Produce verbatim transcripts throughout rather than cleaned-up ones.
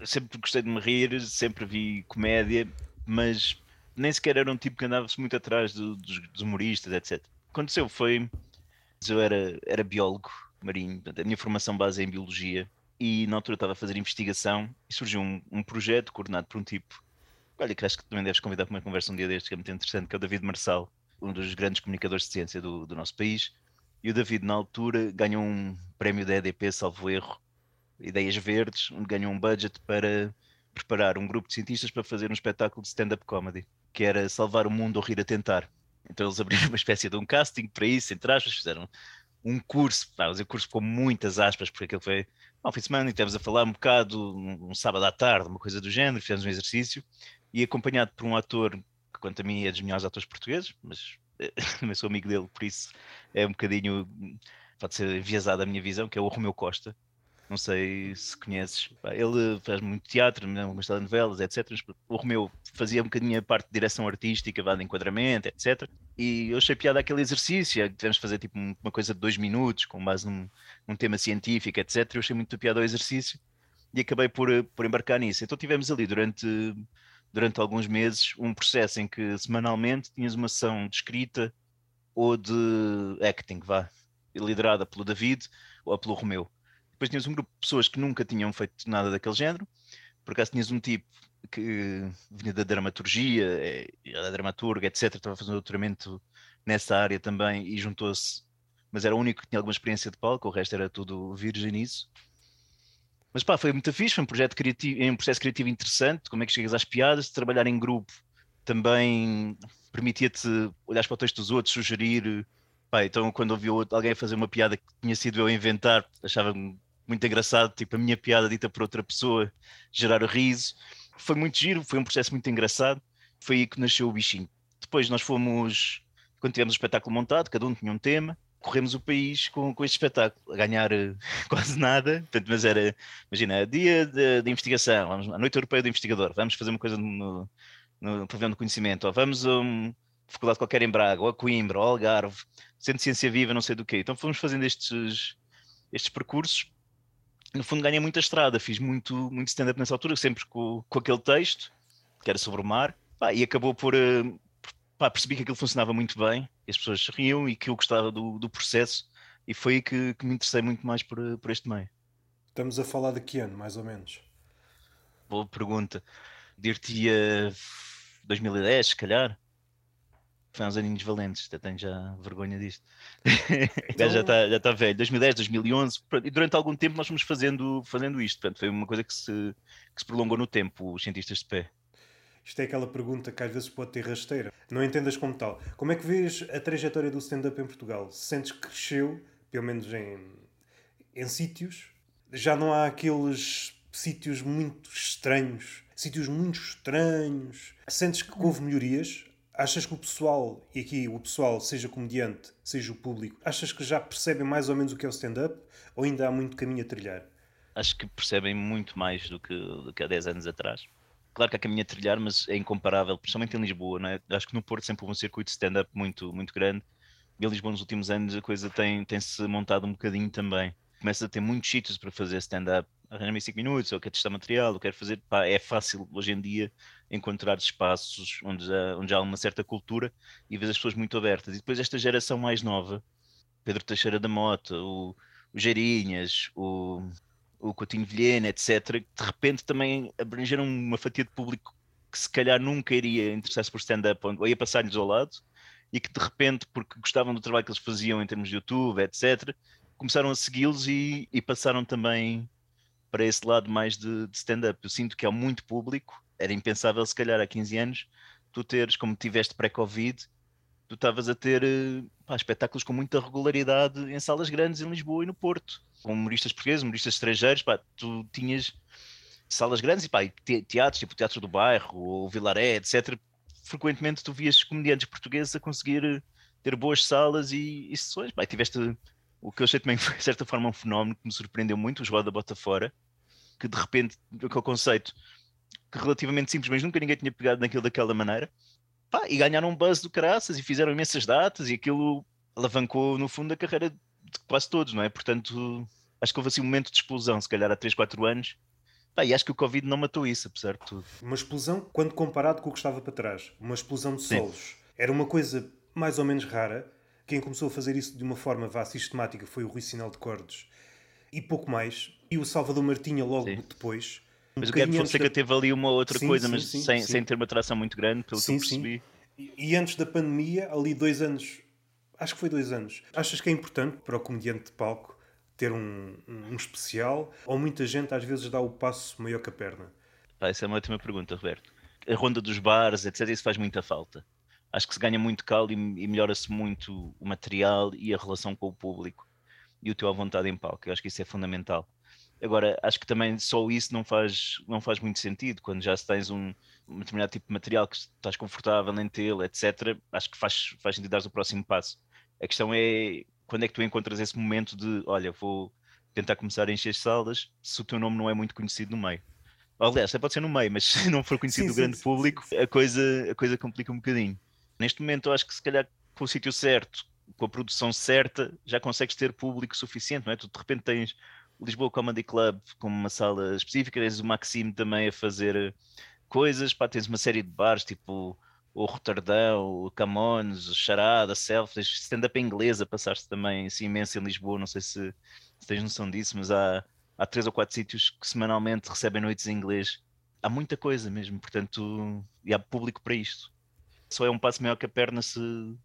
sempre gostei de me rir, sempre vi comédia, mas nem sequer era um tipo que andava-se muito atrás do, dos, dos humoristas, etcétera. O que aconteceu foi, eu era, era biólogo marinho, portanto, a minha formação base é em biologia, e na altura estava a fazer investigação e surgiu um, um projeto coordenado por um tipo, olha, que acho que também deves convidar para uma conversa um dia destes, que é muito interessante, que é o David Marçal, um dos grandes comunicadores de ciência do, do nosso país. E o David, na altura, ganhou um prémio da E D P, salvo erro, Ideias Verdes, onde ganhou um budget para preparar um grupo de cientistas para fazer um espetáculo de stand-up comedy, que era salvar o mundo ou rir a tentar. Então eles abriram uma espécie de um casting para isso, entre aspas, fizeram um curso, vou dizer curso com muitas aspas, porque aquilo foi um fim de semana e estivemos a falar um bocado, um, um sábado à tarde, uma coisa do género, fizemos um exercício, e acompanhado por um ator que, quanto a mim, é dos melhores atores portugueses, mas também sou amigo dele, por isso é um bocadinho, pode ser enviesada a minha visão, que é o Romeu Costa. Não sei se conheces. Ele faz muito teatro, algumas telenovelas, etcétera. O Romeu fazia um bocadinho a parte de direção artística, de enquadramento, etcétera. E eu achei piada aquele exercício, tivemos de fazer tipo uma coisa de dois minutos, com base num, num tema científico, etcétera. Eu achei muito piada ao exercício e acabei por, por embarcar nisso. Então tivemos ali durante, durante alguns meses um processo em que semanalmente tinhas uma sessão de escrita ou de acting, vá, liderada pelo David ou pelo Romeu. Depois tinhas um grupo de pessoas que nunca tinham feito nada daquele género. Por acaso tinhas um tipo que vinha da dramaturgia, era dramaturgo, etcétera. Estava a fazer um doutoramento nessa área também e juntou-se, mas era o único que tinha alguma experiência de palco, o resto era tudo virgem nisso. Mas pá, foi muito fixe, foi um projeto criativo, um processo criativo interessante, como é que chegas às piadas, trabalhar em grupo também permitia-te olhar para o texto dos outros, sugerir. Pá, então quando ouvi alguém fazer uma piada que tinha sido eu a inventar, achava muito engraçado, tipo a minha piada dita por outra pessoa, gerar riso. Foi muito giro, foi um processo muito engraçado, foi aí que nasceu o bichinho. Depois nós fomos, quando tivemos o espetáculo montado, cada um tinha um tema, corremos o país com, com este espetáculo, a ganhar uh, quase nada, portanto, mas era, imagina, dia de, de investigação, vamos, a Noite Europeia do Investigador, vamos fazer uma coisa no, no pavilhão do conhecimento, ou vamos a uma faculdade qualquer em Braga, ou a Coimbra, ou Algarve, Centro de Ciência Viva, não sei do quê. Então fomos fazendo estes, estes percursos. No fundo ganhei muita estrada, fiz muito, muito stand-up nessa altura, sempre com, com aquele texto, que era sobre o mar, pá, e acabou por, uh, pá, percebi que aquilo funcionava muito bem, as pessoas riam e que eu gostava do, do processo, e foi aí que, que me interessei muito mais por, por este meio. Estamos a falar de que ano, mais ou menos? Boa pergunta. Dir-te-ia dois mil e dez, se calhar. Foi há uns aninhos valentes, até tenho já vergonha disto. O gajo já Então, está já tá velho. dois mil e dez, dois mil e onze, e durante algum tempo nós fomos fazendo, fazendo isto. Portanto, foi uma coisa que se, que se prolongou no tempo, os cientistas de pé. isto é aquela pergunta que às vezes pode ter rasteira. Não entendas como tal. Como é que vês a trajetória do stand-up em Portugal? Sentes que cresceu, pelo menos em, em sítios? Já não há aqueles sítios muito estranhos? Sítios muito estranhos? Sentes que houve melhorias? Achas que o pessoal, e aqui o pessoal, seja comediante, seja o público, achas que já percebem mais ou menos o que é o stand-up? Ou ainda há muito caminho a trilhar? Acho que percebem muito mais do que, do que há dez anos atrás. Claro que há caminho a trilhar, mas é incomparável, principalmente em Lisboa, não é? Acho que no Porto sempre houve um circuito de stand-up muito, muito grande. E em Lisboa, nos últimos anos, a coisa tem, tem-se montado um bocadinho também. Começa a ter muitos sítios para fazer stand-up. Arranja-me cinco minutos, eu quero testar material, eu quero fazer. Pá, é fácil hoje em dia encontrar espaços onde já, onde já há uma certa cultura e vês as pessoas muito abertas. E depois esta geração mais nova, Pedro Teixeira da Mota, o, o Geirinhas, o, o Coutinho Vilhena, etcétera, que de repente também abrangeram uma fatia de público que se calhar nunca iria interessar-se por stand-up ou ia passar-lhes ao lado e que de repente, porque gostavam do trabalho que eles faziam em termos de YouTube, etcétera, começaram a segui-los e, e passaram também para esse lado mais de, de stand-up. Eu sinto que há muito público, era impensável se calhar há quinze anos, tu teres, como tiveste pré-Covid, tu estavas a ter eh, pá, espetáculos com muita regularidade em salas grandes em Lisboa e no Porto, com humoristas portugueses, humoristas estrangeiros, pá, tu tinhas salas grandes e pá, e te- teatros, tipo o Teatro do Bairro, ou o Vilaré, etcétera. Frequentemente tu vias comediantes portugueses a conseguir eh, ter boas salas e, e sessões. Pá, e tiveste o que eu achei também foi, de certa forma, um fenómeno que me surpreendeu muito, o João da Bota Fora, que de repente, aquele conceito que relativamente simples, mas nunca ninguém tinha pegado naquilo daquela maneira. Pá, e ganharam um buzz do caraças e fizeram imensas datas e aquilo alavancou, no fundo, a carreira de quase todos, não é? Portanto, acho que houve assim um momento de explosão, se calhar há três quatro anos, Pá, e acho que o Covid não matou isso, apesar de tudo. Uma explosão, quando comparado com o que estava para trás. Uma explosão de Sim, solos. Era uma coisa mais ou menos rara. Quem começou a fazer isso de uma forma vá sistemática foi o Rui Sinal de Cordes. E pouco mais. E o Salvador Martinha logo sim. depois. Um Mas o Guilherme bocadinho antes Fonseca da... teve ali uma outra Sim, coisa, sim, mas sim, sem, sem sim. ter uma atração muito grande, pelo que eu Sim, sim. percebi. E, e antes da pandemia, ali dois anos... Acho que foi dois anos. Achas que é importante para o comediante de palco ter um, um especial? Ou muita gente às vezes dá o passo maior que a perna? Pá, essa é uma ótima pergunta, Roberto. A ronda dos bares, etcétera, isso faz muita falta. Acho que se ganha muito calo e, e melhora-se muito o material e a relação com o público e o teu à vontade em palco. Eu acho que isso é fundamental. Agora, acho que também só isso não faz, não faz muito sentido. Quando já tens um, um determinado tipo de material que estás confortável em tê-lo, etcétera, acho que faz, faz sentido dar o próximo passo. A questão é quando é que tu encontras esse momento de, olha, vou tentar começar a encher salas se o teu nome não é muito conhecido no meio. Aliás, até pode ser no meio, mas se não for conhecido Sim, do sim. grande público, a coisa, a coisa complica um bocadinho. Neste momento, eu acho que se calhar com o sítio certo, com a produção certa, já consegues ter público suficiente, não é? Tu de repente tens o Lisboa Comedy Club como uma sala específica, tens o Maxime também a fazer coisas, pá, tens uma série de bares, tipo o Roterdão, o Camões, o Charada, Self, tens stand-up em inglês a passar-se também assim, imenso em Lisboa, não sei se, se tens noção disso, mas há, há três ou quatro sítios que semanalmente recebem noites em inglês. Há muita coisa mesmo, portanto, e há público para isto. Só é um passo maior que a perna se,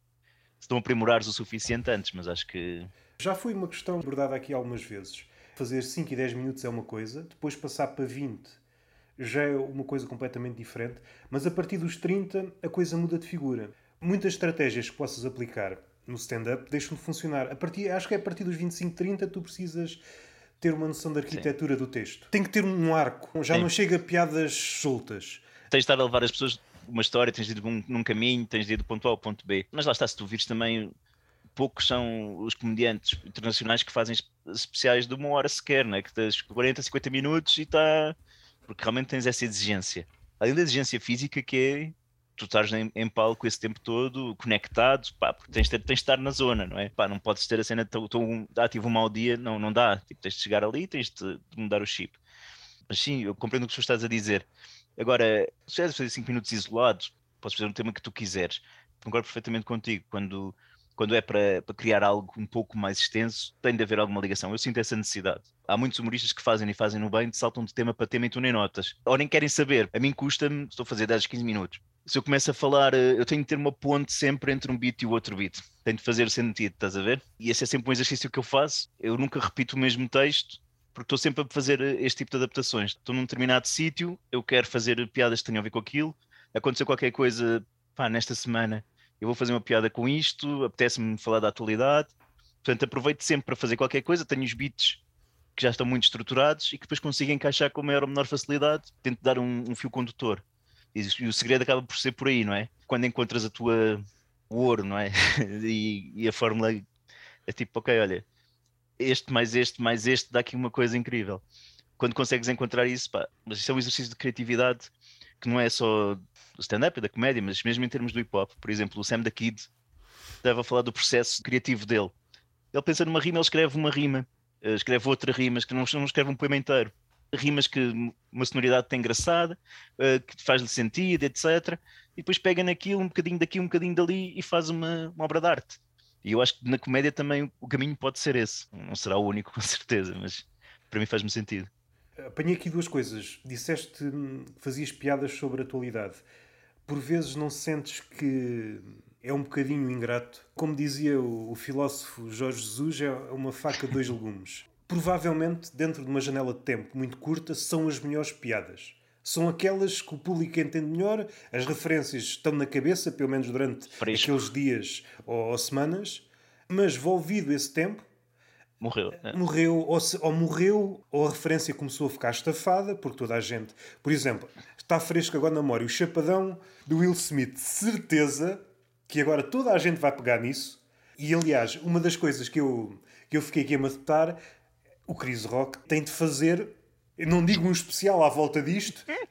se não aprimorares o suficiente antes, mas acho que Já foi uma questão abordada aqui algumas vezes. Fazer cinco e dez minutos é uma coisa, depois passar para vinte já é uma coisa completamente diferente, mas a partir dos trinta a coisa muda de figura. Muitas estratégias que possas aplicar no stand-up deixam de funcionar. A partir, acho que é a partir dos vinte e cinco, trinta tu precisas ter uma noção da sim. arquitetura do texto. Tem que ter um arco, já Sim. não chega a piadas soltas. Tens de estar a levar as pessoas uma história, tens de ir num, num caminho, tens de ir do ponto A ao ponto B. Mas lá está, se tu vires também, poucos são os comediantes internacionais que fazem especiais de uma hora sequer, né? Que tens quarenta, cinquenta minutos e está. Porque realmente tens essa exigência. Além da exigência física, que é tu estás em, em palco esse tempo todo, conectado, pá, porque tens de, tens de estar na zona, não é? Pá, não podes ter a cena, estou ah, tive um mau dia, não, não dá. Tipo, tens de chegar ali, tens de, de mudar o chip. Mas sim, eu compreendo o que tu estás a dizer. Agora, se queres fazer cinco minutos isolados, podes fazer um tema que tu quiseres. Concordo perfeitamente contigo. Quando, quando é para, para criar algo um pouco mais extenso, tem de haver alguma ligação. Eu sinto essa necessidade. Há muitos humoristas que fazem e fazem no bem, saltam de tema para tema e tu nem notas. Ou nem querem saber. A mim custa-me, estou a fazer dez, quinze minutos. Se eu começo a falar, eh, eu tenho de ter uma ponte sempre entre um beat e o outro beat. Tem de fazer sentido, estás a ver? E esse é sempre um exercício que eu faço. Eu nunca repito o mesmo texto, porque estou sempre a fazer este tipo de adaptações. Estou num determinado sítio, eu quero fazer piadas que tenham a ver com aquilo. Aconteceu qualquer coisa, pá, nesta semana, eu vou fazer uma piada com isto, apetece-me falar da atualidade. Portanto, aproveito sempre para fazer qualquer coisa, tenho os beats que já estão muito estruturados e que depois consigo encaixar com maior ou menor facilidade, tento dar um, um fio condutor. E, e o segredo acaba por ser por aí, não é? Quando encontras a tua o ouro, não é? e, e a fórmula é tipo, ok, olha, este mais este mais este dá aqui uma coisa incrível. Quando consegues encontrar isso, pá, mas isso é um exercício de criatividade que não é só do stand-up e da comédia, mas mesmo em termos do hip-hop. Por exemplo, o Sam da Kid estava a falar do processo criativo dele. Ele pensa numa rima, ele escreve uma rima, eh, escreve outra rima, que não, não escreve um poema inteiro. Rimas que uma sonoridade tem engraçada, uh, que faz-lhe sentido, etcétera. E depois pega naquilo, um bocadinho daqui, um bocadinho dali e faz uma, uma obra de arte. E eu acho que na comédia também o caminho pode ser esse. Não será o único, com certeza, mas para mim faz-me sentido. Apanhei aqui duas coisas. Disseste que fazias piadas sobre a atualidade. Por vezes não sentes que é um bocadinho ingrato? Como dizia o, o filósofo Jorge Jesus, é uma faca de dois legumes. Provavelmente, dentro de uma janela de tempo muito curta, são as melhores piadas. São aquelas que o público entende melhor, as referências estão na cabeça, pelo menos durante Fresco. aqueles dias ou, ou semanas, mas volvido esse tempo, Morreu. É. morreu, ou, se, ou morreu, ou a referência começou a ficar estafada, porque toda a gente... Por exemplo, está fresco agora na memória o Chapadão do Will Smith. Certeza que agora toda a gente vai pegar nisso. E, aliás, uma das coisas que eu, que eu fiquei aqui a matutar, o Chris Rock tem de fazer... Eu não digo um especial à volta disto,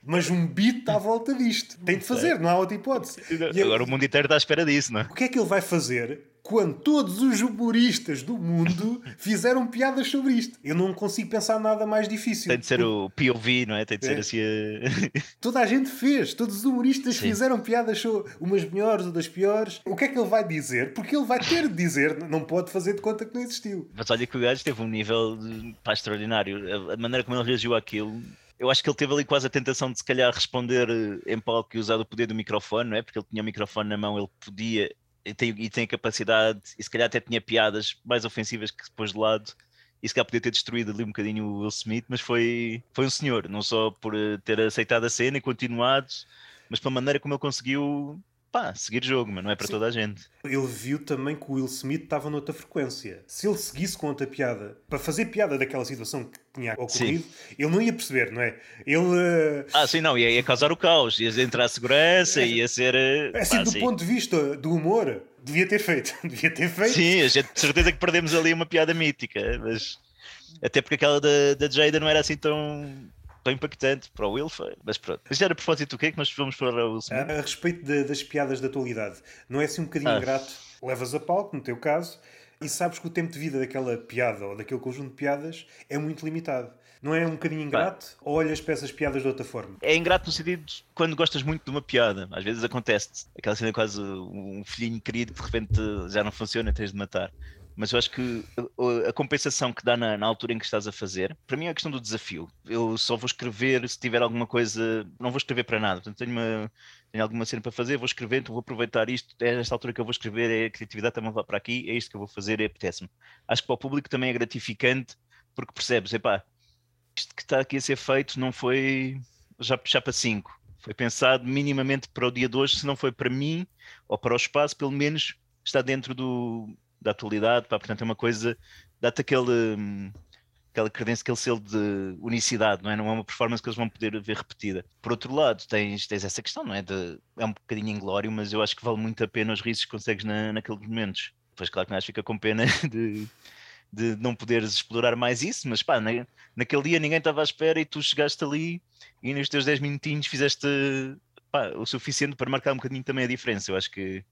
mas um beat à volta disto. Tem de fazer, não há outra hipótese. E agora o mundo inteiro está à espera disso, não é? O que é que ele vai fazer quando todos os humoristas do mundo fizeram piadas sobre isto? Eu não consigo pensar nada mais difícil. Tem de ser o P O V, não é? Tem de ser É. assim a... Toda a gente fez, todos os humoristas Sim. fizeram piadas sobre umas melhores ou das piores. O que é que ele vai dizer? Porque ele vai ter de dizer, não pode fazer de conta que não existiu. Mas olha que o gajo teve um nível de, pá, extraordinário. A, a maneira como ele reagiu àquilo, eu acho que ele teve ali quase a tentação de se calhar responder eh, em palco e usar o poder do microfone, não é? Porque ele tinha o microfone na mão, ele podia e tem, e tem a capacidade, e se calhar até tinha piadas mais ofensivas que depois de lado, e se calhar podia ter destruído ali um bocadinho o Will Smith, mas foi, foi um senhor, não só por eh, ter aceitado a cena e continuado, mas pela maneira como ele conseguiu, pá, seguir o jogo, mas não é para Sim. toda a gente. Ele viu também que o Will Smith estava noutra frequência. Se ele seguisse com outra piada, para fazer piada daquela situação que tinha ocorrido, Sim. ele não ia perceber, não é? Ele... uh, Ah, sim, não, ia, ia causar o caos, ia entrar a segurança, ia ser... eh, Assim, pá, do sim. ponto de vista do humor, devia ter feito. Devia ter feito. Sim, a gente de certeza que perdemos ali uma piada mítica, mas até porque aquela da, da Jada não era assim tão, tão impactante para o Will, foi. Mas pronto. Mas já era a propósito do quê que nós vamos para o Will Smith? A, a respeito de- das piadas da atualidade, não é assim um bocadinho Ah. ingrato? Levas a palco, no teu caso, e sabes que o tempo de vida daquela piada ou daquele conjunto de piadas é muito limitado. Não é um bocadinho ingrato? Ou olhas para essas piadas de outra forma? É ingrato no sentido de quando gostas muito de uma piada, às vezes acontece aquela cena quase um filhinho querido que de repente já não funciona, tens de matar. Mas eu acho que a, a compensação que dá na, na altura em que estás a fazer, para mim é a questão do desafio. Eu só vou escrever se tiver alguma coisa, não vou escrever para nada. Portanto, tenho, uma, tenho alguma cena para fazer, vou escrever, então vou aproveitar isto. É esta altura que eu vou escrever, é a criatividade também vai para aqui, é isto que eu vou fazer, é apetece-me. Acho que para o público também é gratificante porque percebes, epá, isto que está aqui a ser feito não foi já, já para cinco. Foi pensado minimamente para o dia de hoje, se não foi para mim ou para o espaço, pelo menos está dentro do da atualidade, pá, portanto é uma coisa, dá-te aquele, hum, aquela credência, aquele selo de unicidade, não é? Não é uma performance que eles vão poder ver repetida. Por outro lado, tens, tens essa questão, não é? De, é um bocadinho inglório, mas eu acho que vale muito a pena os risos que consegues na, naqueles momentos. Pois claro que não fica com pena de, de não poderes explorar mais isso, mas pá, na, naquele dia ninguém estava à espera e tu chegaste ali e nos teus dez minutinhos fizeste pá, o suficiente para marcar um bocadinho também a diferença. Eu acho que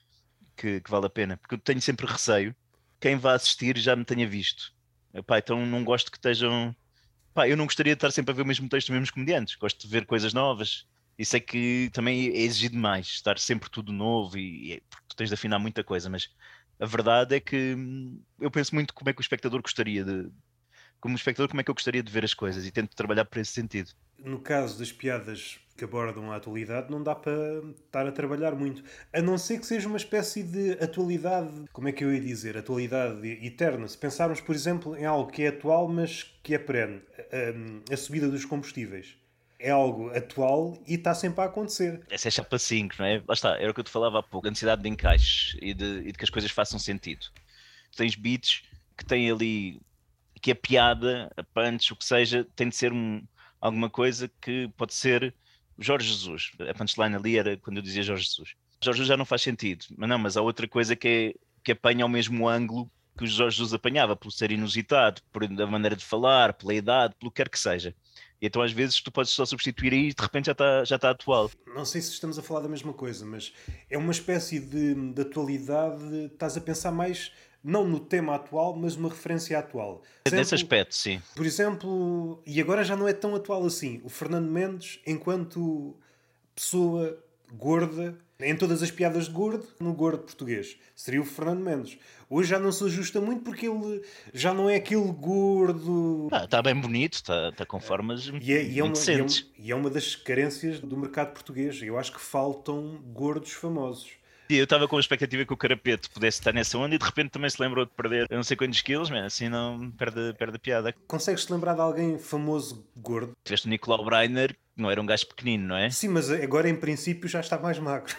Que, que vale a pena, porque eu tenho sempre receio quem vá assistir já me tenha visto. Epá, então não gosto que estejam. Pá, eu não gostaria de estar sempre a ver o mesmo texto dos mesmos comediantes, gosto de ver coisas novas. E sei que também é exigir demais estar sempre tudo novo e, e porque tu tens de afinar muita coisa, mas a verdade é que hum, eu penso muito como é que o espectador gostaria de. Como espectador, como é que eu gostaria de ver as coisas e tento trabalhar por esse sentido. No caso das piadas que abordam a atualidade, não dá para estar a trabalhar muito. A não ser que seja uma espécie de atualidade, como é que eu ia dizer? Atualidade eterna. Se pensarmos, por exemplo, em algo que é atual, mas que é perene. A, a subida dos combustíveis. É algo atual e está sempre a acontecer. Essa é chapa cinco, não é? Lá está, era o que eu te falava há pouco, a necessidade de encaixe e de, e de que as coisas façam sentido. Tens beats que têm ali, que a piada, a punch, o que seja, tem de ser um, alguma coisa que pode ser Jorge Jesus. A punchline ali era quando eu dizia Jorge Jesus. Jorge Jesus já não faz sentido, mas não, mas há outra coisa que, é, que apanha ao mesmo ângulo que o Jorge Jesus apanhava, por ser inusitado, por a maneira de falar, pela idade, pelo que quer que seja. E então às vezes tu podes só substituir aí e de repente já está já tá atual. Não sei se estamos a falar da mesma coisa, mas é uma espécie de, de atualidade. Estás a pensar mais, não no tema atual, mas uma referência atual. Por Nesse exemplo, aspecto, sim. Por exemplo, e agora já não é tão atual assim, o Fernando Mendes, enquanto pessoa gorda, em todas as piadas de gordo, no gordo português, seria o Fernando Mendes. Hoje já não se ajusta muito porque ele já não é aquele gordo. Está tá bem bonito, está tá com formas E é, e, é uma, muito e, é, decentes. e é uma das carências do mercado português. Eu acho que faltam gordos famosos. E eu estava com a expectativa que o Carapeto pudesse estar nessa onda e de repente também se lembrou de perder eu não sei quantos quilos, mas assim não perde, perde a piada. Consegues-te lembrar de alguém famoso gordo? Tiveste o Nicolau Breiner, que não era um gajo pequenino, não é? Sim, mas agora em princípio já está mais magro.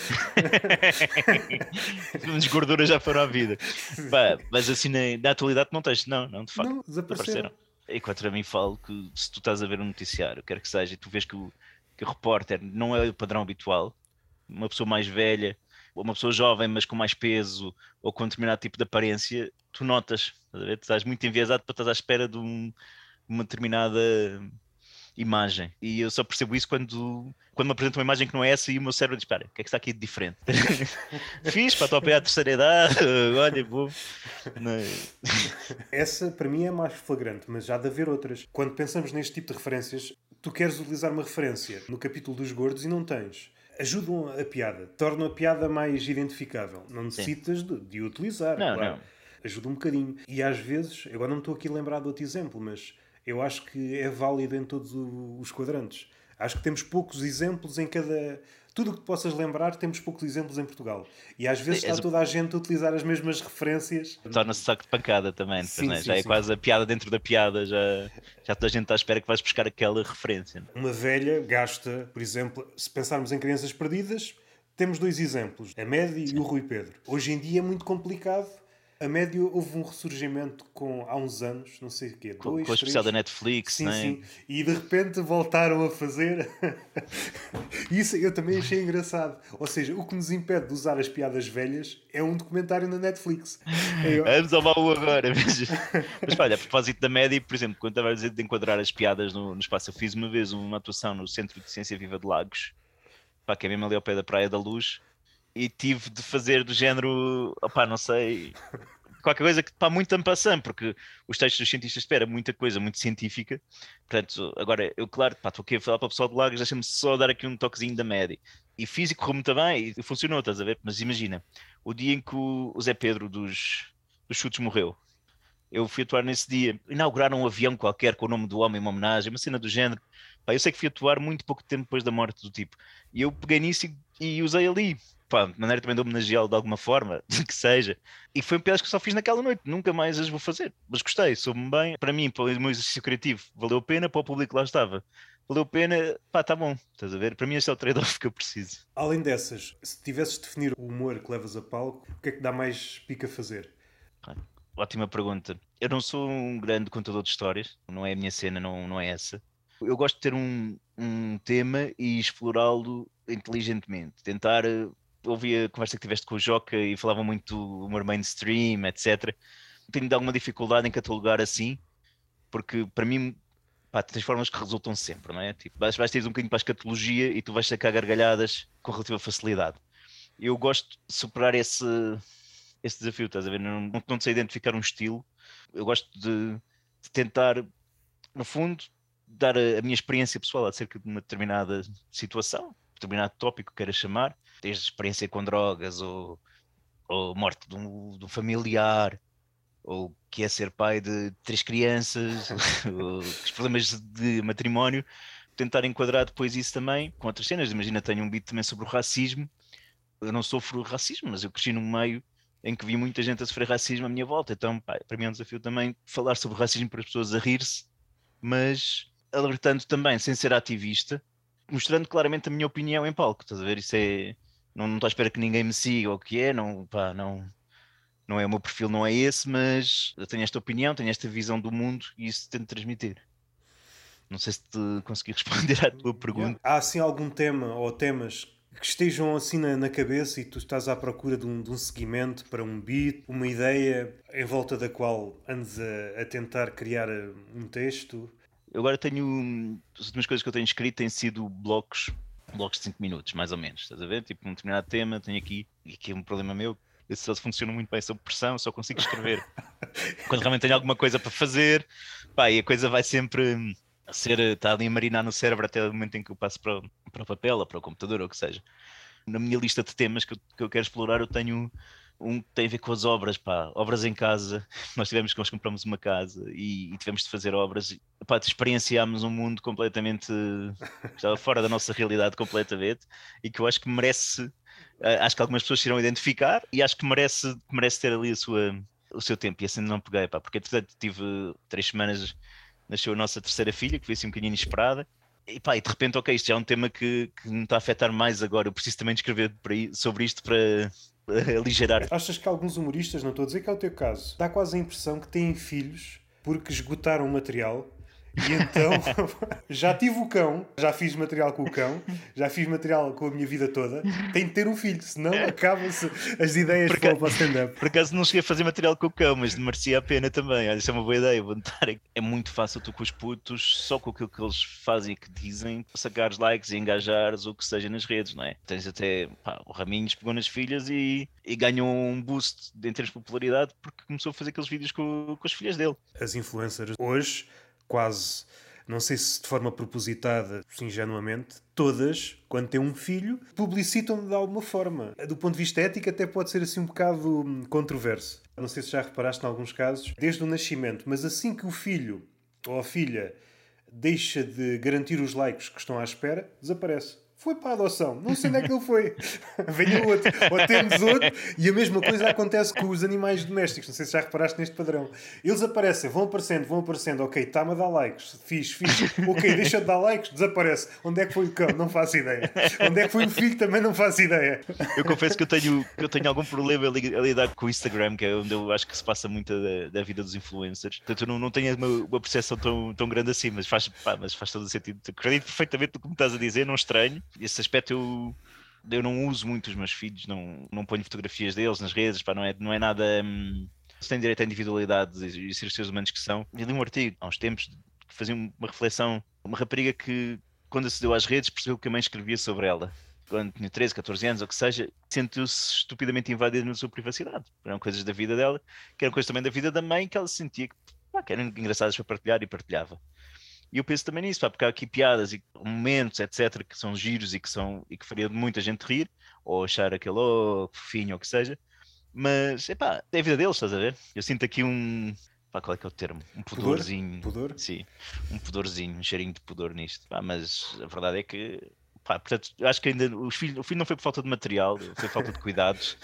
As gorduras já foram à vida. Pá, mas assim na, na atualidade não tens, não, não, de facto. Não, desapareceram. E contra mim falo que se tu estás a ver um noticiário, quer que seja, e tu vês que o, que o repórter não é o padrão habitual, uma pessoa mais velha, ou uma pessoa jovem, mas com mais peso, ou com um determinado tipo de aparência, tu notas, estás a ver? Tu estás muito enviesado para estar à espera de um, uma determinada imagem. E eu só percebo isso quando, quando me apresentam uma imagem que não é essa e o meu cérebro diz, espera, o que é que está aqui de diferente? Fiz, para estou a apoiar a terceira idade, olha, vou... Não é? Essa, para mim, é mais flagrante, mas já de haver outras. Quando pensamos neste tipo de referências, tu queres utilizar uma referência no capítulo dos gordos e não tens. Ajudam a piada, tornam a piada mais identificável. Não necessitas de, de utilizar, não, claro. Não. Ajuda um bocadinho. E às vezes, agora não estou aqui a lembrar de outro exemplo, mas eu acho que é válido em todos os quadrantes. Acho que temos poucos exemplos em cada... Tudo o que te possas lembrar, temos poucos exemplos em Portugal. E às vezes sim, está toda a gente a utilizar as mesmas referências. Torna-se saco de pancada também. Sim, né? sim, já sim. é quase a piada dentro da piada. Já, já toda a gente está à espera que vais buscar aquela referência. Né? Uma velha gasta, por exemplo, se pensarmos em Crianças Perdidas, temos dois exemplos, a Média e o Rui Pedro. Hoje em dia é muito complicado. A Média houve um ressurgimento com, há uns anos, não sei o quê, com, dois, com o especial três... da Netflix, sim, né? sim. E de repente voltaram a fazer. Isso eu também achei engraçado. Ou seja, o que nos impede de usar as piadas velhas é um documentário na Netflix. Eu... Vamos ao baú agora. Mas, mas olha, a propósito da Média, por exemplo, quando estava a dizer de enquadrar as piadas no, no espaço, eu fiz uma vez uma atuação no Centro de Ciência Viva de Lagos, pá, que é mesmo ali ao pé da Praia da Luz, e tive de fazer do género, opá, não sei, qualquer coisa que pá, muito ampassando, porque os textos dos cientistas esperam muita coisa, muito científica. Portanto, agora, eu claro, pá, estou aqui a falar para o pessoal de Lagos, deixa-me só dar aqui um toquezinho da Média. E fiz e correu muito bem, e funcionou, estás a ver? Mas imagina, o dia em que o Zé Pedro dos, dos Chutes morreu, eu fui atuar nesse dia, inauguraram um avião qualquer com o nome do homem, uma homenagem, uma cena do género. Pá, eu sei que fui atuar muito pouco tempo depois da morte do tipo. E eu peguei nisso e, e usei ali. Pá, de maneira também de homenageá-lo de alguma forma, que seja. E foi um piadas que só fiz naquela noite, nunca mais as vou fazer. Mas gostei, soube-me bem. Para mim, para o meu exercício criativo, valeu a pena, para o público que lá estava. Valeu a pena, pá, tá bom, estás a ver? Para mim este é o trade-off que eu preciso. Além dessas, se tivesses de definir o humor que levas a palco, o que é que dá mais pica a fazer? Ótima pergunta. Eu não sou um grande contador de histórias, não é a minha cena, não, não é essa. Eu gosto de ter um, um tema e explorá-lo inteligentemente. Tentar. Ouvi a conversa que tiveste com o Joca e falavam muito do humor mainstream, etcétera. Tenho de alguma dificuldade em catalogar assim, porque para mim, pá, tens formas que resultam sempre, não é? Tipo, vais, vais ter um bocadinho para a escatologia e tu vais sacar gargalhadas com relativa facilidade. Eu gosto de superar esse. esse desafio, estás a ver? Não, não, não sei identificar um estilo. Eu gosto de, de tentar, no fundo, dar a, a minha experiência pessoal acerca de uma determinada situação, determinado tópico que queiras chamar, desde experiência com drogas ou, ou morte de um, de um familiar, ou que é ser pai de três crianças, ou os problemas de matrimónio, tentar enquadrar depois isso também com outras cenas. Imagina, tenho um beat também sobre o racismo. Eu não sofro racismo, mas eu cresci num meio em que vi muita gente a sofrer racismo à minha volta. Então, pá, para mim é um desafio também falar sobre racismo para as pessoas a rir-se, mas alertando também, sem ser ativista, mostrando claramente a minha opinião em palco. Estás a ver? Isso é... Não, não estou à espera que ninguém me siga ou o que é, não, pá, não, não é o meu perfil, não é esse, mas eu tenho esta opinião, tenho esta visão do mundo e isso tento transmitir. Não sei se te consegui responder à tua pergunta. Há assim algum tema ou temas que estejam assim na, na cabeça e tu estás à procura de um, de um seguimento para um beat, uma ideia em volta da qual andes a, a tentar criar um texto? Eu agora tenho... As últimas coisas que eu tenho escrito têm sido blocos, blocos de cinco minutos, mais ou menos. Estás a ver? Tipo, um determinado tema, tenho aqui, e aqui é um problema meu, esse só funciona muito bem sob pressão, só consigo escrever. Quando realmente tenho alguma coisa para fazer, pá, e a coisa vai sempre... a ser, está ali a marinar no cérebro até o momento em que eu passo para, para o papel ou para o computador ou o que seja. Na minha lista de temas que eu, que eu quero explorar, eu tenho um que tem a ver com as obras, pá, obras em casa. Nós tivemos que nós compramos uma casa e, e tivemos de fazer obras, e, pá, experienciámos um mundo completamente, estava fora da nossa realidade completamente, e que eu acho que merece, acho que algumas pessoas se irão identificar e acho que merece, merece ter ali a sua, o seu tempo, e assim não peguei, pá, porque entretanto tive três semanas, nasceu a nossa terceira filha, que foi assim um bocadinho inesperada, e pá, e de repente, ok, isto já é um tema que, que me está a afetar mais agora, eu preciso também de escrever sobre isto para, para aligerar. Achas que alguns humoristas, não estou a dizer que é o teu caso, dá quase a impressão que têm filhos porque esgotaram o material E então, já tive o cão, já fiz material com o cão, já fiz material com a minha vida toda. Tenho de ter um filho, senão acabam-se as ideias Por para acaso- o stand-up. Por acaso não cheguei a fazer material com o cão, mas merecia a pena também. Olha, isso é uma boa ideia. Vou notar. É muito fácil tu com os putos, só com aquilo que eles fazem e que dizem, sacares likes e engajares o que seja nas redes, não é? Tens até, pá, o Raminhos pegou nas filhas e, e ganhou um boost em termos de popularidade porque começou a fazer aqueles vídeos com, com as filhas dele. As influencers hoje, quase, não sei se de forma propositada, se ingenuamente, todas, quando têm um filho, publicitam de alguma forma. Do ponto de vista ético, até pode ser assim um bocado hum, controverso. Não sei se já reparaste em alguns casos, desde o nascimento, mas assim que o filho ou a filha deixa de garantir os likes que estão à espera, desaparece. Foi para a adoção. Não sei onde é que ele foi. Venha outro. Ou temos outro. E a mesma coisa acontece com os animais domésticos. Não sei se já reparaste neste padrão. Eles aparecem, vão aparecendo, vão aparecendo. Ok, está-me a dar likes. Fiz, fiz. Ok, deixa de dar likes, desaparece. Onde é que foi o cão? Não faço ideia. Onde é que foi o filho? Também não faço ideia. Eu confesso que eu tenho, que eu tenho algum problema a li- a lidar com o Instagram, que é onde eu acho que se passa muito da, da vida dos influencers. Portanto, eu não, não tenho uma, uma percepção tão, tão grande assim, mas faz, pá, mas faz todo o sentido. Acredito perfeitamente no que me estás a dizer, não estranho. Esse aspecto eu, eu não uso muito os meus filhos, não, não ponho fotografias deles nas redes, pá, não, é, não é nada. Hum, eles têm direito à individualidade e, e ser os seres humanos que são. Eu li um artigo há uns tempos que fazia uma reflexão, uma rapariga que, quando acedeu às redes, percebeu que a mãe escrevia sobre ela. Quando tinha treze, catorze anos, ou que seja, sentiu-se estupidamente invadida na sua privacidade. Eram coisas da vida dela, que eram coisas também da vida da mãe, que ela sentia que, pá, que eram engraçadas para partilhar e partilhava. E eu penso também nisso, pá, porque há aqui piadas e momentos, etcétera, que são giros e que, são, e que faria muita gente rir, ou achar aquele oh, fofinho, ou o que seja, mas, epá, é a vida deles, estás a ver? Eu sinto aqui um, pá, qual é que é o termo? Um Pudor? pudorzinho. Pudor? Sim, um pudorzinho, um cheirinho de pudor nisto. Pá, mas a verdade é que, pá, portanto, eu acho que ainda os filhos, o filho não foi por falta de material, foi falta de cuidados.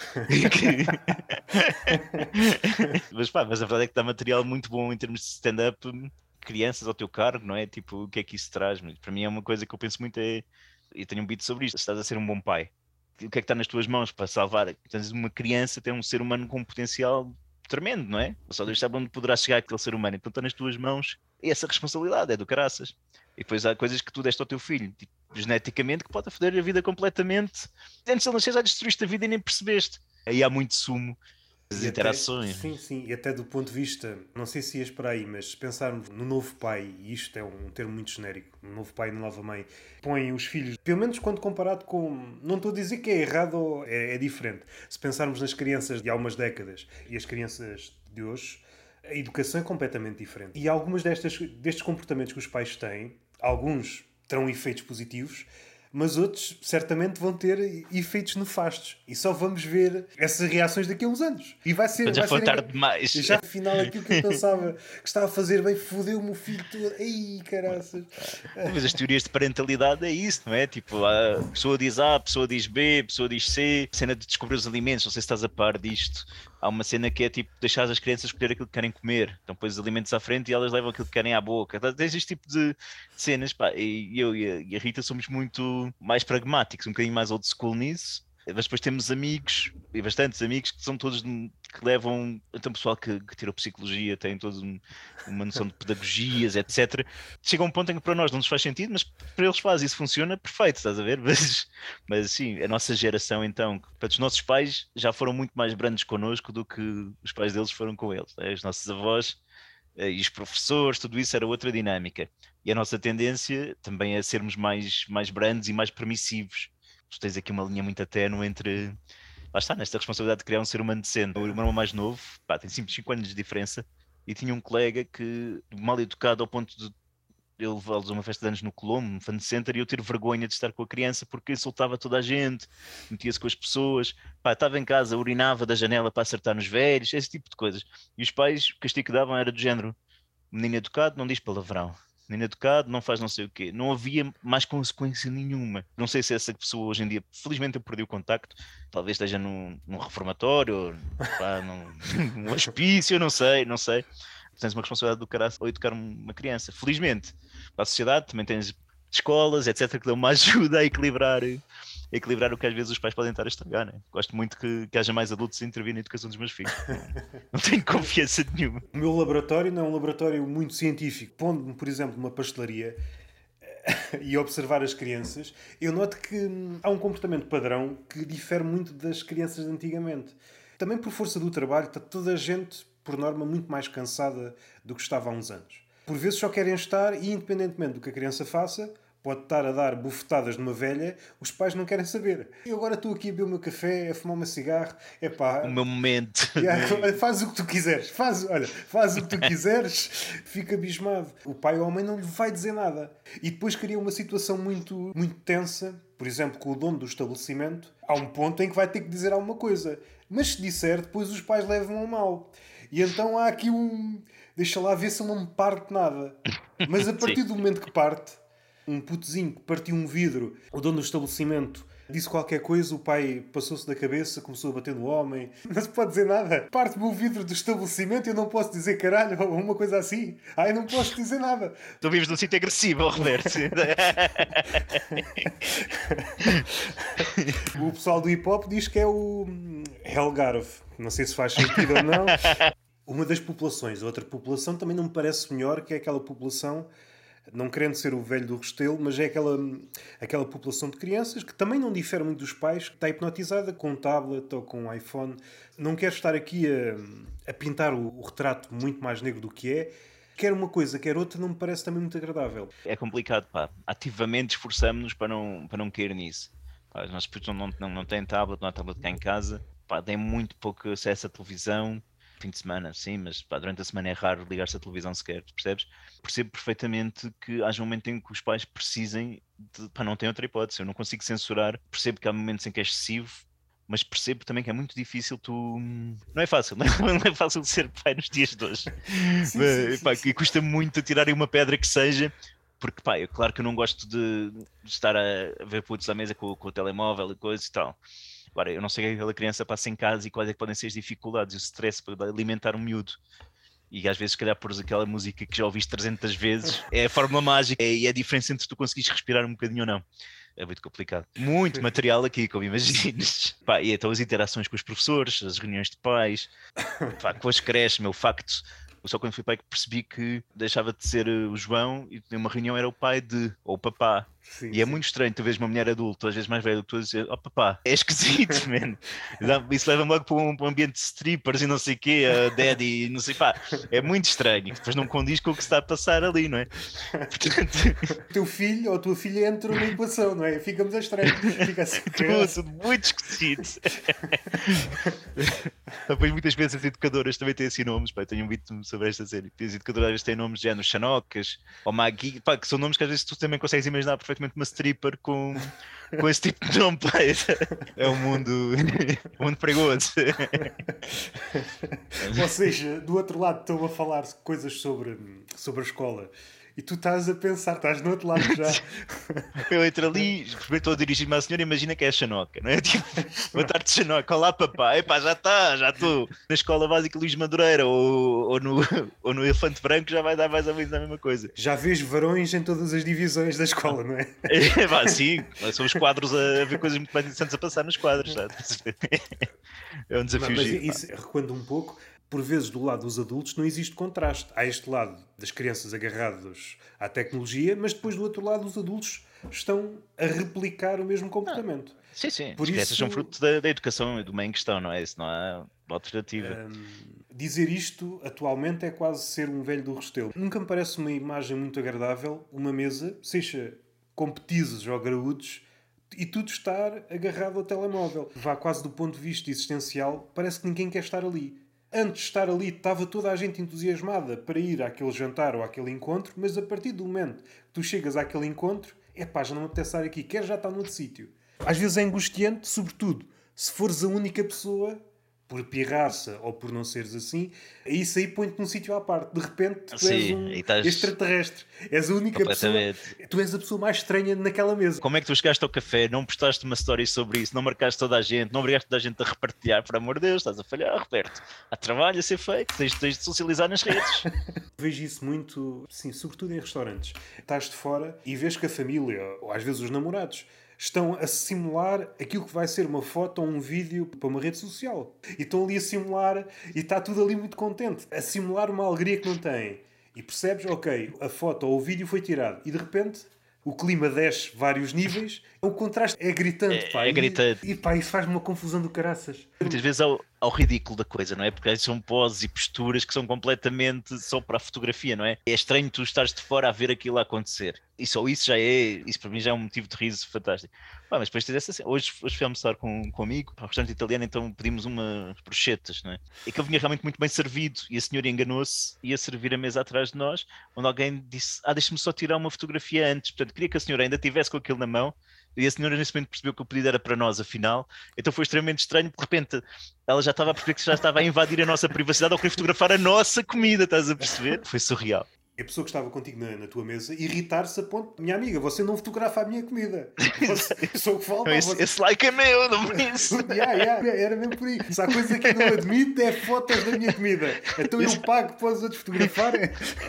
mas, pá, mas a verdade é que dá material muito bom em termos de stand-up, crianças ao teu cargo, não é? Tipo, o que é que isso traz? Para mim é uma coisa que eu penso muito é, e tenho um beat sobre isto, estás a ser um bom pai. O que é que está nas tuas mãos para salvar? Tens uma criança, tem um ser humano com um potencial tremendo, não é? Só Deus sabe onde poderá chegar aquele ser humano. Então está nas tuas mãos e essa responsabilidade é do caraças. E depois há coisas que tu deste ao teu filho, tipo, geneticamente, que pode foder a vida completamente. Antes de ele nascer já destruíste a vida e nem percebeste. Aí há muito sumo. As E interações. Até, sim, sim, e até do ponto de vista, não sei se ias para aí, mas se pensarmos no novo pai, e isto é um termo muito genérico, no novo pai e na nova mãe, põem os filhos, pelo menos quando comparado com. Não estou a dizer que é errado ou é, é diferente. Se pensarmos nas crianças de há umas décadas e as crianças de hoje, a educação é completamente diferente. E algumas destas, destes comportamentos que os pais têm, alguns terão efeitos positivos, mas outros certamente vão ter efeitos nefastos. E só vamos ver essas reações daqui a uns anos. E vai ser. Mas já vai foi ser tarde demais. E já afinal aquilo que eu pensava que estava a fazer bem, fodeu-me o filho todo. Ai, caraças. Mas as teorias de parentalidade é isso, não é? Tipo, a pessoa diz A, a pessoa diz B, a pessoa diz C. A cena de descobrir os alimentos, não sei se estás a par disto. Há uma cena que é tipo deixar as crianças escolher aquilo que querem comer. Então pões os alimentos à frente e elas levam aquilo que querem à boca. Então, tens este tipo de cenas, pá. E eu e a, e a Rita somos muito mais pragmáticos, um bocadinho mais old school nisso. Mas depois temos amigos, e bastantes amigos, que são todos que levam. Então, o pessoal que, que tirou psicologia tem toda um, uma noção de pedagogias, etcétera. Chega a um ponto em que para nós não nos faz sentido, mas para eles faz, isso funciona perfeito, estás a ver? Mas, mas sim, a nossa geração, então, portanto, os nossos pais já foram muito mais brandos connosco do que os pais deles foram com eles. Né? Os nossos avós e os professores, tudo isso era outra dinâmica. E a nossa tendência também é sermos mais, mais brandos e mais permissivos. Tu tens aqui uma linha muito ténue entre, lá está, nesta responsabilidade de criar um ser humano decente. O meu irmão mais novo, pá, tem cinco anos de diferença, e tinha um colega que, mal educado ao ponto de eu levá-los a uma festa de anos no Colombo, no Fan Center, e eu ter vergonha de estar com a criança porque insultava toda a gente, metia-se com as pessoas, pá, estava em casa, urinava da janela para acertar nos velhos, esse tipo de coisas. E os pais, o castigo que davam era do género: menino educado não diz palavrão, menino educado não faz não sei o quê. Não havia mais consequência nenhuma. Não sei se essa pessoa hoje em dia, felizmente eu perdi o contacto, talvez esteja num, num reformatório, ou pá, num, num hospício, não sei, não sei. Tens uma responsabilidade do caralho ao educar uma criança. Felizmente, para a sociedade também tens escolas, etcétera, que dão uma ajuda a equilibrar, a equilibrar o que às vezes os pais podem estar a estragar, né? Gosto muito que, que haja mais adultos a intervir na educação dos meus filhos. Não, não tenho confiança nenhuma. O meu laboratório não é um laboratório muito científico. Pondo-me, por exemplo, numa pastelaria e observar as crianças, eu noto que hum, há um comportamento padrão que difere muito das crianças de antigamente. Também por força do trabalho, está toda a gente, por norma, muito mais cansada do que estava há uns anos. Por vezes só querem estar e, independentemente do que a criança faça, pode estar a dar bufetadas numa velha, os pais não querem saber. Eu agora estou aqui a beber o meu café, a fumar o meu cigarro, é pá... O meu momento. Yeah, faz o que tu quiseres, faz, olha, faz o que tu quiseres, fica abismado. O pai ou a mãe não lhe vai dizer nada. E depois cria uma situação muito, muito tensa, por exemplo, com o dono do estabelecimento, há um ponto em que vai ter que dizer alguma coisa. Mas se disser, depois os pais levam ao mal. E então há aqui um... Deixa lá ver se ele não me parte nada. Mas a partir do momento que parte, um putozinho que partiu um vidro, o dono do estabelecimento disse qualquer coisa, o pai passou-se da cabeça, começou a bater no homem. Não se pode dizer nada. Parte-me o vidro do estabelecimento e eu não posso dizer caralho ou uma coisa assim. Ah, eu não posso dizer nada. Tu vives num sítio agressivo, Roberto. O pessoal do hip-hop diz que é o Helgarve. Não sei se faz sentido ou não. Uma das populações, a outra população também não me parece melhor, que é aquela população, não querendo ser o velho do Restelo, mas é aquela, aquela população de crianças que também não difere muito dos pais, que está hipnotizada com um tablet ou com um iPhone. Não quero estar aqui a, a pintar o, o retrato muito mais negro do que é. Quer uma coisa, quer outra, não me parece também muito agradável. É complicado, pá. Ativamente esforçamos-nos para não, para não cair nisso. Pá, os nossos putos não, não, não têm tablet, não há tablet cá em casa. Pá, têm muito pouco acesso à televisão. Fim de semana, sim, mas pá, durante a semana é raro ligar-se à televisão sequer, percebes? Percebo perfeitamente que haja um momento em que os pais precisem de, pá, não tem outra hipótese, eu não consigo censurar, percebo que há momentos em que é excessivo, mas percebo também que é muito difícil tu... Não é fácil, não é, não é fácil ser pai nos dias de hoje. Sim, Mas, sim, pá, sim. e custa muito tirarem uma pedra que seja, porque pá, é claro que eu não gosto de, de estar a, a ver putos à mesa com, com o telemóvel e coisa e tal. Agora, eu não sei o que aquela criança passa em casa e quais é que podem ser as dificuldades e o stress para alimentar um miúdo. E às vezes, se calhar, pôres aquela música que já ouviste trezentas vezes, é a fórmula mágica e é a diferença entre tu conseguires respirar um bocadinho ou não. É muito complicado. Muito material aqui, como imagines. Pá, e então as interações com os professores, as reuniões de pais, pá, com as creches, meu facto. Só quando fui pai que percebi que deixava de ser o João e numa reunião era o pai de, ou o papá. Sim, E é sim. muito estranho, tu vês uma mulher adulta, às vezes mais velha do que tu, a dizer, oh papá, é esquisito, man. Isso leva-me logo para um, para um ambiente de strippers e não sei o quê, a daddy, não sei, pá. É muito estranho, depois não condiz com o que se está a passar ali, não é? Portanto... O teu filho ou a tua filha entram na equação, não é? Fica muito estranho. Fica assim. Tudo, muito esquisito. Depois muitas vezes as educadoras também têm assim nomes, pá, eu tenho um vídeo sobre esta série. As educadoras às vezes têm nomes de género Xanocas ou Magui, pá, que são nomes que às vezes tu também consegues imaginar perfeitamente uma stripper com, com esse tipo de nome, pá. É um mundo, um mundo perigoso. Ou seja, do outro lado estão a falar coisas sobre, sobre a escola e tu estás a pensar, estás no outro lado já. Eu entro ali, primeiro estou a dirigir-me à senhora, imagina que é a Xanoca, não é? Tipo, boa tarde, Xanoca, olá papá, epá, já está, já estou. Na escola básica Luís Madureira ou, ou, no, ou no Elefante Branco já vai dar mais ou menos a mesma coisa. Já vês varões em todas as divisões da escola, não é? É, pá, sim, são os quadros a, a ver coisas muito mais interessantes a passar nos quadros, sabe? É um desafio Não, mas giro, isso, recuando um pouco, por vezes do lado dos adultos não existe contraste. Há este lado das crianças agarradas à tecnologia, mas depois do outro lado os adultos estão a replicar o mesmo comportamento. Ah, sim, sim, por as crianças isso, são fruto da, da educação e do meio em questão, não é? Isso não há alternativa. Hum, dizer isto atualmente é quase ser um velho do Restelo. Nunca me parece uma imagem muito agradável uma mesa, seja com petizes ou graúdos, e tudo estar agarrado ao telemóvel. Vá quase do ponto de vista existencial, parece que ninguém quer estar ali. Antes de estar ali, estava toda a gente entusiasmada para ir àquele jantar ou àquele encontro, mas a partir do momento que tu chegas àquele encontro, é pá, já não me apetece estar aqui, quero já estar noutro sítio. Às vezes é angustiante, sobretudo, se fores a única pessoa por pirraça ou por não seres assim, isso aí põe-te num sítio à parte. De repente, tu Sim, és um estás extraterrestre. És a única pessoa... Tu és a pessoa mais estranha naquela mesa. Como é que tu chegaste ao café, não postaste uma story sobre isso, não marcaste toda a gente, não obrigaste toda a gente a repartilhar, por amor de Deus, estás a falhar, Roberto. Há trabalho a ser feito, tens, tens de socializar nas redes. Vejo isso muito, sim, sobretudo em restaurantes. Estás de fora e vês que a família, ou às vezes os namorados, estão a simular aquilo que vai ser uma foto ou um vídeo para uma rede social. E estão ali a simular e está tudo ali muito contente. A simular uma alegria que não têm. E percebes, ok, a foto ou o vídeo foi tirado. E de repente o clima desce vários níveis. O contraste é gritante, pá. É, é gritante. E, e pá, isso faz-me uma confusão do caraças. Muitas vezes ao, ao ridículo da coisa, não é? Porque são poses e posturas que são completamente só para a fotografia, não é? É estranho tu estares de fora a ver aquilo a acontecer. E só isso já é, isso para mim já é um motivo de riso fantástico. Pá, mas depois tens essa cena. Hoje, hoje fui almoçar com, com um amigo para um restaurante italiano, então pedimos umas brochetas, não é? E que ele vinha realmente muito bem servido e a senhora enganou-se e ia servir a mesa atrás de nós, onde alguém disse, ah, deixa-me só tirar uma fotografia antes. Portanto, queria que a senhora ainda tivesse com aquilo na mão. E a senhora nesse momento percebeu que o pedido era para nós, afinal. Então foi extremamente estranho, porque de repente ela já estava a perceber que já estava a invadir a nossa privacidade ao querer fotografar a nossa comida, estás a perceber? Foi surreal. A pessoa que estava contigo na, na tua mesa irritar-se a ponto, minha amiga, você não fotografa a minha comida. Você, sou o que falta. Esse, você... esse like é meu, não me isso. yeah, yeah, era mesmo por aí. Se há coisa que eu não admito é fotos da minha comida. Então eu pago para os outros fotografarem.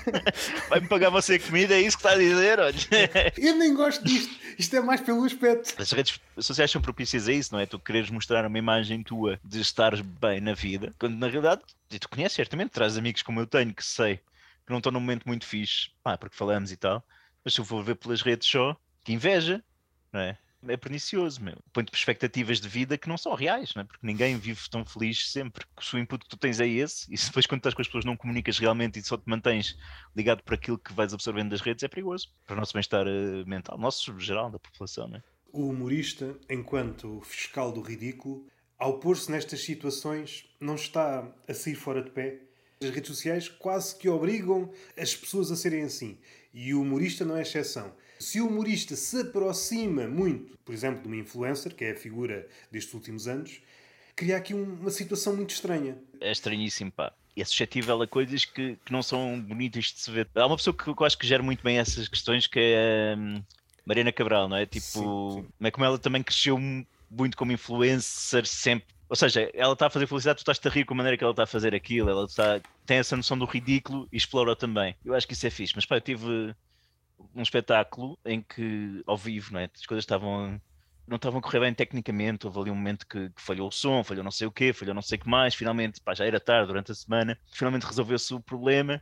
Vai-me pagar você a comida, é isso que está a dizer? Olha. Eu nem gosto disto. Isto é mais pelo aspecto. As redes sociais são propícias a isso, não é? Tu quereres mostrar uma imagem tua de estares bem na vida, quando na realidade, tu conheces certamente, traz amigos como eu tenho, que sei que não estão num momento muito fixe, pá, porque falamos e tal, mas se eu for ver pelas redes só, que inveja, não é? É pernicioso, meu. Põe-te perspectivas de vida que não são reais, não é? Porque ninguém vive tão feliz sempre. Se o input que tu tens é esse, e se depois quando estás com as pessoas não comunicas realmente e só te mantens ligado por aquilo que vais absorvendo das redes, é perigoso. Para o nosso bem-estar uh, mental, nosso geral, da população, não é? O humorista, enquanto fiscal do ridículo, ao pôr-se nestas situações, não está a sair fora de pé. As redes sociais quase que obrigam as pessoas a serem assim. E o humorista não é exceção. Se o humorista se aproxima muito, por exemplo, de uma influencer, que é a figura destes últimos anos, cria aqui uma situação muito estranha. É estranhíssimo, pá. E é suscetível a coisas que, que não são bonitas de se ver. Há uma pessoa que eu acho que gera muito bem essas questões, que é hum, Mariana Cabral, não é? Tipo, sim, sim. Como ela também cresceu muito como influencer sempre. Ou seja, ela está a fazer felicidade, tu estás-te a rir com a maneira que ela está a fazer aquilo, ela está, tem essa noção do ridículo e explora também. Eu acho que isso é fixe. Mas pá, eu tive um espetáculo em que, ao vivo, não é? As coisas estavam, não estavam a correr bem tecnicamente, houve ali um momento que, que falhou o som, falhou não sei o quê, falhou não sei o que mais, finalmente, pá, já era tarde durante a semana, finalmente resolveu-se o problema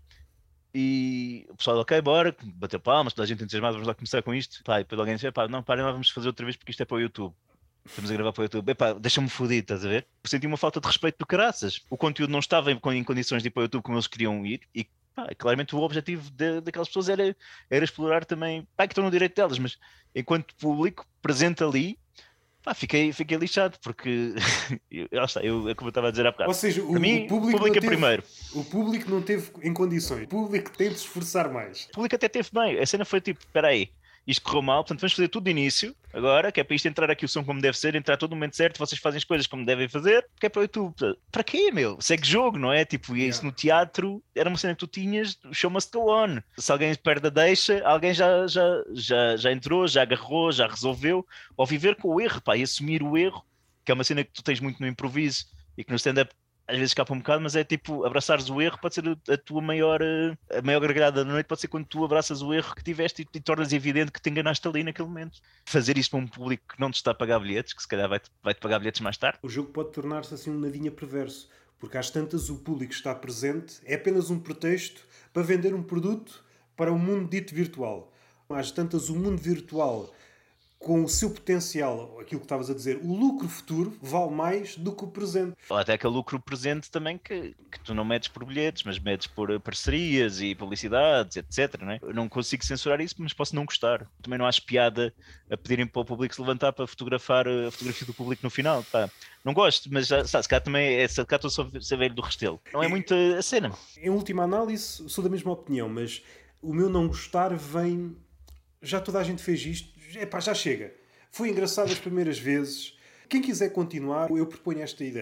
e o pessoal, ok, bora, bateu palmas, toda a gente entusiasmada, vamos lá começar com isto. Pá, e depois alguém disse, pá, não, parem lá, vamos fazer outra vez porque isto é para o YouTube. Estamos a gravar para o YouTube. Epá, deixa-me fodido, estás a ver? Senti uma falta de respeito do caraças. O conteúdo não estava em, em condições de ir para o YouTube como eles queriam ir e pá, claramente o objetivo de, daquelas pessoas era, era explorar também, pá, que estão no direito delas, mas enquanto público presente ali, pá, fiquei, fiquei lixado porque eu, está, eu, é como eu estava a dizer há bocado. Ou seja, o, mim, o público, público é teve, primeiro. O público não teve em condições. O público tem de se esforçar mais. O público até teve bem. A cena foi tipo, espera aí, isto correu mal, portanto vamos fazer tudo de início, agora, que é para isto entrar aqui o som como deve ser, entrar todo no momento certo, vocês fazem as coisas como devem fazer, que é para o YouTube. Para quê, meu? Segue jogo, não é? Tipo, e yeah. Isso no teatro era uma cena que tu tinhas, o show must go on. Se alguém perde a deixa, alguém já, já, já, já entrou, já agarrou, já resolveu, ou viver com o erro, pá, e assumir o erro, que é uma cena que tu tens muito no improviso e que no stand-up às vezes escapa um bocado, mas é tipo, abraçares o erro pode ser a tua maior, a maior gargalhada da noite, pode ser quando tu abraças o erro que tiveste e, e tornas evidente que te enganaste ali naquele momento. Fazer isto para um público que não te está a pagar bilhetes, que se calhar vai-te, vai-te pagar bilhetes mais tarde. O jogo pode tornar-se assim um nadinha perverso, porque às tantas o público está presente, é apenas um pretexto para vender um produto para o mundo dito virtual. Às tantas o mundo virtual, com o seu potencial, aquilo que estavas a dizer, o lucro futuro vale mais do que o presente. Ou até aquele lucro presente também que, que tu não metes por bilhetes, mas metes por parcerias e publicidades, etcétera. Não é? Eu não consigo censurar isso, mas posso não gostar. Também não acho piada a pedirem para o público se levantar para fotografar a fotografia do público no final. Pá. Não gosto, mas sabe, se calhar também é, se calhar estou só a ser velho do Restelo. Não é muito a cena. Em última análise, sou da mesma opinião, mas o meu não gostar vem... Já toda a gente fez isto. Epá, já chega. Foi engraçado as primeiras vezes. Quem quiser continuar, eu proponho esta ideia.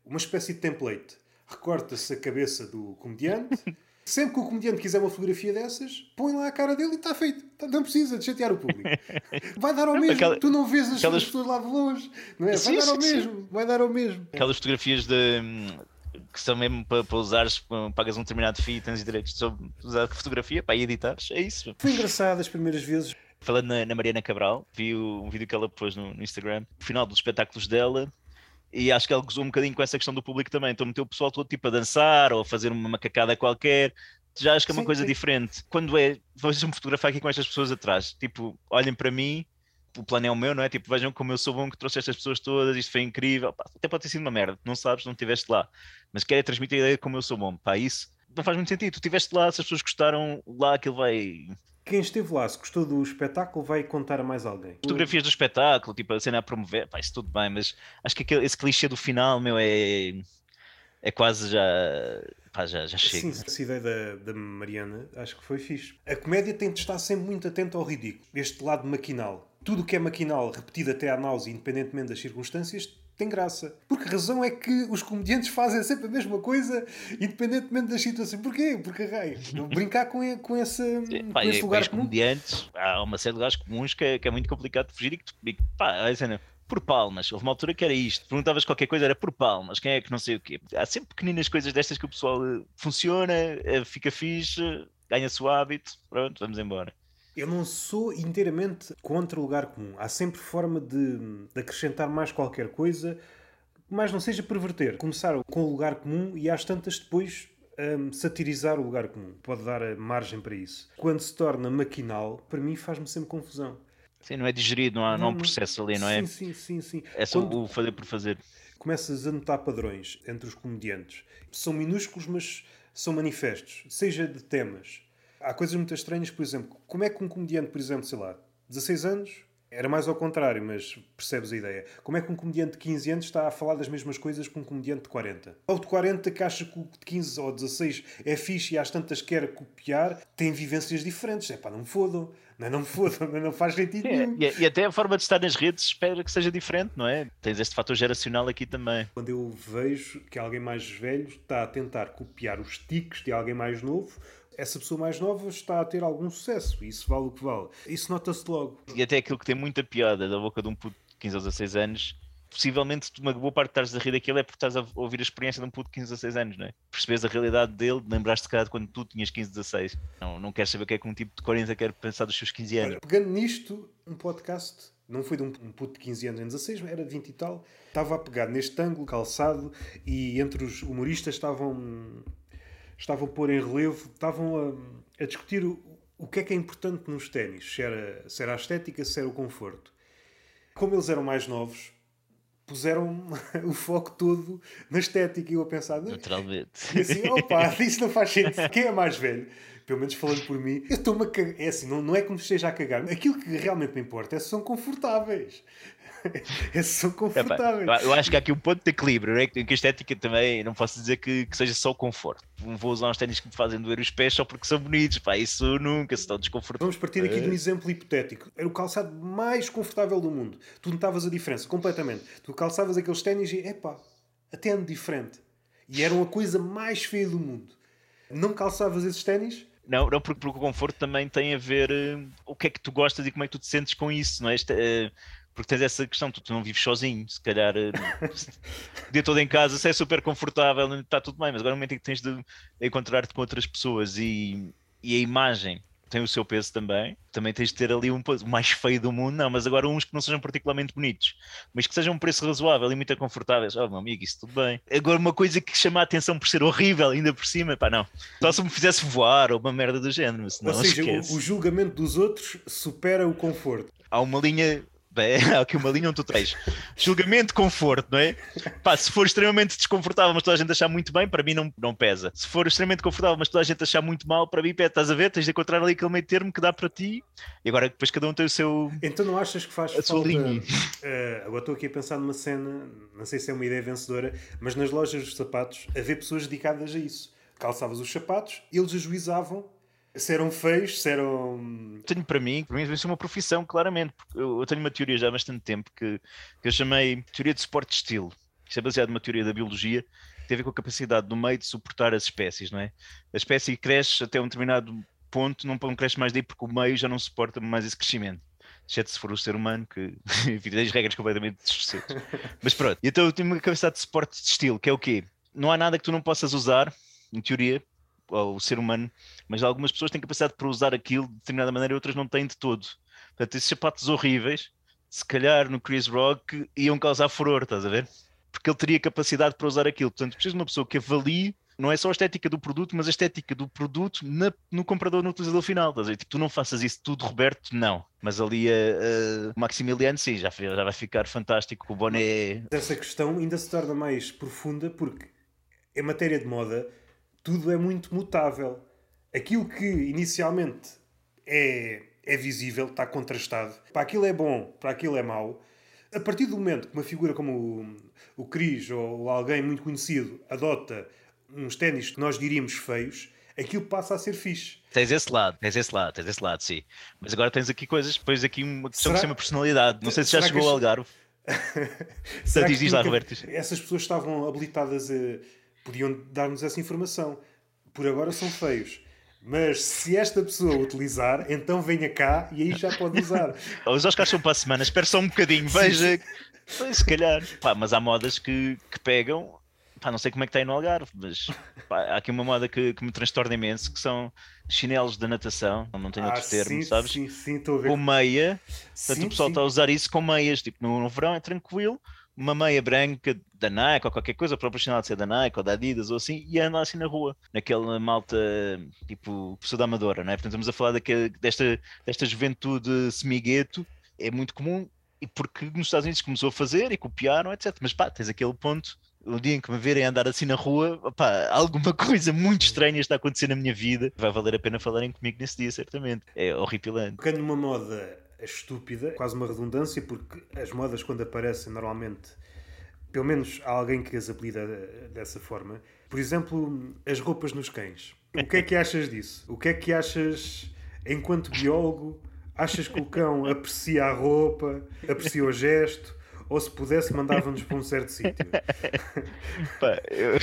uma espécie de template. Recorta-se a cabeça do comediante. Sempre que o comediante quiser uma fotografia dessas, põe lá a cara dele e está feito. Não precisa de chatear o público. Vai dar ao mesmo. Aquela, tu não vês as aquelas... pessoas lá de longe. Não é? Vai sim, dar ao sim, mesmo. Sim. Vai dar ao mesmo. Aquelas fotografias de, que são mesmo para, para usares, pagas um determinado fee e tens direitos de usar a fotografia para editares. É isso. Foi engraçado as primeiras vezes. Falando na, na Mariana Cabral, vi o, um vídeo que ela pôs no, no Instagram, no final dos espetáculos dela. E acho que ela gozou um bocadinho com essa questão do público também. Então meteu o pessoal todo tipo a dançar ou a fazer uma macacada qualquer. Já acho que é uma sim, coisa sim. diferente. Quando é, vejam-me fotografar aqui com estas pessoas atrás. Tipo, olhem para mim, o plano é o meu, não é? Tipo, vejam como eu sou bom que trouxe estas pessoas todas, isto foi incrível. Pá, até pode ter sido uma merda, não sabes, não estiveste lá. Mas quero transmitir a ideia de como eu sou bom. Pá, isso não faz muito sentido. Tu estiveste lá, se as pessoas gostaram, lá aquilo vai... Quem esteve lá, se gostou do espetáculo, vai contar a mais alguém. Fotografias do espetáculo, tipo a cena a promover, pá, isso tudo bem, mas acho que aquele, esse clichê do final, meu, é, é quase já, pá, já, já chega. Sim, essa ideia da, da Mariana, acho que foi fixe. A comédia tem de estar sempre muito atenta ao ridículo, este lado maquinal. Tudo o que é maquinal, repetido até à náusea, independentemente das circunstâncias, tem graça. Porque a razão é que os comediantes fazem sempre a mesma coisa, independentemente das situações. Porquê? Porque raio. Brincar com, com, esse, Sim, pá, com esse e, lugar os comum. Comediantes, há uma série de lugares comuns que é, que é muito complicado de fugir e que tu, e, pá, a cena, por palmas. Houve uma altura que era isto. Perguntavas qualquer coisa, era por palmas. Quem é que não sei o quê? Há sempre pequeninas coisas destas que o pessoal uh, funciona, uh, fica fixe, uh, ganha-se o hábito. Pronto, vamos embora. Eu não sou inteiramente contra o lugar comum. Há sempre forma de, de acrescentar mais qualquer coisa, mas não seja perverter. Começar com o lugar comum e às tantas depois um, satirizar o lugar comum. Pode dar margem para isso. Quando se torna maquinal, para mim faz-me sempre confusão. Sim, não é digerido, não há, não, não há um processo ali, não sim, é? Sim, sim, sim. É só Quando o fazer por fazer. Começas a notar padrões entre os comediantes. São minúsculos, mas são manifestos. Seja de temas. Há coisas muito estranhas, por exemplo, como é que um comediante, por exemplo, sei lá, dezasseis anos, era mais ao contrário, mas percebes a ideia. Como é que um comediante de quinze anos está a falar das mesmas coisas que um comediante de quarenta? Ou de quarenta que acha que o de quinze ou dezasseis é fixe e às tantas quer copiar, tem vivências diferentes. É pá, não me fodam. Não, não me fodam, não faz sentido nenhum. É, e até a forma de estar nas redes espera que seja diferente, não é? Tens este fator geracional aqui também. Quando eu vejo que alguém mais velho está a tentar copiar os tiques de alguém mais novo, essa pessoa mais nova está a ter algum sucesso. E isso vale o que vale. Isso nota-se logo. E até aquilo que tem muita piada da boca de um puto de quinze ou dezasseis anos, possivelmente uma boa parte de estares a rir daquilo é porque estás a ouvir a experiência de um puto de quinze, dezasseis anos, não é? Percebes a realidade dele, lembraste-te cara de quando tu tinhas quinze, dezasseis. Não, não queres saber o que é que um tipo de quarenta quer pensar dos seus quinze anos. Olha, pegando nisto, um podcast, não foi de um, um puto de quinze anos em dezasseis, era de vinte e tal, estava a pegar neste ângulo calçado e entre os humoristas estavam... estavam a pôr em relevo, estavam a, a discutir o, o que é que é importante nos ténis, se era, se era a estética, se era o conforto. Como eles eram mais novos, puseram o foco todo na estética e eu a pensar... Naturalmente. E assim, opa, isso não faz sentido. Quem é mais velho? Pelo menos falando por mim, eu estou-me a cagar. É assim, não, não é que me esteja a cagar. Aquilo que realmente me importa é se são confortáveis. É se são confortáveis. Epá, eu acho que há aqui um ponto de equilíbrio, né? Que a estética também, não posso dizer que, que seja só o conforto. Não vou usar uns ténis que me fazem doer os pés só porque são bonitos. Pá, isso nunca, se estão desconfortáveis. Vamos partir aqui de um exemplo hipotético. Era o calçado mais confortável do mundo. Tu notavas a diferença, completamente. Tu calçavas aqueles ténis e, epá, até ando diferente. E eram a coisa mais feia do mundo. Não calçavas esses ténis? Não, não porque, porque o conforto também tem a ver uh, o que é que tu gostas e como é que tu te sentes com isso, não é? Este, uh, porque tens essa questão, tu, tu não vives sozinho, se calhar uh, o dia todo em casa, se é super confortável, está tudo bem, mas agora no momento em que tens de encontrar-te com outras pessoas e, e a imagem tem o seu peso também, também tens de ter ali um o mais feio do mundo, não, mas agora uns que não sejam particularmente bonitos, mas que sejam um preço razoável e muito confortáveis. Oh, meu amigo, isso tudo bem. Agora uma coisa que chama a atenção por ser horrível, ainda por cima, pá, não. Só se me fizesse voar ou uma merda do género, senão ou seja, esquece. O, o julgamento dos outros supera o conforto. Há uma linha... Bem, há aqui uma linha onde tu tens julgamento de conforto, não é? Pá, se for extremamente desconfortável, mas toda a gente achar muito bem, para mim não, não pesa. Se for extremamente confortável, mas toda a gente achar muito mal, para mim, pé, estás a ver? Tens de encontrar ali aquele meio termo que dá para ti. E agora depois cada um tem o seu... Então não achas que faz a falta... sua linha? Uh, agora estou aqui a pensar numa cena, não sei se é uma ideia vencedora, mas nas lojas dos sapatos havia pessoas dedicadas a isso. Calçavas os sapatos, eles ajuizavam se eram feios, se eram... Tenho para mim, para mim vai ser uma profissão, claramente. Porque eu, eu tenho uma teoria já há bastante tempo que, que eu chamei teoria de suporte de estilo. Isto é baseado numa teoria da biologia que tem a ver com a capacidade do meio de suportar as espécies, não é? A espécie cresce até um determinado ponto, não cresce mais daí porque o meio já não suporta mais esse crescimento. Exceto se for o ser humano, que enfim, tem as regras completamente distorcidas. Mas pronto, então eu tenho uma capacidade de suporte de estilo, que é o quê? Não há nada que tu não possas usar, em teoria, o ser humano, mas algumas pessoas têm capacidade para usar aquilo de determinada maneira e outras não têm de todo. Portanto, esses sapatos horríveis, se calhar no Chris Rock iam causar furor, estás a ver? Porque ele teria capacidade para usar aquilo. Portanto, precisas de uma pessoa que avalie não é só a estética do produto, mas a estética do produto na, no comprador, no utilizador final. Estás a ver? Tipo, tu não faças isso tudo, Roberto, não. Mas ali a, a Maximiliano, sim, já, já vai ficar fantástico. O boné. Essa questão ainda se torna mais profunda porque, em matéria de moda, tudo é muito mutável. Aquilo que inicialmente é, é visível, está contrastado. Para aquilo é bom, para aquilo é mau. A partir do momento que uma figura como o, o Cris ou alguém muito conhecido adota uns ténis que nós diríamos feios, aquilo passa a ser fixe. Tens esse lado, tens esse lado, tens esse lado, sim. Mas agora tens aqui coisas, depois aqui uma questão Será... de ser uma personalidade. Não sei se já Será chegou ao Algarve. Será diz, diz lá, Roberto. Essas pessoas estavam habilitadas a... podiam dar-nos essa informação. Por agora são feios. Mas se esta pessoa utilizar, então venha cá e aí já pode usar. Os Oscars são para a semana, espera só um bocadinho, veja. Sim. Se calhar. Pá, mas há modas que, que pegam. Pá, não sei como é que está aí no Algarve, mas pá, há aqui uma moda que, que me transtorna imenso, que são chinelos da natação, não tenho outro ah, termo, sim, sabes? Sim, sim, estou a ver. Com meia, Sim, portanto o pessoal sim. está a usar isso com meias, tipo no, no verão é tranquilo, uma meia branca da Nike ou qualquer coisa, o próprio chinelo de ser da Nike ou da Adidas ou assim, e anda assim na rua, naquela malta tipo pessoa da amadora, não é? Portanto estamos a falar daquele, desta, desta juventude semigueto, é muito comum, e porque nos Estados Unidos começou a fazer e copiaram, etcétera. Mas pá, tens aquele ponto, o dia em que me verem andar assim na rua, pá, alguma coisa muito estranha está a acontecer na minha vida, vai valer a pena falarem comigo nesse dia, certamente. É horripilante. Tocando numa moda estúpida, quase uma redundância, porque as modas quando aparecem normalmente, pelo menos há alguém que as apelida dessa forma. Por exemplo, as roupas nos cães. O que é que achas disso? O que é que achas, enquanto biólogo, achas que o cão aprecia a roupa, aprecia o gesto, ou se pudesse mandava-nos para um certo sítio? Pá, eu...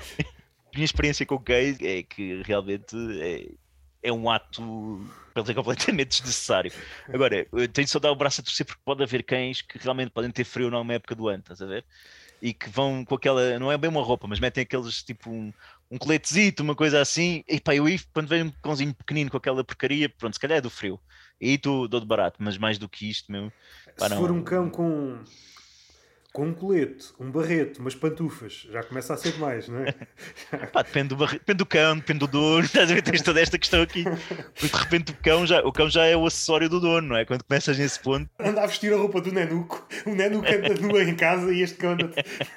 A minha experiência com cães é que realmente é, é um ato para ele completamente desnecessário. Agora, eu tenho só dar o braço a torcer porque pode haver cães que realmente podem ter frio numa época do ano, estás a ver? E que vão com aquela, não é bem uma roupa, mas metem aqueles tipo um, um coletezito, uma coisa assim, e pá, eu quando vejo um cãozinho pequenino com aquela porcaria, pronto, se calhar é do frio, e aí tu dou de barato, mas mais do que isto, meu, pá, se não... for um cão com, com um colete, um barreto, umas pantufas, já começa a ser demais, não é? Pá, depende, do barre... depende do cão, depende do dono, estás a ver? Tens toda esta questão aqui. Porque de repente o cão, já, o cão já é o acessório do dono, não é? Quando começas nesse ponto. Anda a vestir a roupa do Nenuco, o Nenuco anda nu em casa e este cão anda.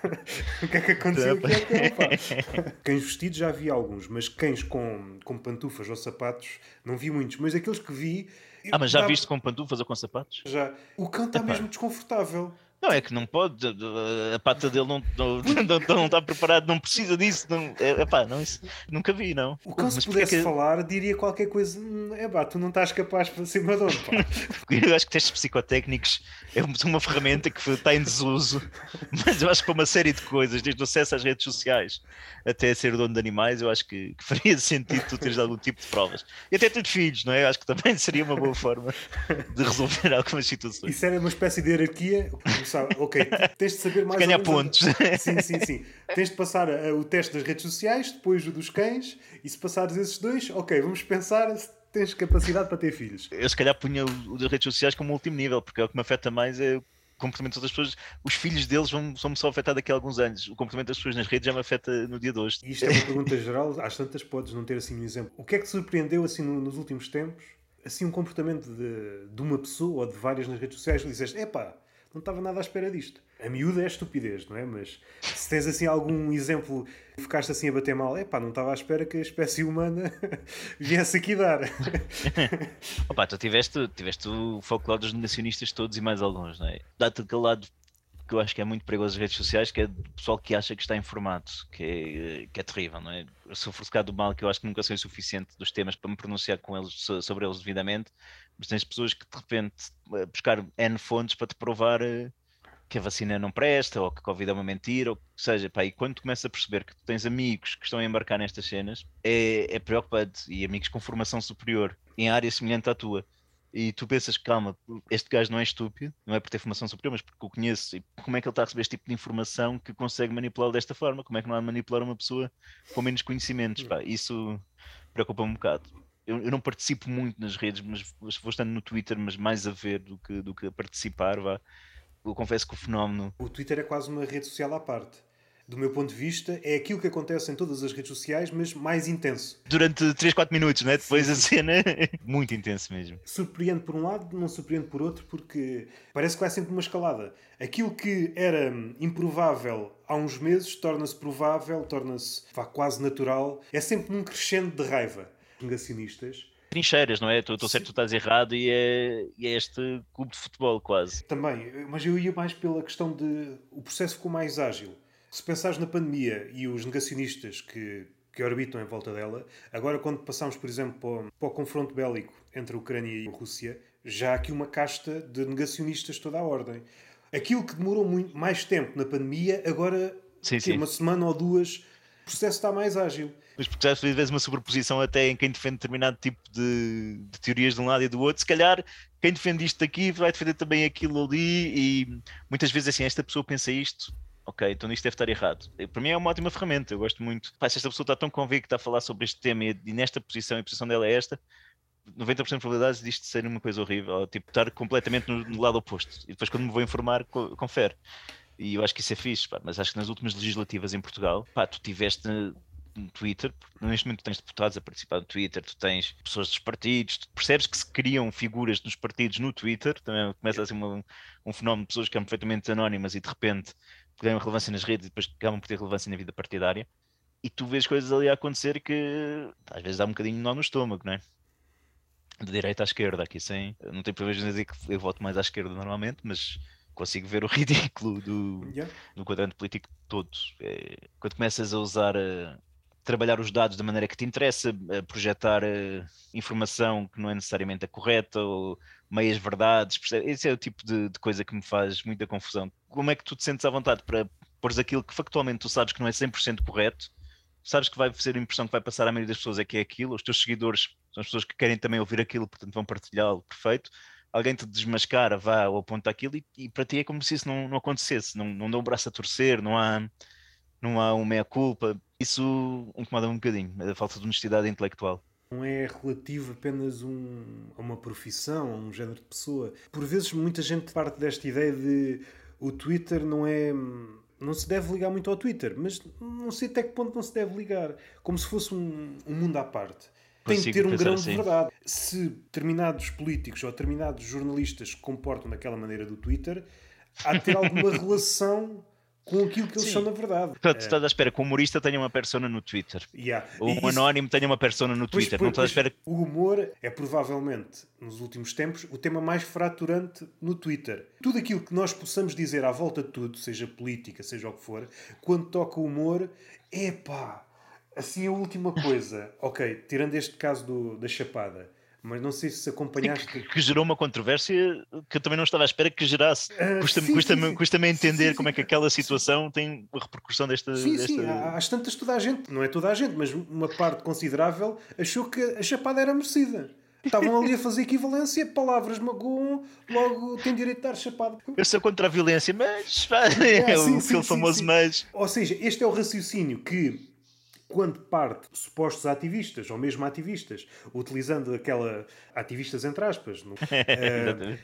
O que é que aconteceu aqui ao cão, pá? Cães vestidos já vi alguns, mas cães com, com pantufas ou sapatos não vi muitos, mas aqueles que vi. Ah, mas já dá... viste com pantufas ou com sapatos? Já. O cão está Epá. mesmo desconfortável. Não, é que não pode, a pata dele não, não, não, não está preparado, não precisa disso. Não, é, epá, não, isso, nunca vi, não. O cão, Mas se pudesse que... falar, diria qualquer coisa. É pá, tu não estás capaz para ser madonna, pá. Eu acho que testes psicotécnicos é uma ferramenta que está em desuso, mas eu acho que para uma série de coisas, desde o acesso às redes sociais até ser dono de animais, eu acho que, que faria sentido tu teres algum tipo de provas. E até ter filhos, não é? Eu acho que também seria uma boa forma de resolver algumas situações. Isso era uma espécie de hierarquia. Ok, tens de saber mais. Ganhar pontos. Sim, sim, sim. Tens de passar a, o teste das redes sociais, depois o dos cães, e se passares esses dois, ok, vamos pensar se tens capacidade para ter filhos. Eu se calhar punha o das redes sociais como último nível, porque é o que me afeta mais é o comportamento das pessoas. Os filhos deles vão, vão só afetar daqui a alguns anos. O comportamento das pessoas nas redes já me afeta no dia de hoje. E isto é uma pergunta geral, às tantas podes não ter assim um exemplo. O que é que te surpreendeu assim no, nos últimos tempos? Assim um comportamento de, de uma pessoa ou de várias nas redes sociais que disseste, epá, não estava nada à espera disto. A miúda é estupidez, não é? Mas se tens assim algum exemplo que ficaste assim a bater mal, epá, não estava à espera que a espécie humana viesse aqui dar. Opa, tu tiveste, tiveste o folclore dos negacionistas todos e mais alguns, não é? Dá-te aquele lado que eu acho que é muito perigoso nas redes sociais, que é do pessoal que acha que está informado, que é, que é terrível, não é? Eu sou forçado do mal, que eu acho que nunca sei o suficiente dos temas para me pronunciar com eles, sobre eles devidamente, mas tens pessoas que de repente buscar N fontes para te provar que a vacina não presta, ou que a Covid é uma mentira, ou que seja, pá, e quando tu começas a perceber que tu tens amigos que estão a embarcar nestas cenas, é, é preocupante, e amigos com formação superior, em área semelhante à tua, e tu pensas, calma, este gajo não é estúpido, não é por ter formação superior, mas porque o conheço, e como é que ele está a receber este tipo de informação que consegue manipulá-lo desta forma? Como é que não há de manipular uma pessoa com menos conhecimentos? Pá, isso preocupa-me um bocado. Eu, eu não participo muito nas redes, mas, mas vou estando no Twitter, mas mais a ver do que, do que a participar, vá. Eu confesso que o fenómeno... O Twitter é quase uma rede social à parte. Do meu ponto de vista, é aquilo que acontece em todas as redes sociais, mas mais intenso. Durante três, quatro minutos, né? Depois Sim, a sim. cena é muito intenso mesmo. Surpreende por um lado, não surpreende por outro, porque parece que vai sempre uma escalada. Aquilo que era improvável há uns meses torna-se provável, torna-se vá, quase natural. É sempre num crescendo de raiva. Negacionistas. Trincheiras, não é? Estou certo, tu estás errado e é, e é este clube de futebol quase. Também, mas eu ia mais pela questão de... O processo ficou mais ágil. Se pensares na pandemia e os negacionistas que, que orbitam em volta dela, agora quando passamos, por exemplo, para o, para o confronto bélico entre a Ucrânia e a Rússia, já há aqui uma casta de negacionistas de toda a ordem. Aquilo que demorou muito, mais tempo na pandemia, agora, Sim, que sim. uma semana ou duas, o processo está mais ágil. Mas porque já às vezes uma sobreposição até em quem defende determinado tipo de, de teorias de um lado e do outro. Se calhar quem defende isto aqui vai defender também aquilo ali, e muitas vezes assim, esta pessoa pensa isto, ok, então isto deve estar errado. Para mim é uma ótima ferramenta, eu gosto muito. Pá, se esta pessoa está tão convicta a falar sobre este tema e, e nesta posição, e a posição dela é esta, noventa por cento de probabilidades disto ser uma coisa horrível, ou, tipo, estar completamente no, no lado oposto. E depois quando me vou informar, co- confere. E eu acho que isso é fixe, pá, mas acho que nas últimas legislativas em Portugal, pá, tu tiveste no Twitter, neste momento tu tens deputados a participar no Twitter, tu tens pessoas dos partidos, tu percebes que se criam figuras dos partidos no Twitter, também começa a ser uma, um fenómeno de pessoas que eram perfeitamente anónimas e de repente ganham relevância nas redes e depois acabam por ter relevância na vida partidária, e tu vês coisas ali a acontecer que às vezes dá um bocadinho de nó no estômago, não é? De direita à esquerda, aqui sem, não tenho privilégio de dizer que eu voto mais à esquerda normalmente, mas consigo ver o ridículo do, Yeah. do quadrante político todo. É, quando começas a usar, a trabalhar os dados da maneira que te interessa, a projetar a informação que não é necessariamente a correta, ou meias verdades, percebe? Esse é o tipo de, de coisa que me faz muita confusão. Como é que tu te sentes à vontade para pôres aquilo que factualmente tu sabes que não é cem por cento correto, sabes que vai ser a impressão que vai passar à maioria das pessoas é que é aquilo, os teus seguidores são as pessoas que querem também ouvir aquilo, portanto vão partilhá-lo, perfeito. Alguém te desmascara, vá ou aponta aquilo e, e para ti é como se isso não, não acontecesse, não, não dá um braço a torcer, não há, não há uma meia-culpa. Isso incomoda-me um bocadinho, a falta de honestidade intelectual. Não é relativo apenas um, a uma profissão, a um género de pessoa. Por vezes muita gente parte desta ideia de o Twitter não é... Não se deve ligar muito ao Twitter, mas não sei até que ponto não se deve ligar. Como se fosse um, um mundo à parte. Tem de Consigo ter um pensar grão assim. de verdade. Se determinados políticos ou determinados jornalistas se comportam daquela maneira do Twitter, há de ter alguma relação com aquilo que eles Sim. são na verdade. Portanto, tu estás à espera que um humorista tenha uma persona no Twitter. Yeah. Ou E um isso- anónimo tenha uma persona no Pois, Twitter. pois, Não estás à pois, espera que... o humor é provavelmente, nos últimos tempos, o tema mais fraturante no Twitter. Tudo aquilo que nós possamos dizer à volta de tudo, seja política, seja o que for, quando toca o humor, epá, assim a última coisa. Ok, tirando este caso do, da chapada, mas não sei se acompanhaste... que, que gerou uma controvérsia que eu também não estava à espera que gerasse. Ah, Custa-me sim, custa sim, sim. custa a entender Sim, sim, como é que sim. aquela Sim. situação tem uma repercussão desta... Sim, desta... sim, às tantas toda a gente, não é toda a gente, mas uma parte considerável achou que a chapada era merecida. Estavam ali a fazer equivalência, palavras magoam, logo tem direito de dar chapada. Eu sou contra a violência, mas... É, É sim, o sim, aquele sim, famoso sim. mas... Ou seja, este é o raciocínio que, quando parte de supostos ativistas, ou mesmo ativistas, utilizando aquela... ativistas entre aspas, no, Exatamente.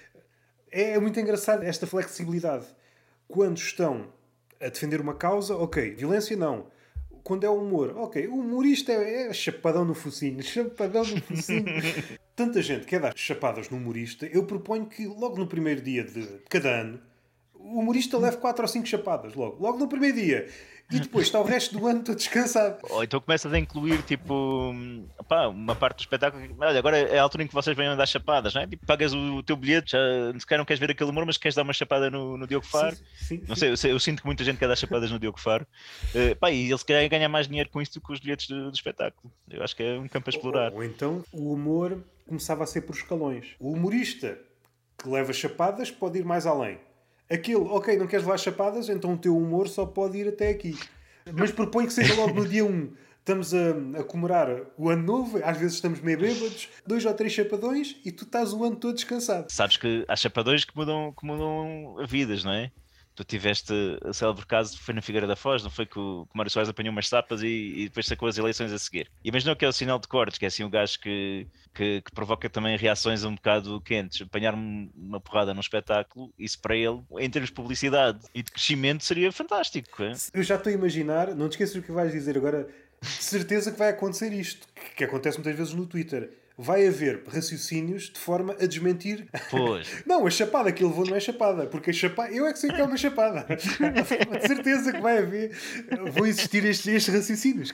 é muito engraçado esta flexibilidade. Quando estão a defender uma causa, ok, violência não. Quando é o humor, ok, o humorista é, é chapadão no focinho, chapadão no focinho. Tanta gente quer dar chapadas no humorista, eu proponho que logo no primeiro dia de cada ano o humorista leve quatro ou cinco chapadas, logo, logo no primeiro dia. E depois está o resto do ano todo descansado. Ou então começas a incluir, tipo, opá, uma parte do espetáculo. Olha, agora é a altura em que vocês venham dar chapadas, não é? Tipo, pagas o, o teu bilhete, já se calhar não queres ver aquele humor, mas queres dar uma chapada no, no Diogo Faro. Sim, sim, Não sim. sei eu, sei, eu sinto que muita gente quer dar chapadas no Diogo Faro. Uh, pá, e ele se calhar ganha mais dinheiro com isto do que os bilhetes do, do espetáculo. Eu acho que é um campo a explorar. Ou, ou então o humor começava a ser por escalões. O humorista que leva chapadas pode ir mais além. Aquele, ok, não queres levar chapadas, então o teu humor só pode ir até aqui. Mas propõe que seja logo no dia um. Estamos a, a comemorar o ano novo, às vezes estamos meio bêbados, dois ou três chapadões e tu estás o ano todo descansado. Sabes que há chapadões que mudam, que mudam vidas, não é? Tu tiveste a célebre caso, foi na Figueira da Foz, não foi que o, que o Mário Soares apanhou umas sapas e, e depois sacou as eleições a seguir. E imaginou que é o sinal de cortes, que é assim um gajo que, que, que provoca também reações um bocado quentes. Apanhar uma porrada num espetáculo, isso para ele, em termos de publicidade e de crescimento, seria fantástico. É? Eu já estou a imaginar, não te esqueças o que vais dizer agora, de certeza que vai acontecer isto, que, que acontece muitas vezes no Twitter. Vai haver raciocínios de forma a desmentir. Pois. Não, a chapada que ele levou não é chapada, porque a chapada, eu é que sei que é uma chapada. De certeza que vai haver, vão existir estes, estes raciocínios.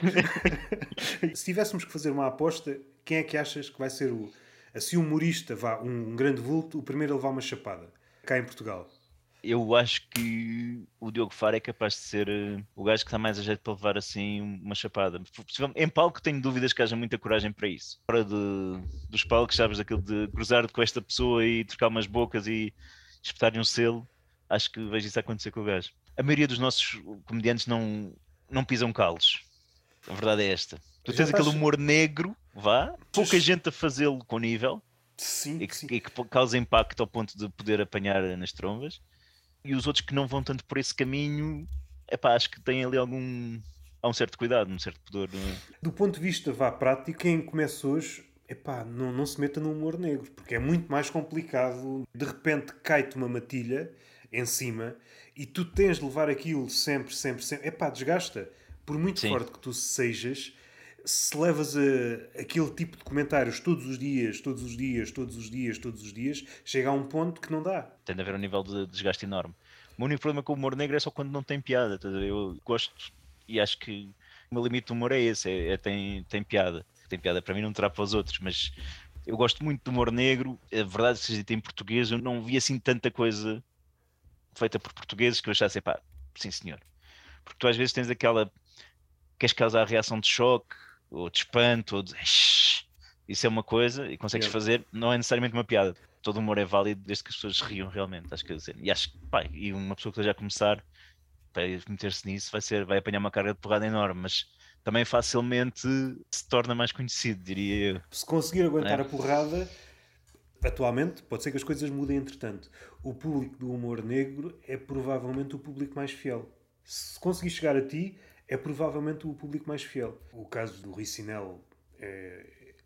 Se tivéssemos que fazer uma aposta, quem é que achas que vai ser o, assim, um humorista, vá, um, um grande vulto, o primeiro a levar uma chapada, cá em Portugal? Eu acho que o Diogo Faro é capaz de ser uh, o gajo que está mais a jeito para levar assim uma chapada. Em palco tenho dúvidas que haja muita coragem para isso. Fora de, dos palcos, sabes, daquilo de cruzar com esta pessoa e trocar umas bocas e espetar-lhe um selo, acho que vejo isso acontecer com o gajo. A maioria dos nossos comediantes não, não pisam calos. A verdade é esta. Tu Já tens estás... aquele humor negro, vá, pouca gente a fazê-lo com nível. Sim, e que, sim. e que causa impacto ao ponto de poder apanhar nas trombas. E os outros que não vão tanto por esse caminho, epá, acho que têm ali algum. Há um certo cuidado, um certo pudor. Não é? Do ponto de vista vá prático, quem começa hoje, epá, não, não se meta no humor negro, porque é muito mais complicado. De repente cai-te uma matilha em cima e tu tens de levar aquilo sempre, sempre, sempre. Epá, desgasta. Por muito Sim. forte que tu sejas, se levas a, aquele tipo de comentários todos os dias, todos os dias, todos os dias, todos os dias, chega a um ponto que não dá. Tem de haver um nível de desgaste enorme. O meu único problema com o humor negro é só quando não tem piada. Eu gosto e acho que o meu limite do humor é esse: é, é tem, tem piada. Tem piada para mim, não terá para os outros, mas eu gosto muito do humor negro. A verdade é que, se dito em português, eu não vi assim tanta coisa feita por portugueses que eu achasse, pá, sim senhor. Porque tu às vezes tens aquela. Queres causar a reação de choque, ou de espanto, ou de. Isso é uma coisa e consegues Yeah. fazer, não é necessariamente uma piada. Todo humor é válido desde que as pessoas riam realmente, acho que dizer. E acho que, pá, e uma pessoa que esteja a começar para meter-se nisso vai, ser, vai apanhar uma carga de porrada enorme, mas também facilmente se torna mais conhecido, diria eu. Se conseguir aguentar É. a porrada, atualmente, pode ser que as coisas mudem entretanto. O público do humor negro é provavelmente o público mais fiel. Se conseguir chegar a ti, é provavelmente o público mais fiel. O caso do Rui Sinel é...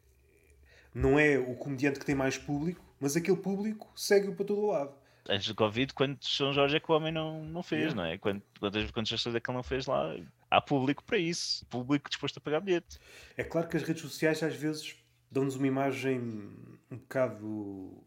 não é o comediante que tem mais público, mas aquele público segue-o para todo o lado. Antes do Covid, quantos São Jorge é que o homem não, não fez, Yeah. não é? Quantas, quantas pessoas é que ele não fez lá? Há público para isso, público disposto a pagar bilhete. É claro que as redes sociais às vezes dão-nos uma imagem um bocado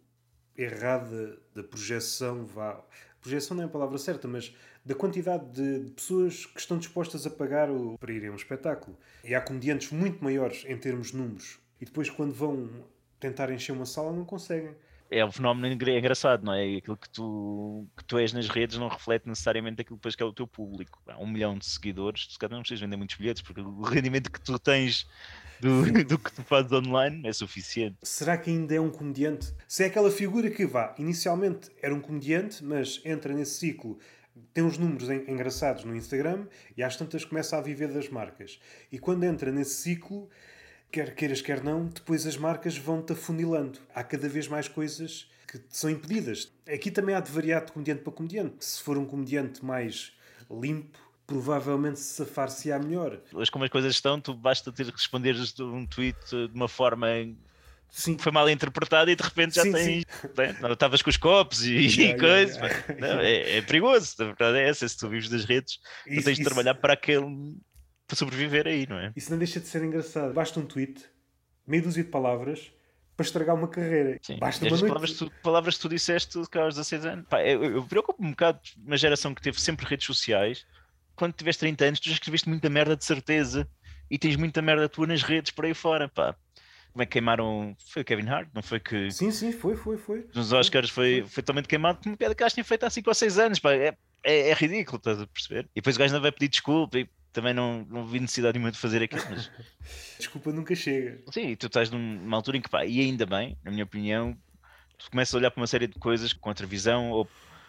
errada da projeção, vá. Projeção não é a palavra certa, mas da quantidade de pessoas que estão dispostas a pagar para irem a um espetáculo. E há comediantes muito maiores em termos de números. E depois, quando vão tentar encher uma sala, não conseguem. É um fenómeno engraçado, não é? Aquilo que tu, que tu és nas redes não reflete necessariamente aquilo depois que é o teu público. Há um milhão de seguidores, tu se calhar não precisas vender muitos bilhetes, porque o rendimento que tu tens do, do que tu fazes online é suficiente. Será que ainda é um comediante? Se é aquela figura que, vá, inicialmente era um comediante, mas entra nesse ciclo, tem uns números engraçados no Instagram e às tantas começa a viver das marcas. E quando entra nesse ciclo, quer queiras, quer não, depois as marcas vão-te afunilando. Há cada vez mais coisas que são impedidas. Aqui também há de variar de comediante para comediante. Se for um comediante mais limpo, provavelmente se safar-se-á melhor. Mas como as coisas estão, tu basta ter responderes um tweet de uma forma Sim. que foi mal interpretada e de repente já Sim, tens. sim. Bem, não, estavas com os copos e, Yeah, e coisas. yeah, yeah. Não, é, é perigoso, a verdade é essa. Se tu vives das redes, tu Isso- tens de isso- trabalhar para aquele. Para sobreviver aí, não é? Isso não deixa de ser engraçado. Basta um tweet, meia dúzia de palavras, para estragar uma carreira. Sim. Basta E uma as noite. palavras, que tu, palavras que tu disseste que aos dezasseis anos. Pá, eu, eu preocupo-me um bocado uma geração que teve sempre redes sociais. Quando tiveste trinta anos, tu já escreveste muita merda de certeza e tens muita merda tua nas redes por aí fora, pá. Como é que queimaram? Foi o Kevin Hart, não foi que Sim, sim, foi, foi, foi. nos Oscars foi, foi totalmente queimado por uma piada que acho que tinha feito há cinco ou seis anos, pá. É, é, é ridículo, estás a perceber? E depois o gajo não vai pedir desculpa e também não, não vi necessidade nenhuma de fazer aquilo, mas Desculpa, nunca chega. sim, tu estás numa altura em que, pá, e ainda bem, na minha opinião, tu começas a olhar para uma série de coisas com a televisão ou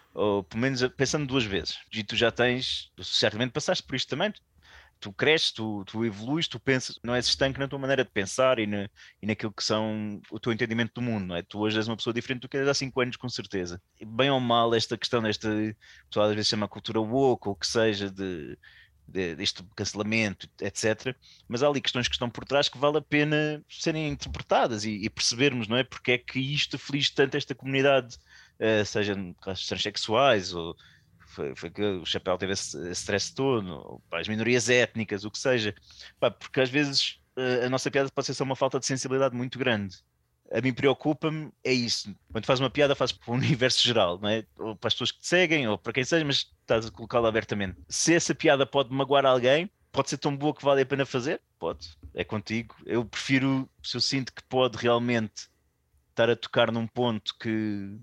ou pelo menos pensando duas vezes. E tu já tens, tu certamente passaste por isto também. Tu cresces, tu, tu evoluís, tu pensas, não és estanque na tua maneira de pensar e, na, e naquilo que são o teu entendimento do mundo, não é? Tu hoje és uma pessoa diferente do que eras há cinco anos, com certeza. E bem ou mal, esta questão desta, o pessoal às vezes chama a cultura woke, ou o que seja, de, de, deste cancelamento, etcétera. Mas há ali questões que estão por trás que vale a pena serem interpretadas e, e percebermos, não é? Porque é que isto aflige tanto esta comunidade, uh, seja casos transexuais ou foi, foi que o Chapéu teve esse, esse stress todo, ou, pá, as minorias étnicas, o que seja, pá, porque às vezes uh, a nossa piada pode ser só uma falta de sensibilidade muito grande. A mim preocupa-me é isso. Quando faz uma piada, faz para o universo geral, não é? Ou para as pessoas que te seguem, ou para quem seja, mas estás a colocá-la abertamente. Se essa piada pode magoar alguém, pode ser tão boa que vale a pena fazer? Pode. É contigo. Eu prefiro, se eu sinto que pode realmente estar a tocar num ponto que,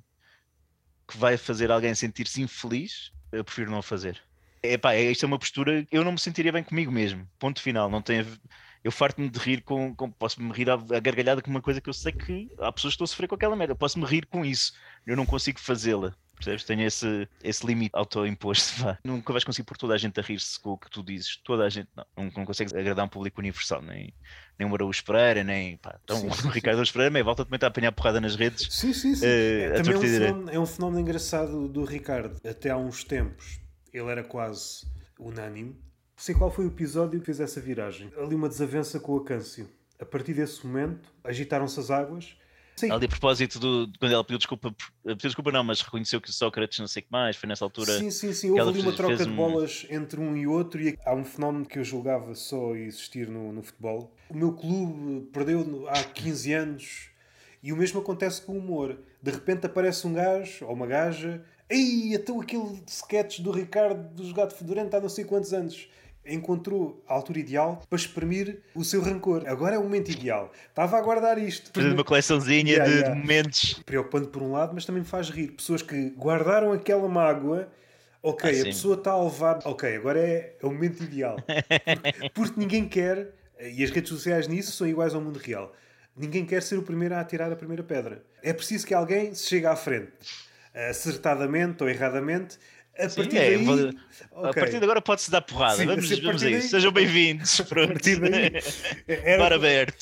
que vai fazer alguém sentir-se infeliz, eu prefiro não fazer. Epá, isto é uma postura, eu não me sentiria bem comigo mesmo, ponto final, não tem a ver- eu farto-me de rir com, com posso-me rir à, à gargalhada com uma coisa que eu sei que há pessoas que estão a sofrer com aquela merda, eu posso-me rir com isso, eu não consigo fazê-la, percebes? Tenho esse, esse limite autoimposto, vá. Nunca vais conseguir pôr toda a gente a rir-se com o que tu dizes, toda a gente, não, não, não consegues agradar um público universal, nem, nem o Araújo Pereira, nem, pá, então, Sim, sim, o Ricardo Araújo Pereira, meia volta também está a apanhar porrada nas redes, sim, sim, sim. É, uh, a também é um, torta e direito. fenómeno, é um fenómeno engraçado do Ricardo. Até há uns tempos ele era quase unânime. Não sei qual foi o episódio que fez essa viragem. Ali uma desavença com o Acâncio. A partir desse momento, agitaram-se as águas. Sei. Ali a propósito do, de quando ela pediu desculpa, pediu desculpa não, mas reconheceu que o Sócrates não sei o que mais, foi nessa altura Sim, sim, sim. que Houve ela ali uma fez, troca fez de um... bolas entre um e outro e há um fenómeno que eu julgava só existir no, no futebol. O meu clube perdeu há quinze anos e o mesmo acontece com o humor. De repente aparece um gajo ou uma gaja. Ei, então aquele sketch do Ricardo do Jogado Fedorento há não sei quantos anos. Encontrou a altura ideal para exprimir o seu rancor. Agora é o momento ideal. Estava a guardar isto. Fazendo uma coleçãozinha Yeah, de, yeah. de momentos. Preocupante por um lado, mas também me faz rir. Pessoas que guardaram aquela mágoa. Ok, Ah, a sim. pessoa está a levar. Ok, agora é, é o momento ideal. Porque, porque ninguém quer, e as redes sociais nisso são iguais ao mundo real, ninguém quer ser o primeiro a atirar a primeira pedra. É preciso que alguém se chegue à frente, acertadamente ou erradamente. A Sim, partir é, vou- daí. a partir Ok. de agora pode-se dar porrada. Sim, Vamos, assim, a vamos partir a daí- isso. Sejam bem-vindos. A Pronto. partir daí. Era... Bar aberto.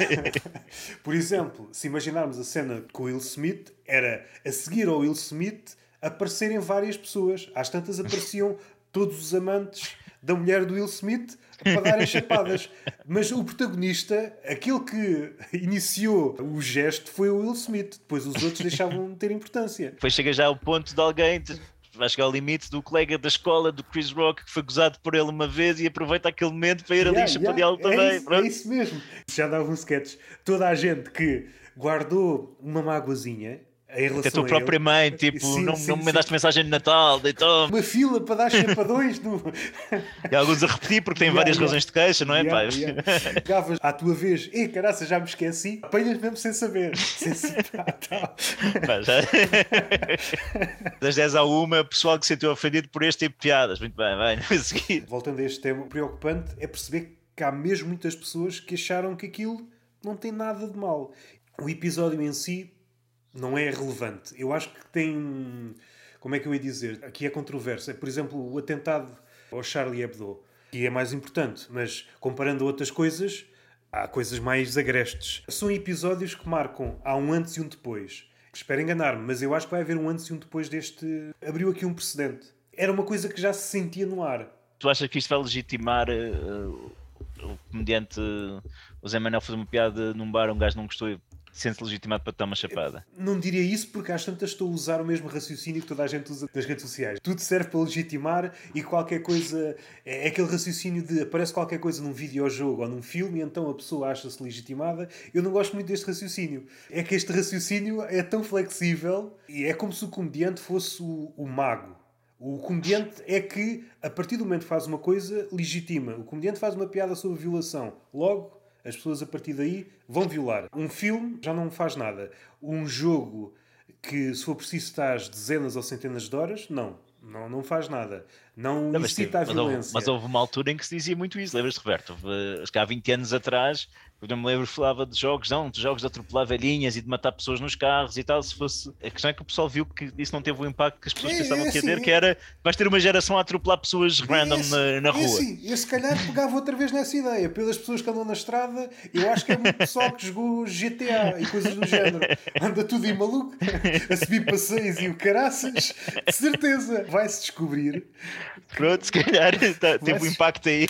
Por exemplo, se imaginarmos a cena com o Will Smith, era a seguir ao Will Smith aparecerem várias pessoas. Às tantas apareciam todos os amantes da mulher do Will Smith para darem chapadas. Mas o protagonista, aquele que iniciou o gesto, foi o Will Smith. Depois os outros deixavam de ter importância. Depois chega já ao ponto de alguém, de- vai chegar ao limite do colega da escola do Chris Rock que foi gozado por ele uma vez e aproveita aquele momento para ir ali Yeah, chapadeá-lo yeah, é também. isso, Pronto. é isso mesmo. Já dava um sketch. Toda a gente que guardou uma mágoazinha em relação Até a tua a própria ele. mãe, tipo, Sim, não, sim, não me sim. mandaste mensagem de Natal, então. Uma fila para dar chapadões no... E alguns a repetir porque têm Yeah, várias yeah. razões de queixa, não é, Yeah, pai? yeah. Chegavas à tua vez, e caraça, já me esqueci. Apanhas mesmo sem saber. Sem saber. Tá. Pá, já... Das dez à uma, pessoal que se sentiu ofendido por este tipo de piadas. Muito bem, vai, a seguir. Voltando a este tema, o preocupante é perceber que há mesmo muitas pessoas que acharam que aquilo não tem nada de mal. O episódio em si não é relevante. Eu acho que tem... Como é que eu ia dizer? Aqui é controverso. Por exemplo, o atentado ao Charlie Hebdo, que é mais importante, mas comparando a outras coisas, há coisas mais agrestes. São episódios que marcam, há um antes e um depois. Espero enganar-me, mas eu acho que vai haver um antes e um depois deste... Abriu aqui um precedente. Era uma coisa que já se sentia no ar. Tu achas que isto vai legitimar uh, o comediante uh, o Zé Manuel fazer uma piada num bar, um gajo não gostou e sente-se legitimado para te dar uma chapada? Não diria isso porque às tantas estou a usar o mesmo raciocínio que toda a gente usa nas redes sociais. Tudo serve para legitimar e qualquer coisa... É aquele raciocínio de aparece qualquer coisa num videojogo ou num filme e então a pessoa acha-se legitimada. Eu não gosto muito deste raciocínio. É que este raciocínio é tão flexível e é como se o comediante fosse o, o mago. O comediante é que, a partir do momento que faz uma coisa, legitima. O comediante faz uma piada sobre violação. Logo, as pessoas a partir daí vão violar. Um filme já não faz nada. Um jogo que, se for preciso, estás dezenas ou centenas de horas, não. Não, não faz nada. não, Não, mas, incita à mas, houve, violência. mas houve uma altura em que se dizia muito isso, lembras-te, Roberto? Houve, acho que há vinte anos atrás, eu não me lembro, falava de jogos, não, de jogos de atropelar velhinhas e de matar pessoas nos carros e tal. Se fosse... A questão é que o pessoal viu que isso não teve o impacto que as pessoas É, pensavam é que ia assim, ter, é- que era vais ter uma geração a atropelar pessoas random Esse, na, na rua. esse, eu se calhar pegava outra vez nessa ideia. Pelas pessoas que andam na estrada, eu acho que é muito pessoal que jogou G T A e coisas do género. Anda tudo aí maluco, a subir passeios e o caraças. De certeza, vai-se descobrir. Pronto, se calhar tá, teve um Vai-se- impacto aí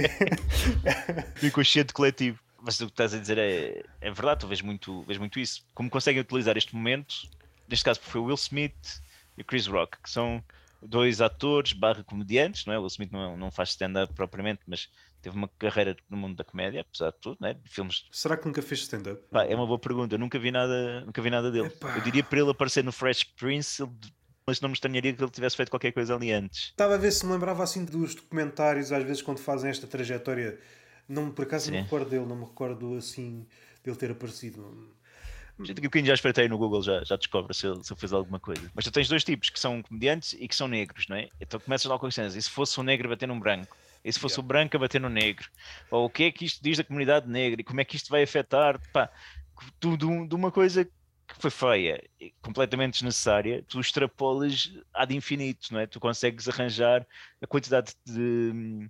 no inconsciente coletivo. Mas o que estás a dizer é, é verdade, tu vês muito, vês muito isso. Como conseguem utilizar este momento, neste caso foi o Will Smith e o Chris Rock, que são dois atores barra comediantes, não é? O Will Smith não, não faz stand-up propriamente, mas teve uma carreira no mundo da comédia, apesar de tudo, né? De filmes. Será que nunca fez stand-up? Pá, é uma boa pergunta, eu nunca vi nada, nunca vi nada dele. Epá. Eu diria para ele aparecer no Fresh Prince, ele- mas não me estranharia que ele tivesse feito qualquer coisa ali antes. Estava a ver se me lembrava assim dos documentários, às vezes quando fazem esta trajetória. Não, por acaso não me Sim. recordo dele, não me recordo assim dele ter aparecido. Já daqui a bocadinho já espreitei no Google, já, já descobre se ele, se ele fez alguma coisa. Mas tu tens dois tipos, que são comediantes e que são negros, não é? Então começas logo com as cenas. E se fosse um negro a bater num branco? E se fosse Yeah. o branco a bater no negro? Ou o que é que isto diz da comunidade negra? E como é que isto vai afetar? Pá, tudo de uma coisa que foi feia, e completamente desnecessária, tu extrapolas ad infinito, não é? Tu consegues arranjar a quantidade de,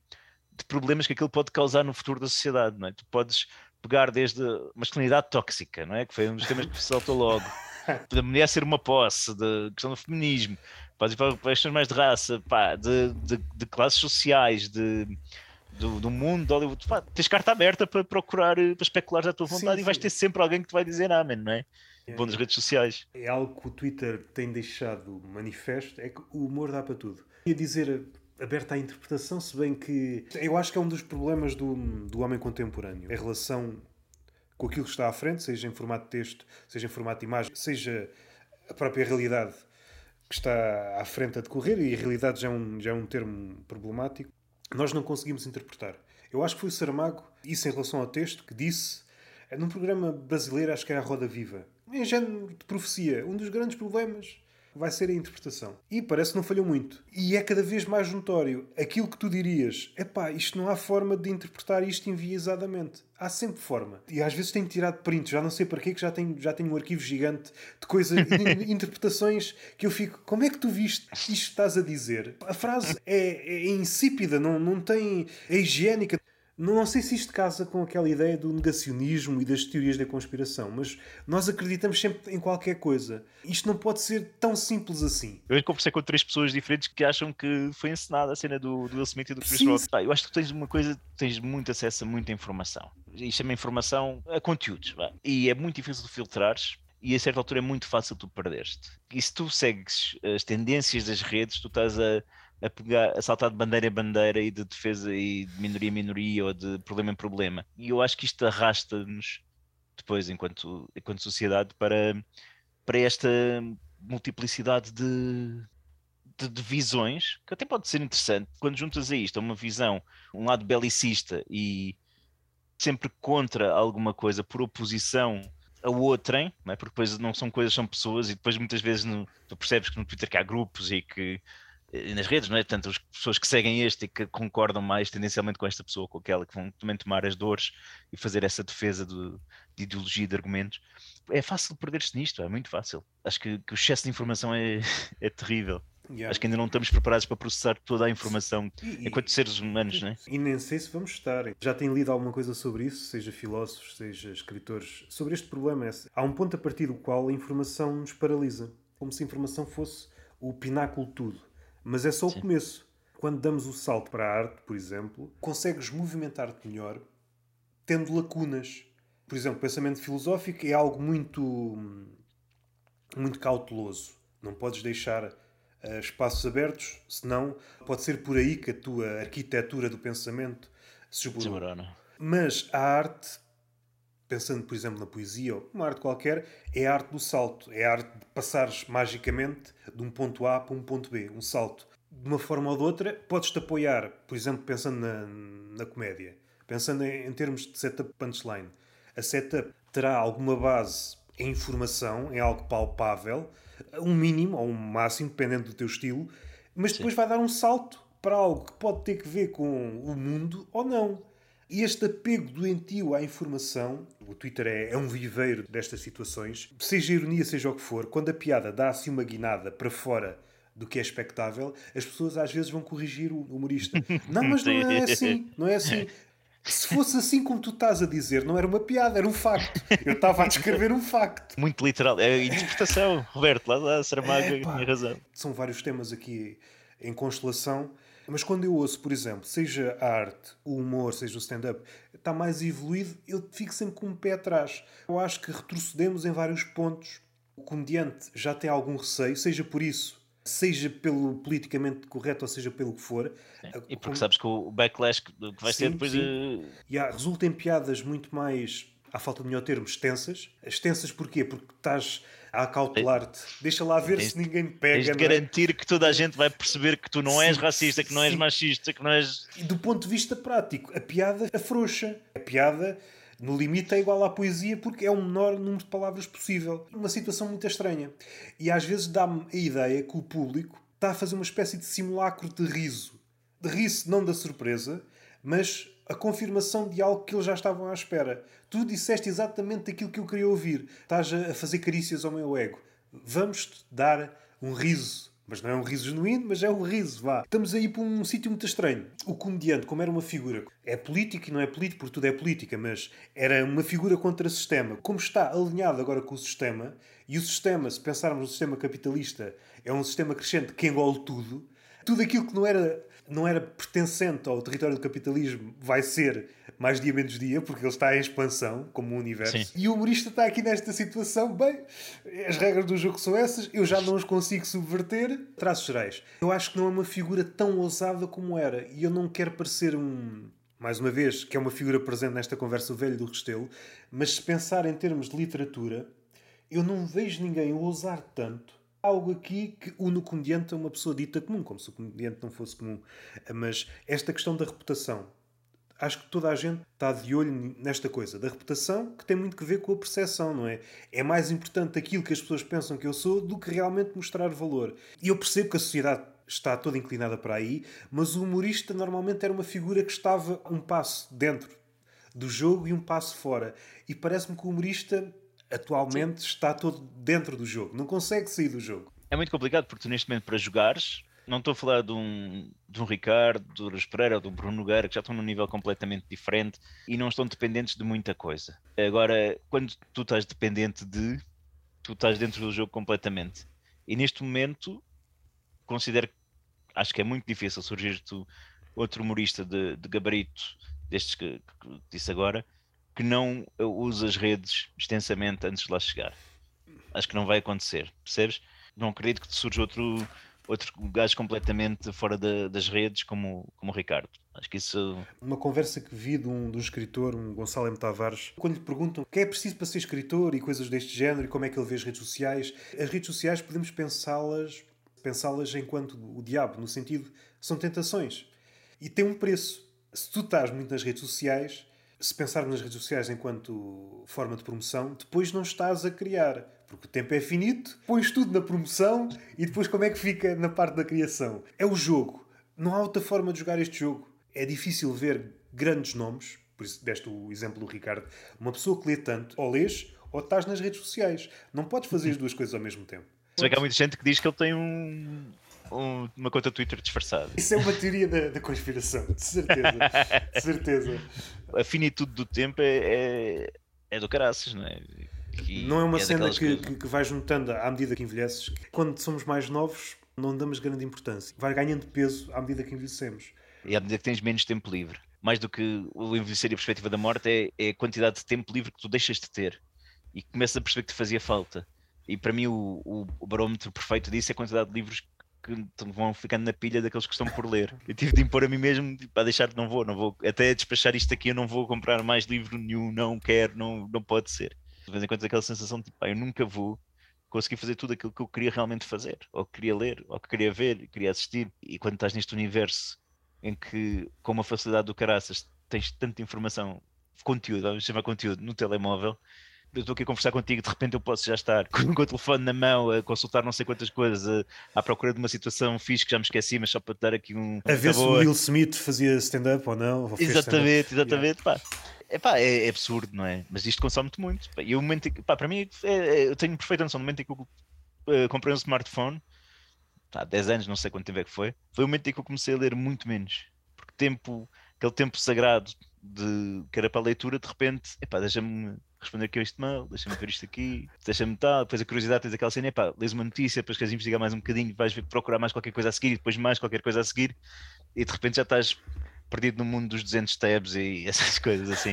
de problemas que aquilo pode causar no futuro da sociedade, não é? Tu podes pegar desde masculinidade tóxica, não é? Que foi um dos temas que se saltou logo, da mulher ser uma posse, da questão do feminismo, podes ir para para questões mais de raça, pá, de, de, de classes sociais, de, do, do mundo de Hollywood. Pá, tens carta aberta para procurar, para especular à tua vontade Sim, e vais sim. ter sempre alguém que te vai dizer amém, não é? Yeah, Bom das yeah. redes sociais. É algo que o Twitter tem deixado manifesto, é que o humor dá para tudo. Ia dizer aberta à interpretação, se bem que eu acho que é um dos problemas do, do homem contemporâneo. A relação com aquilo que está à frente, seja em formato de texto, seja em formato de imagem, seja a própria realidade que está à frente a decorrer, e a realidade já é um, já é um termo problemático, nós não conseguimos interpretar. Eu acho que foi o Saramago, isso em relação ao texto, que disse, num programa brasileiro, acho que era a Roda Viva, em género de profecia, um dos grandes problemas vai ser a interpretação. E parece que não falhou muito. E é cada vez mais notório. Aquilo que tu dirias, epá, isto não há forma de interpretar isto enviesadamente. Há sempre forma. E às vezes tenho tirado prints, já não sei para quê, que já tenho, já tenho um arquivo gigante de coisas, de interpretações que eu fico, como é que tu viste isto que estás a dizer? A frase é, é insípida, não, não tem... é higiênica. Não sei se isto casa com aquela ideia do negacionismo e das teorias da conspiração, mas nós acreditamos sempre em qualquer coisa. Isto não pode ser tão simples assim. Eu conversei com três pessoas diferentes que acham que foi encenada a cena do, do Will Smith e do Chris Sim. Rock. Pá, eu acho que tens uma coisa, tens muito acesso a muita informação. E chama informação a conteúdos. Vá. E é muito difícil de filtrares. E a certa altura é muito fácil tu perderes-te. E se tu segues as tendências das redes, tu estás a, a, pegar, a saltar de bandeira em bandeira e de defesa e de minoria em minoria ou de problema em problema. E eu acho que isto arrasta-nos depois, enquanto, enquanto sociedade, para, para esta multiplicidade de, de, de visões, que até pode ser interessante. Quando juntas a isto, a uma visão, um lado belicista e sempre contra alguma coisa por oposição a outrem, não é? Porque depois não são coisas, são pessoas, e depois muitas vezes no, tu percebes que no Twitter que há grupos e que e nas redes, não é? Tanto as pessoas que seguem este e que concordam mais tendencialmente com esta pessoa ou com aquela, que vão também tomar as dores e fazer essa defesa de, de ideologia e de argumentos. É fácil perder-se nisto, é muito fácil. Acho que, que o excesso de informação é, é terrível. Yeah. Acho que ainda não estamos preparados para processar toda a informação E, enquanto seres humanos, não é? E nem sei se vamos estar. Já têm lido alguma coisa sobre isso, seja filósofos, seja escritores, sobre este problema. Há um ponto a partir do qual a informação nos paralisa. Como se a informação fosse o pináculo de tudo. Mas é só o Sim. começo. Quando damos o salto para a arte, por exemplo, consegues movimentar-te melhor tendo lacunas. Por exemplo, o pensamento filosófico é algo muito, muito cauteloso. Não podes deixar uh, espaços abertos, senão pode ser por aí que a tua arquitetura do pensamento se esborou. Desmorona. Mas a arte, pensando por exemplo na poesia ou uma arte qualquer, é a arte do salto. É a arte de passares magicamente de um ponto A para um ponto B. Um salto. De uma forma ou de outra, podes-te apoiar, por exemplo, pensando na, na comédia. Pensando em, em termos de setup punchline. A setup terá alguma base em informação, em algo palpável, um mínimo ou um máximo, dependendo do teu estilo, mas depois Sim. vai dar um salto para algo que pode ter que ver com o mundo ou não. E este apego doentio à informação, o Twitter é, é um viveiro destas situações, seja ironia, seja o que for, quando a piada dá assim uma guinada para fora do que é expectável, as pessoas às vezes vão corrigir o humorista. Não, mas não é assim, não é assim. Se fosse assim como tu estás a dizer, não era uma piada, era um facto. Eu estava a descrever um facto. Muito literal, é a interpretação, Roberto, lá da Saramago tinha razão. São vários temas aqui em constelação, mas quando eu ouço, por exemplo, seja a arte, o humor, seja o stand-up, está mais evoluído, eu fico sempre com um pé atrás. Eu acho que retrocedemos em vários pontos. O comediante já tem algum receio, seja por isso, seja pelo politicamente correto ou seja pelo que for. Sim. E porque Como... sabes que o backlash que vai sim, ser depois sim. de... E há, resulta em piadas muito mais, à falta de melhor termo, extensas. Extensas porquê? Porque estás a acautelar-te. Deixa lá ver tens, se ninguém me pega. Tens de garantir é? que toda a gente vai perceber que tu não sim, és racista, que não és sim. machista, que não és... E do ponto de vista prático, a piada afrouxa. A piada, no limite, é igual à poesia porque é o menor número de palavras possível. Uma situação muito estranha. E às vezes dá-me a ideia que o público está a fazer uma espécie de simulacro de riso. De riso, não da surpresa, mas a confirmação de algo que eles já estavam à espera. Tu disseste exatamente aquilo que eu queria ouvir. Estás a fazer carícias ao meu ego. Vamos-te dar um riso. Mas não é um riso genuíno, mas é um riso, vá. Estamos aí para um sítio muito estranho. O comediante, como era uma figura, é político e não é político, porque tudo é política, mas era uma figura contra o sistema. Como está alinhado agora com o sistema, e o sistema, se pensarmos no sistema capitalista, é um sistema crescente que engole tudo, tudo aquilo que não era... não era pertencente ao território do capitalismo, vai ser mais dia menos dia, porque ele está em expansão, como o universo. Sim. E o humorista está aqui nesta situação, bem, as regras do jogo são essas, eu já não as consigo subverter. Traços gerais. Eu acho que não é uma figura tão ousada como era, e eu não quero parecer um... mais uma vez, que é uma figura presente nesta conversa, o velho do Restelo, mas se pensar em termos de literatura, eu não vejo ninguém ousar tanto algo aqui que une o comediante a uma pessoa dita comum, como se o comediante não fosse comum. Mas esta questão da reputação, acho que toda a gente está de olho nesta coisa, da reputação, que tem muito que ver com a percepção, não é? É mais importante aquilo que as pessoas pensam que eu sou do que realmente mostrar valor. E eu percebo que a sociedade está toda inclinada para aí, mas o humorista normalmente era uma figura que estava um passo dentro do jogo e um passo fora. E parece-me que o humorista... atualmente sim. está todo dentro do jogo, não consegue sair do jogo. É muito complicado porque tu neste momento para jogares, não estou a falar de um, de um Ricardo, do Luís Pereira ou do Bruno Nogueira, que já estão num nível completamente diferente e não estão dependentes de muita coisa. Agora, quando tu estás dependente de, tu estás dentro do jogo completamente. E neste momento, considero, acho que é muito difícil surgir-te outro humorista de, de gabarito destes que, que disse agora, que não usa as redes extensamente antes de lá chegar. Acho que não vai acontecer, percebes? Não acredito que te surja outro, outro gajo completamente fora da, das redes como, como o Ricardo. Acho que isso... Uma conversa que vi de um, de um escritor, um Gonçalo M. Tavares, quando lhe perguntam o que é preciso para ser escritor e coisas deste género e como é que ele vê as redes sociais. As redes sociais podemos pensá-las, pensá-las enquanto o diabo, no sentido são tentações. E tem um preço. Se tu estás muito nas redes sociais... se pensarmos nas redes sociais enquanto forma de promoção, depois não estás a criar. Porque o tempo é finito, pões tudo na promoção e depois como é que fica na parte da criação? É o jogo. Não há outra forma de jogar este jogo. É difícil ver grandes nomes, por isso deste o exemplo do Ricardo, uma pessoa que lê tanto, ou lês, ou estás nas redes sociais. Não podes fazer as duas coisas ao mesmo tempo. Se bem que há muita gente que diz que ele tem um... Um, uma conta Twitter disfarçada. Isso é uma teoria da, da conspiração, de certeza. De certeza. A finitude do tempo é, é, é do caraças, não é? E não é uma é cena que, que, que vais notando à medida que envelheces. Quando somos mais novos, não damos grande importância. Vai ganhando peso à medida que envelhecemos. E à medida que tens menos tempo livre. Mais do que o envelhecer e a perspectiva da morte, é, é a quantidade de tempo livre que tu deixas de ter. E começas a perceber que te fazia falta. E para mim, o, o, o barómetro perfeito disso é a quantidade de livros que vão ficando na pilha daqueles que estão por ler. Eu tive de impor a mim mesmo para deixar que não vou, não vou, até despachar isto aqui eu não vou comprar mais livro nenhum, não quero, não, não pode ser. De vez em quando aquela sensação de tipo, pá, eu nunca vou conseguir fazer tudo aquilo que eu queria realmente fazer, ou que queria ler, ou que queria ver, queria assistir. E quando estás neste universo em que, com uma facilidade do caraças, tens tanta informação, conteúdo, vamos chamar conteúdo, no telemóvel, eu estou aqui a conversar contigo, de repente eu posso já estar com o telefone na mão a consultar não sei quantas coisas, a, à procura de uma situação fixe que já me esqueci, mas só para te dar aqui um... A ver se o Will Smith fazia stand-up ou não. Ou exatamente, exatamente, yeah. Pá. Epá, é, é absurdo, não é? Mas isto consome-te muito. Pá. E o momento que, pá, para mim, é, é, eu tenho perfeita noção do momento em que eu uh, comprei um smartphone, há dez anos, não sei quanto tempo é que foi, foi o momento em que eu comecei a ler muito menos. Porque tempo, aquele tempo sagrado de, que era para a leitura, de repente, epá, deixa-me responder aqui a este mail, deixa-me ver isto aqui, deixa-me tal, depois a curiosidade tens aquela cena, epá, lês uma notícia, depois queres investigar mais um bocadinho, vais ver, procurar mais qualquer coisa a seguir, e depois mais qualquer coisa a seguir, e de repente já estás perdido no mundo dos duzentos tabs e essas coisas assim.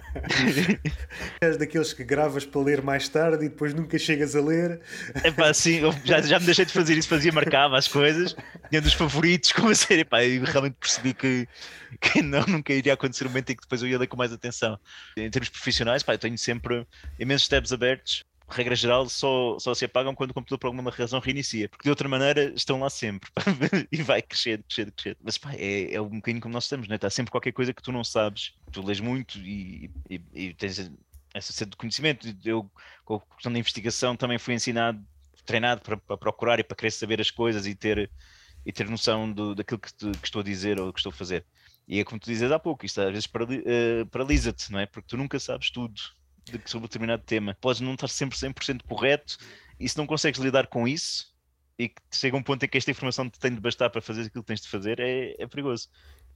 És daqueles que gravas para ler mais tarde e depois nunca chegas a ler. É pá, sim, eu já, já me deixei de fazer isso, fazia, marcava as coisas, tinha dos favoritos, como a ser, epá, e realmente percebi que, que não, nunca iria acontecer um momento em que depois eu ia ler com mais atenção. Em termos profissionais, pá, eu tenho sempre imensos tabs abertos. Regra geral, só, só se apagam quando o computador por alguma razão reinicia, porque de outra maneira estão lá sempre e vai crescendo, crescendo, crescendo. Mas pá, é, é um bocadinho como nós estamos, não é? Está sempre qualquer coisa que tu não sabes, tu lês muito e, e, e tens essa sede de conhecimento. Eu, com a questão da investigação, também fui ensinado, treinado para, para procurar e para querer saber as coisas e ter, e ter noção do, daquilo que, te, que estou a dizer ou que estou a fazer. E é como tu dizes há pouco, isto às vezes uh, paralisa-te, não é? Porque tu nunca sabes tudo de, sobre um determinado tema. Podes não estar sempre cem por cento correto, e se não consegues lidar com isso e que chega um ponto em que esta informação te tem de bastar para fazer aquilo que tens de fazer, é, é perigoso.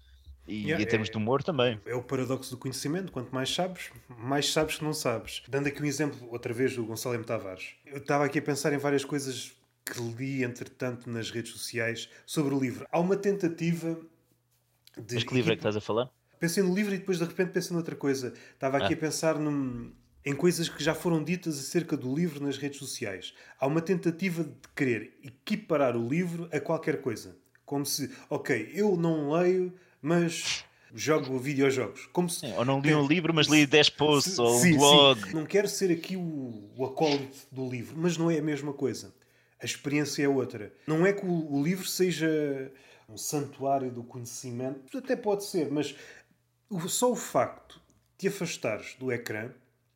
E yeah, em termos é, de humor também. É o paradoxo do conhecimento. Quanto mais sabes, mais sabes que não sabes. Dando aqui um exemplo, outra vez, do Gonçalo M. Tavares. Eu estava aqui a pensar em várias coisas que li, entretanto, nas redes sociais sobre o livro. Há uma tentativa de... Mas que livro é que estás a falar? Pensei no livro e depois de repente pensei noutra coisa. Estava aqui ah. a pensar num, em coisas que já foram ditas acerca do livro nas redes sociais. Há uma tentativa de querer equiparar o livro a qualquer coisa. Como se, ok, eu não leio, mas jogo videojogos. Como se, sim, ou não li um livro, mas li dez posts se, ou sim, um blog. Sim. Não quero ser aqui o, o acólito do livro, mas não é a mesma coisa. A experiência é outra. Não é que o, o livro seja um santuário do conhecimento. Até pode ser, mas... Só o facto de te afastares do ecrã,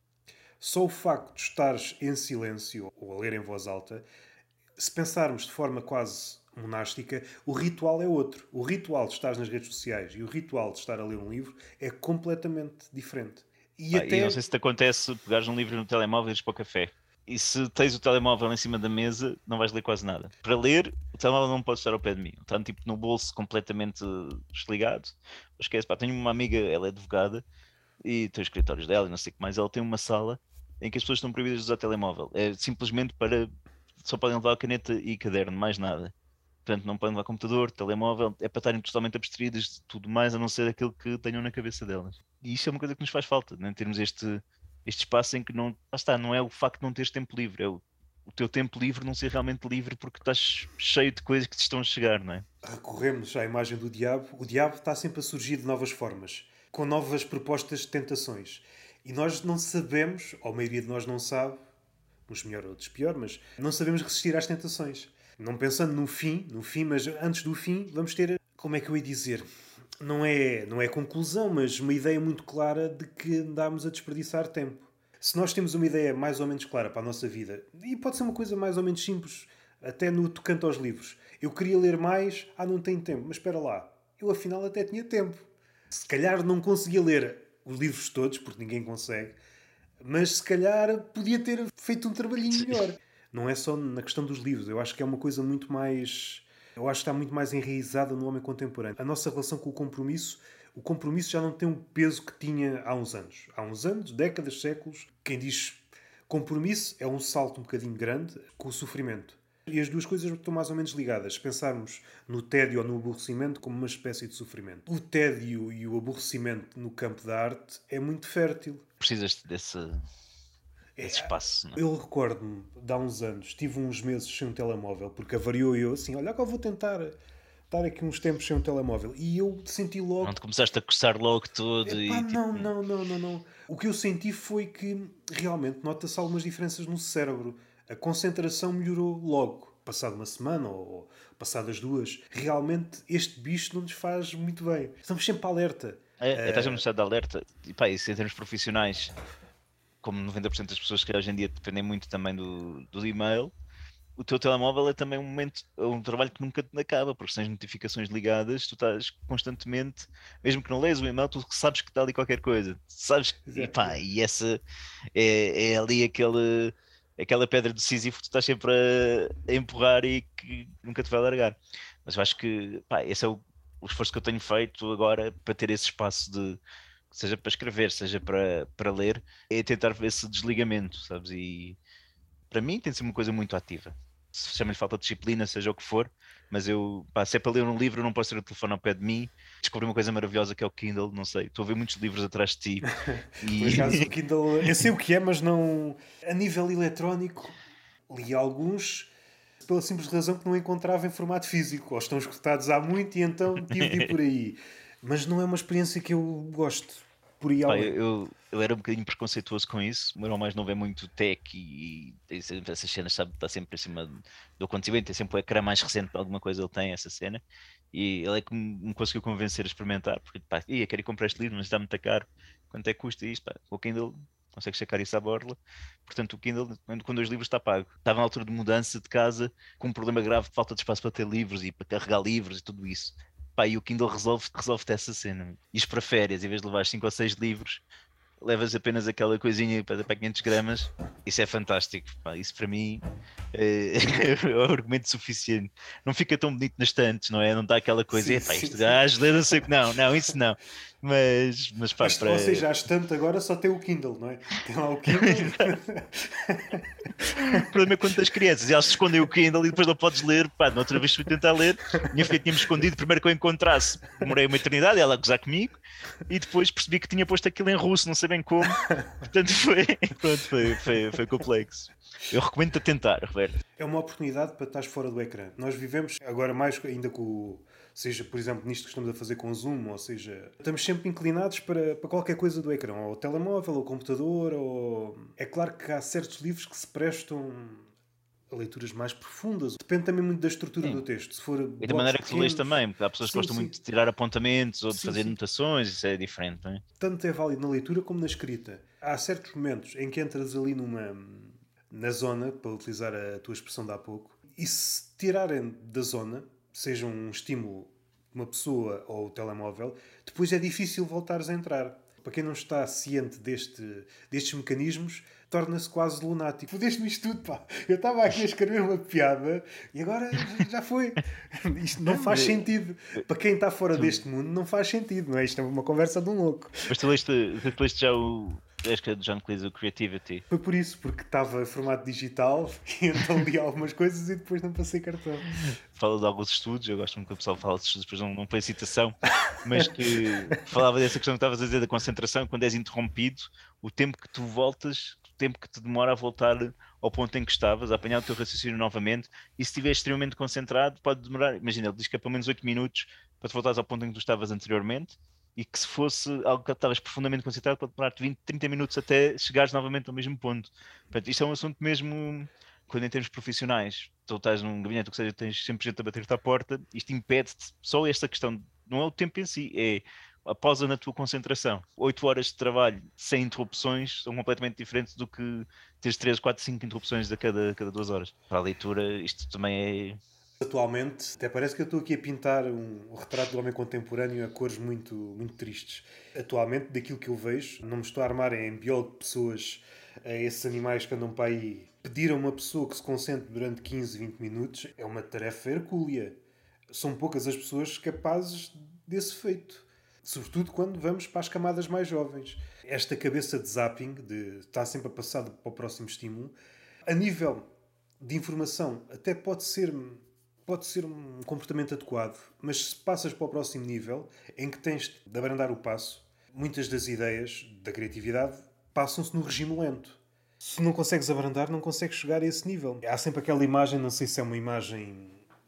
só o facto de estares em silêncio ou a ler em voz alta, se pensarmos de forma quase monástica, o ritual é outro. O ritual de estar nas redes sociais e o ritual de estar a ler um livro é completamente diferente. E, ah, até... e não sei se te acontece pegares um livro no telemóvel e ires para o café. E se tens o telemóvel em cima da mesa, não vais ler quase nada. Para ler, o telemóvel não pode estar ao pé de mim. Está tipo no bolso completamente desligado. Esquece, pá, tenho uma amiga, ela é advogada, e tem os escritórios dela e não sei o que mais. Ela tem uma sala em que as pessoas estão proibidas de usar telemóvel. É simplesmente para... Só podem levar caneta e caderno, mais nada. Portanto, não podem levar computador, telemóvel. É para estarem totalmente abstraídas de tudo mais, a não ser aquilo que tenham na cabeça delas. E isto é uma coisa que nos faz falta, né? Termos este... este espaço em que não, lá está, não é o facto de não teres tempo livre, é o, o teu tempo livre não ser realmente livre porque estás cheio de coisas que te estão a chegar, não é? Recorremos à imagem do diabo. O diabo está sempre a surgir de novas formas, com novas propostas de tentações. E nós não sabemos, ou a maioria de nós não sabe, uns melhor, outros pior, mas não sabemos resistir às tentações. Não pensando no fim, no fim, mas antes do fim, vamos ter, como é que eu ia dizer... Não é, não é conclusão, mas uma ideia muito clara de que andámos a desperdiçar tempo. Se nós temos uma ideia mais ou menos clara para a nossa vida, e pode ser uma coisa mais ou menos simples, até no tocante aos livros. Eu queria ler mais, ah, não tenho tempo, mas espera lá, eu afinal até tinha tempo. Se calhar não conseguia ler os livros todos, porque ninguém consegue, mas se calhar podia ter feito um trabalhinho melhor. Não é só na questão dos livros, eu acho que é uma coisa muito mais... Eu acho que está muito mais enraizada no homem contemporâneo. A nossa relação com o compromisso, o compromisso já não tem o peso que tinha há uns anos. Há uns anos, décadas, séculos, quem diz compromisso é um salto um bocadinho grande com o sofrimento. E as duas coisas estão mais ou menos ligadas. Se pensarmos no tédio ou no aborrecimento como uma espécie de sofrimento. O tédio e o aborrecimento no campo da arte é muito fértil. Precisas desse... esse espaço. Não? Eu recordo-me, de há uns anos, tive uns meses sem um telemóvel, porque avariou eu assim, olha que eu vou tentar estar aqui uns tempos sem um telemóvel. E eu senti logo... Não te começaste a coçar logo todo Epá, e... Não, tipo... não, não, não, não. O que eu senti foi que realmente nota-se algumas diferenças no cérebro. A concentração melhorou logo. Passado uma semana ou passadas duas. Realmente este bicho não nos faz muito bem. Estamos sempre alerta. É, uh... estás a mostrar de alerta. E pá, isso em termos profissionais... como noventa por cento das pessoas que hoje em dia dependem muito também do, do e-mail, o teu telemóvel é também um momento, é um trabalho que nunca te acaba, porque sem as notificações ligadas, tu estás constantemente, mesmo que não leias o e-mail, tu sabes que está ali qualquer coisa, sabes, e pá, e essa é, é ali aquele, aquela pedra de Sísifo que tu estás sempre a, a empurrar e que nunca te vai largar. Mas eu acho que, pá, esse é o, o esforço que eu tenho feito agora para ter esse espaço de, seja para escrever, seja para, para ler, é tentar ver esse desligamento, sabes, e para mim tem de ser uma coisa muito ativa. Se chama-lhe falta de disciplina, seja o que for, mas eu, pá, se é para ler um livro, eu não posso ter o telefone ao pé de mim. Descobri uma coisa maravilhosa que é o Kindle, não sei. Estou a ver muitos livros atrás de ti. Por E... acaso o Kindle, eu sei o que é, mas não. A nível eletrónico, li alguns pela simples razão que não encontrava em formato físico, ou estão esgotados há muito e então tive de ir por aí. Mas não é uma experiência que eu gosto, por aí Pá, além. eu, eu, eu era um bocadinho preconceituoso com isso. O meu irmão mais novo é muito tech e, e tem sempre essas cenas, sabe? Está sempre em cima do acontecimento. Tem sempre o ecrã mais recente para alguma coisa, ele tem essa cena. E ele é que me, me conseguiu convencer a experimentar, porque pá, ia, quero ir comprar este livro, mas está muito caro. Quanto é que custa isto? Pá, o Kindle consegue sacar isso à borla. Portanto, o Kindle, com dois livros, está pago. Estava na altura de mudança de casa, com um problema grave de falta de espaço para ter livros e para carregar livros e tudo isso. Pá, e o Kindle resolve, resolve-te essa cena. Isto para férias, em vez de levar cinco ou seis livros, levas apenas aquela coisinha para, para quinhentos gramas. Isso é fantástico. Pá, isso para mim é, é um argumento suficiente. Não fica tão bonito nas estantes, não é? Não dá aquela coisa, Sim, epá, sim, isto sim. gajo, lê, não sei o que. Não, não, isso não. Mas, mas pá, Mas, para. ou seja, a estante agora só tem o Kindle, não é? Tem lá o Kindle. O problema é quando tens crianças e elas se escondem o Kindle e depois não podes ler. Pá, na outra vez fui tentar ler, minha filha tinha-me escondido. Primeiro que eu encontrasse, demorei uma eternidade, ela a gozar comigo, e depois percebi que tinha posto aquilo em russo, não sei bem como. Portanto, foi, pronto, foi, foi, foi complexo. Eu recomendo-te a tentar, Roberto. É uma oportunidade para estar fora do ecrã. Nós vivemos, agora mais ainda com o. Seja, por exemplo, nisto que estamos a fazer com o Zoom, ou seja, estamos sempre inclinados para, para qualquer coisa do ecrã, ou o telemóvel, ou o computador, ou... É claro que há certos livros que se prestam a leituras mais profundas. Depende também muito da estrutura Sim. do texto. Se for E da blocos maneira que tu lês pequenos... também, porque há pessoas que Sim, gostam sim. muito de tirar apontamentos ou de Sim, fazer sim. anotações, isso é diferente, não é? Tanto é válido na leitura como na escrita. Há certos momentos em que entras ali numa... na zona, para utilizar a tua expressão de há pouco, e se tirarem da zona, seja um estímulo uma pessoa ou o telemóvel, depois é difícil voltares a entrar. Para quem não está ciente deste, destes mecanismos, torna-se quase lunático. Fudeste-me isto tudo, pá. Eu estava aqui a escrever uma piada e agora já foi. Isto não faz sentido. Para quem está fora Tu, deste mundo, não faz sentido, não é? Isto é uma conversa de um louco. mas tu leste, tu leste já o. Acho que é de John Cleese, o Creativity. Foi por isso, porque estava em formato digital e então li algumas coisas e depois não passei cartão. Fala de alguns estudos, eu gosto muito que o pessoal fala de estudos, depois não, não foi citação, mas que falava dessa questão que estavas a dizer da concentração, quando és interrompido, o tempo que tu voltas, o tempo que te demora a voltar ao ponto em que estavas, a apanhar o teu raciocínio novamente, e se estiveres extremamente concentrado, pode demorar, imagina, ele diz que é pelo menos oito minutos para te voltares ao ponto em que tu estavas anteriormente, e que se fosse algo que estavas profundamente concentrado, pode demorar vinte, trinta minutos até chegares novamente ao mesmo ponto. Portanto, isto é um assunto mesmo, quando em termos profissionais, tu estás num gabinete, ou seja, tens sempre gente a bater-te à porta, isto impede-te, só esta questão, não é o tempo em si, é a pausa na tua concentração. Oito horas de trabalho sem interrupções são completamente diferentes do que teres três, quatro, cinco interrupções a cada, cada duas horas. Para a leitura, isto também é... Atualmente, até parece que eu estou aqui a pintar um, um retrato do homem contemporâneo a cores muito, muito tristes. Atualmente, daquilo que eu vejo, não me estou a armar em biólogo de pessoas, a esses animais que andam para aí. Pedir a uma pessoa que se concentre durante quinze, vinte minutos é uma tarefa hercúlea. São poucas as pessoas capazes desse feito. Sobretudo quando vamos para as camadas mais jovens. Esta cabeça de zapping, de estar sempre a passar para o próximo estímulo, a nível de informação, até pode ser... pode ser um comportamento adequado, mas se passas para o próximo nível, em que tens de abrandar o passo, muitas das ideias da criatividade passam-se no regime lento. Se não consegues abrandar, não consegues chegar a esse nível. Há sempre aquela imagem, não sei se é uma imagem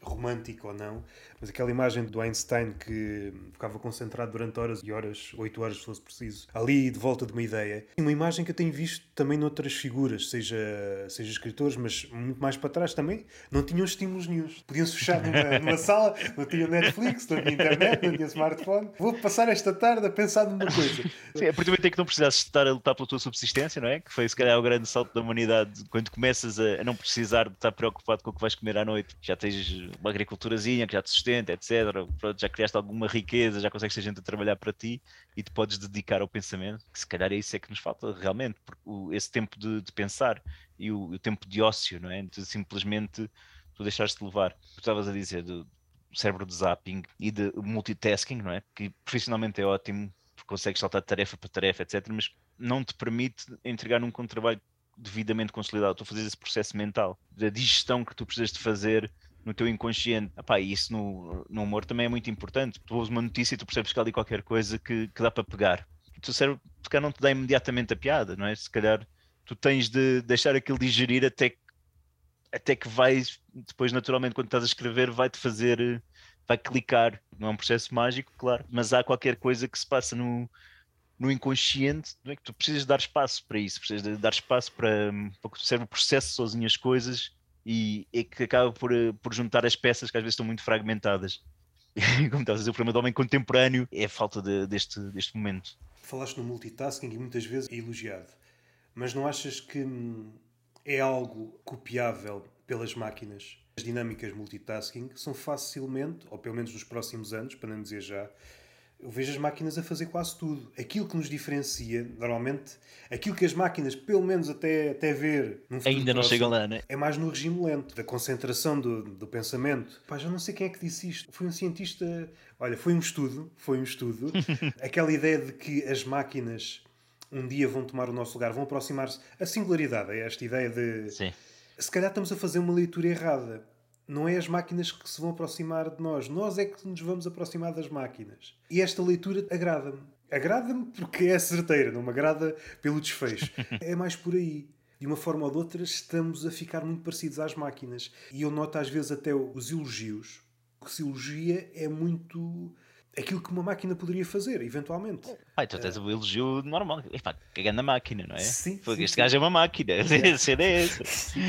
romântica ou não, mas aquela imagem do Einstein que ficava concentrado durante horas e horas, oito horas se fosse preciso, ali de volta de uma ideia. Uma imagem que eu tenho visto também noutras figuras, seja, seja escritores, mas muito mais para trás também, não tinham estímulos nenhuns. Podiam-se fechar numa, numa sala, não tinham Netflix, não tinha internet, não tinha smartphone. Vou passar esta tarde a pensar numa coisa. Sim, a partir do momento em que não precisasses estar a lutar pela tua subsistência, não é? Que foi se calhar o grande salto da humanidade, quando começas a, a não precisar de estar preocupado com o que vais comer à noite, já tens uma agriculturazinha que já te sustenta, etcétera. Pronto, já criaste alguma riqueza, já consegues ter gente a trabalhar para ti e te podes dedicar ao pensamento, que se calhar é isso é que nos falta realmente, porque o, esse tempo de, de pensar e o, o tempo de ócio, não é? De simplesmente tu deixares-te levar. Tu estavas a dizer do cérebro de zapping e de multitasking, não é? Que profissionalmente é ótimo, porque consegues saltar de tarefa para tarefa, etcétera, mas não te permite entregar num trabalho devidamente consolidado. Tu fazes esse processo mental, da digestão que tu precisas de fazer no teu inconsciente. Epá, e isso no, no humor também é muito importante. Tu ouves uma notícia e tu percebes que há ali qualquer coisa que, que dá para pegar. E o teu cérebro, se calhar, não te dá imediatamente a piada, não é? Se calhar tu tens de deixar aquilo digerir até que, até que vais, depois naturalmente quando estás a escrever, vai-te fazer, vai clicar. Não é um processo mágico, claro, mas há qualquer coisa que se passa no, no inconsciente, não é? Que tu precisas dar espaço para isso, precisas de dar espaço para, para que o cérebro processe sozinho as coisas e é que acaba por, por juntar as peças que às vezes estão muito fragmentadas. Como estás a dizer, o problema do homem contemporâneo é a falta de, deste, deste momento. Falaste no multitasking e muitas vezes é elogiado, mas não achas que hum, é algo copiável pelas máquinas? As dinâmicas multitasking são facilmente, ou pelo menos nos próximos anos, para não dizer já, eu vejo as máquinas a fazer quase tudo. Aquilo que nos diferencia, normalmente, aquilo que as máquinas, pelo menos até, até ver num futuro Ainda não próximo, chegam lá, né? é mais no regime lento, da concentração do, do pensamento. Pá, já não sei quem é que disse isto. Foi um cientista... Olha, foi um estudo, foi um estudo. Aquela ideia de que as máquinas um dia vão tomar o nosso lugar, vão aproximar-se. A singularidade é esta ideia de... Sim. Se calhar estamos a fazer uma leitura errada. Não é as máquinas que se vão aproximar de nós. Nós é que nos vamos aproximar das máquinas. E esta leitura agrada-me. Agrada-me porque é certeira, não me agrada pelo desfecho. É mais por aí. De uma forma ou de outra, estamos a ficar muito parecidos às máquinas. E eu noto às vezes até os elogios. O que se elogia é muito aquilo que uma máquina poderia fazer, eventualmente. Pai, tu tens o elogio normal. Epá, cagando na máquina, não é? Sim, Porque sim, este sim. gajo é uma máquina. A cena é essa.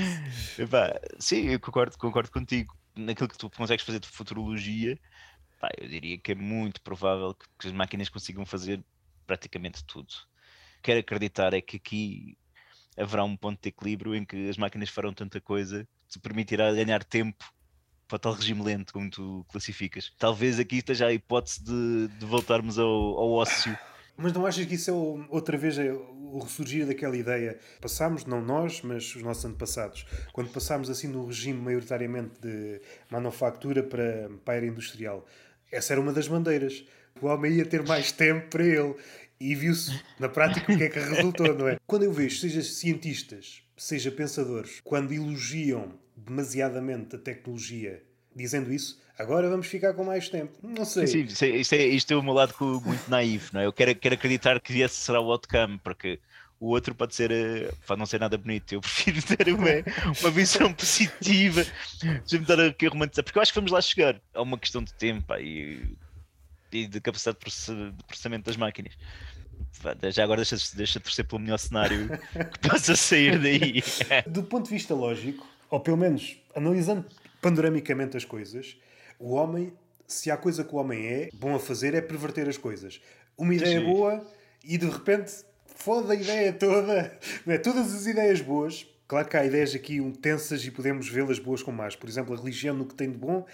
Epá, sim, eu concordo, concordo contigo. Naquilo que tu consegues fazer de futurologia, pá, eu diria que é muito provável que, que as máquinas consigam fazer praticamente tudo. Quero acreditar é que aqui haverá um ponto de equilíbrio em que as máquinas farão tanta coisa que te permitirá ganhar tempo para tal regime lento, como tu classificas. Talvez aqui esteja a hipótese de, de voltarmos ao, ao ócio. Mas não achas que isso é o- outra vez é o ressurgir daquela ideia? Passámos, não nós, mas os nossos antepassados, quando passámos assim no regime maioritariamente de manufatura para, para a era industrial, essa era uma das bandeiras. O homem ia ter mais tempo para ele. E viu-se na prática o que é que resultou, não é? Quando eu vejo, seja cientistas, seja pensadores, quando elogiam demasiadamente a tecnologia, dizendo isso, agora vamos ficar com mais tempo. Não Sim, sei. sim, isto é, isto é, isto é o meu lado co- muito naif, não é? Eu quero, quero acreditar que esse será o outcome, porque o outro pode ser, eh, pode não ser nada bonito. Eu prefiro ter uma, uma visão positiva, deixa-me dar aqui a romantizar, porque eu acho que vamos lá chegar. É uma questão de tempo pá, e, e de capacidade de process- de processamento das máquinas. Pá, já agora deixa, deixa de torcer pelo melhor cenário que possa sair daí. Do ponto de vista lógico, ou pelo menos analisando panoramicamente as coisas, o homem, se há coisa que o homem é bom a fazer, é perverter as coisas. Uma ideia Sim. boa e de repente foda a ideia toda. Não é? Todas as ideias boas. Claro que há ideias aqui um, tensas e podemos vê-las boas como más. Por exemplo, a religião, no que tem de bom,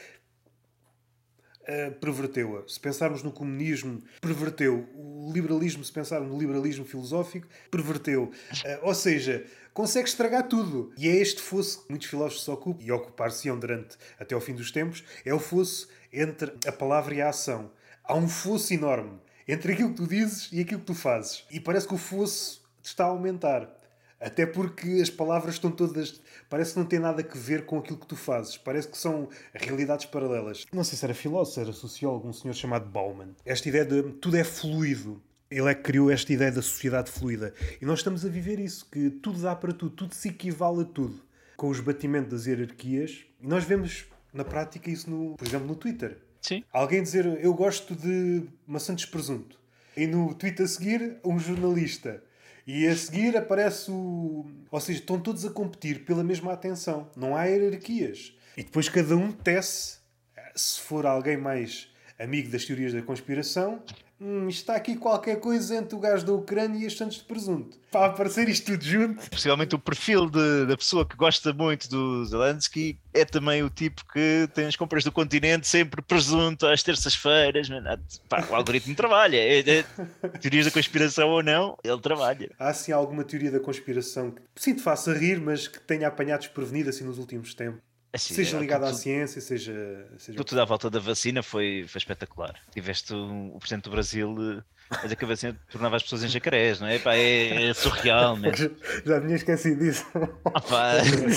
Uh, perverteu-a. Se pensarmos no comunismo, perverteu. O liberalismo, se pensarmos no liberalismo filosófico, perverteu. Uh, ou seja, consegue estragar tudo. E é este fosso que muitos filósofos se ocupam e ocupar-se-ão durante até ao fim dos tempos, é o fosso entre a palavra e a ação. Há um fosso enorme entre aquilo que tu dizes e aquilo que tu fazes. E parece que o fosso está a aumentar. Até porque as palavras estão todas... Parece que não tem nada a ver com aquilo que tu fazes. Parece que são realidades paralelas. Não sei se era filósofo, se era sociólogo, um senhor chamado Bauman. Esta ideia de tudo é fluido. Ele é que criou esta ideia da sociedade fluida. E nós estamos a viver isso, que tudo dá para tudo, tudo se equivale a tudo. Com o esbatimento das hierarquias, e nós vemos na prática isso, no, por exemplo, no Twitter. Sim. Alguém dizer eu gosto de maçã de presunto. E no tweet a seguir, um jornalista. E a seguir aparece o... Ou seja, estão todos a competir pela mesma atenção. Não há hierarquias. E depois cada um tece. Se for alguém mais amigo das teorias da conspiração, hum, está aqui qualquer coisa entre o gajo da Ucrânia e as Santos de presunto. Para aparecer isto tudo junto. Possivelmente o perfil de, da pessoa que gosta muito do Zelensky é também o tipo que tem as compras do continente sempre presunto às terças-feiras. Pá, o algoritmo trabalha. É, é, teorias da conspiração ou não, ele trabalha. Há sim alguma teoria da conspiração que sim te faça rir, mas que tenha apanhado desprevenido assim nos últimos tempos? Assim, seja ligado à tudo, ciência, seja... seja... Tudo à volta da vacina foi, foi espetacular. Tiveste o, o Presidente do Brasil a dizer que a vacina tornava as pessoas em jacarés, não é? Pá, é, é surreal mesmo. Já tinha esquecido disso. Ah, pá,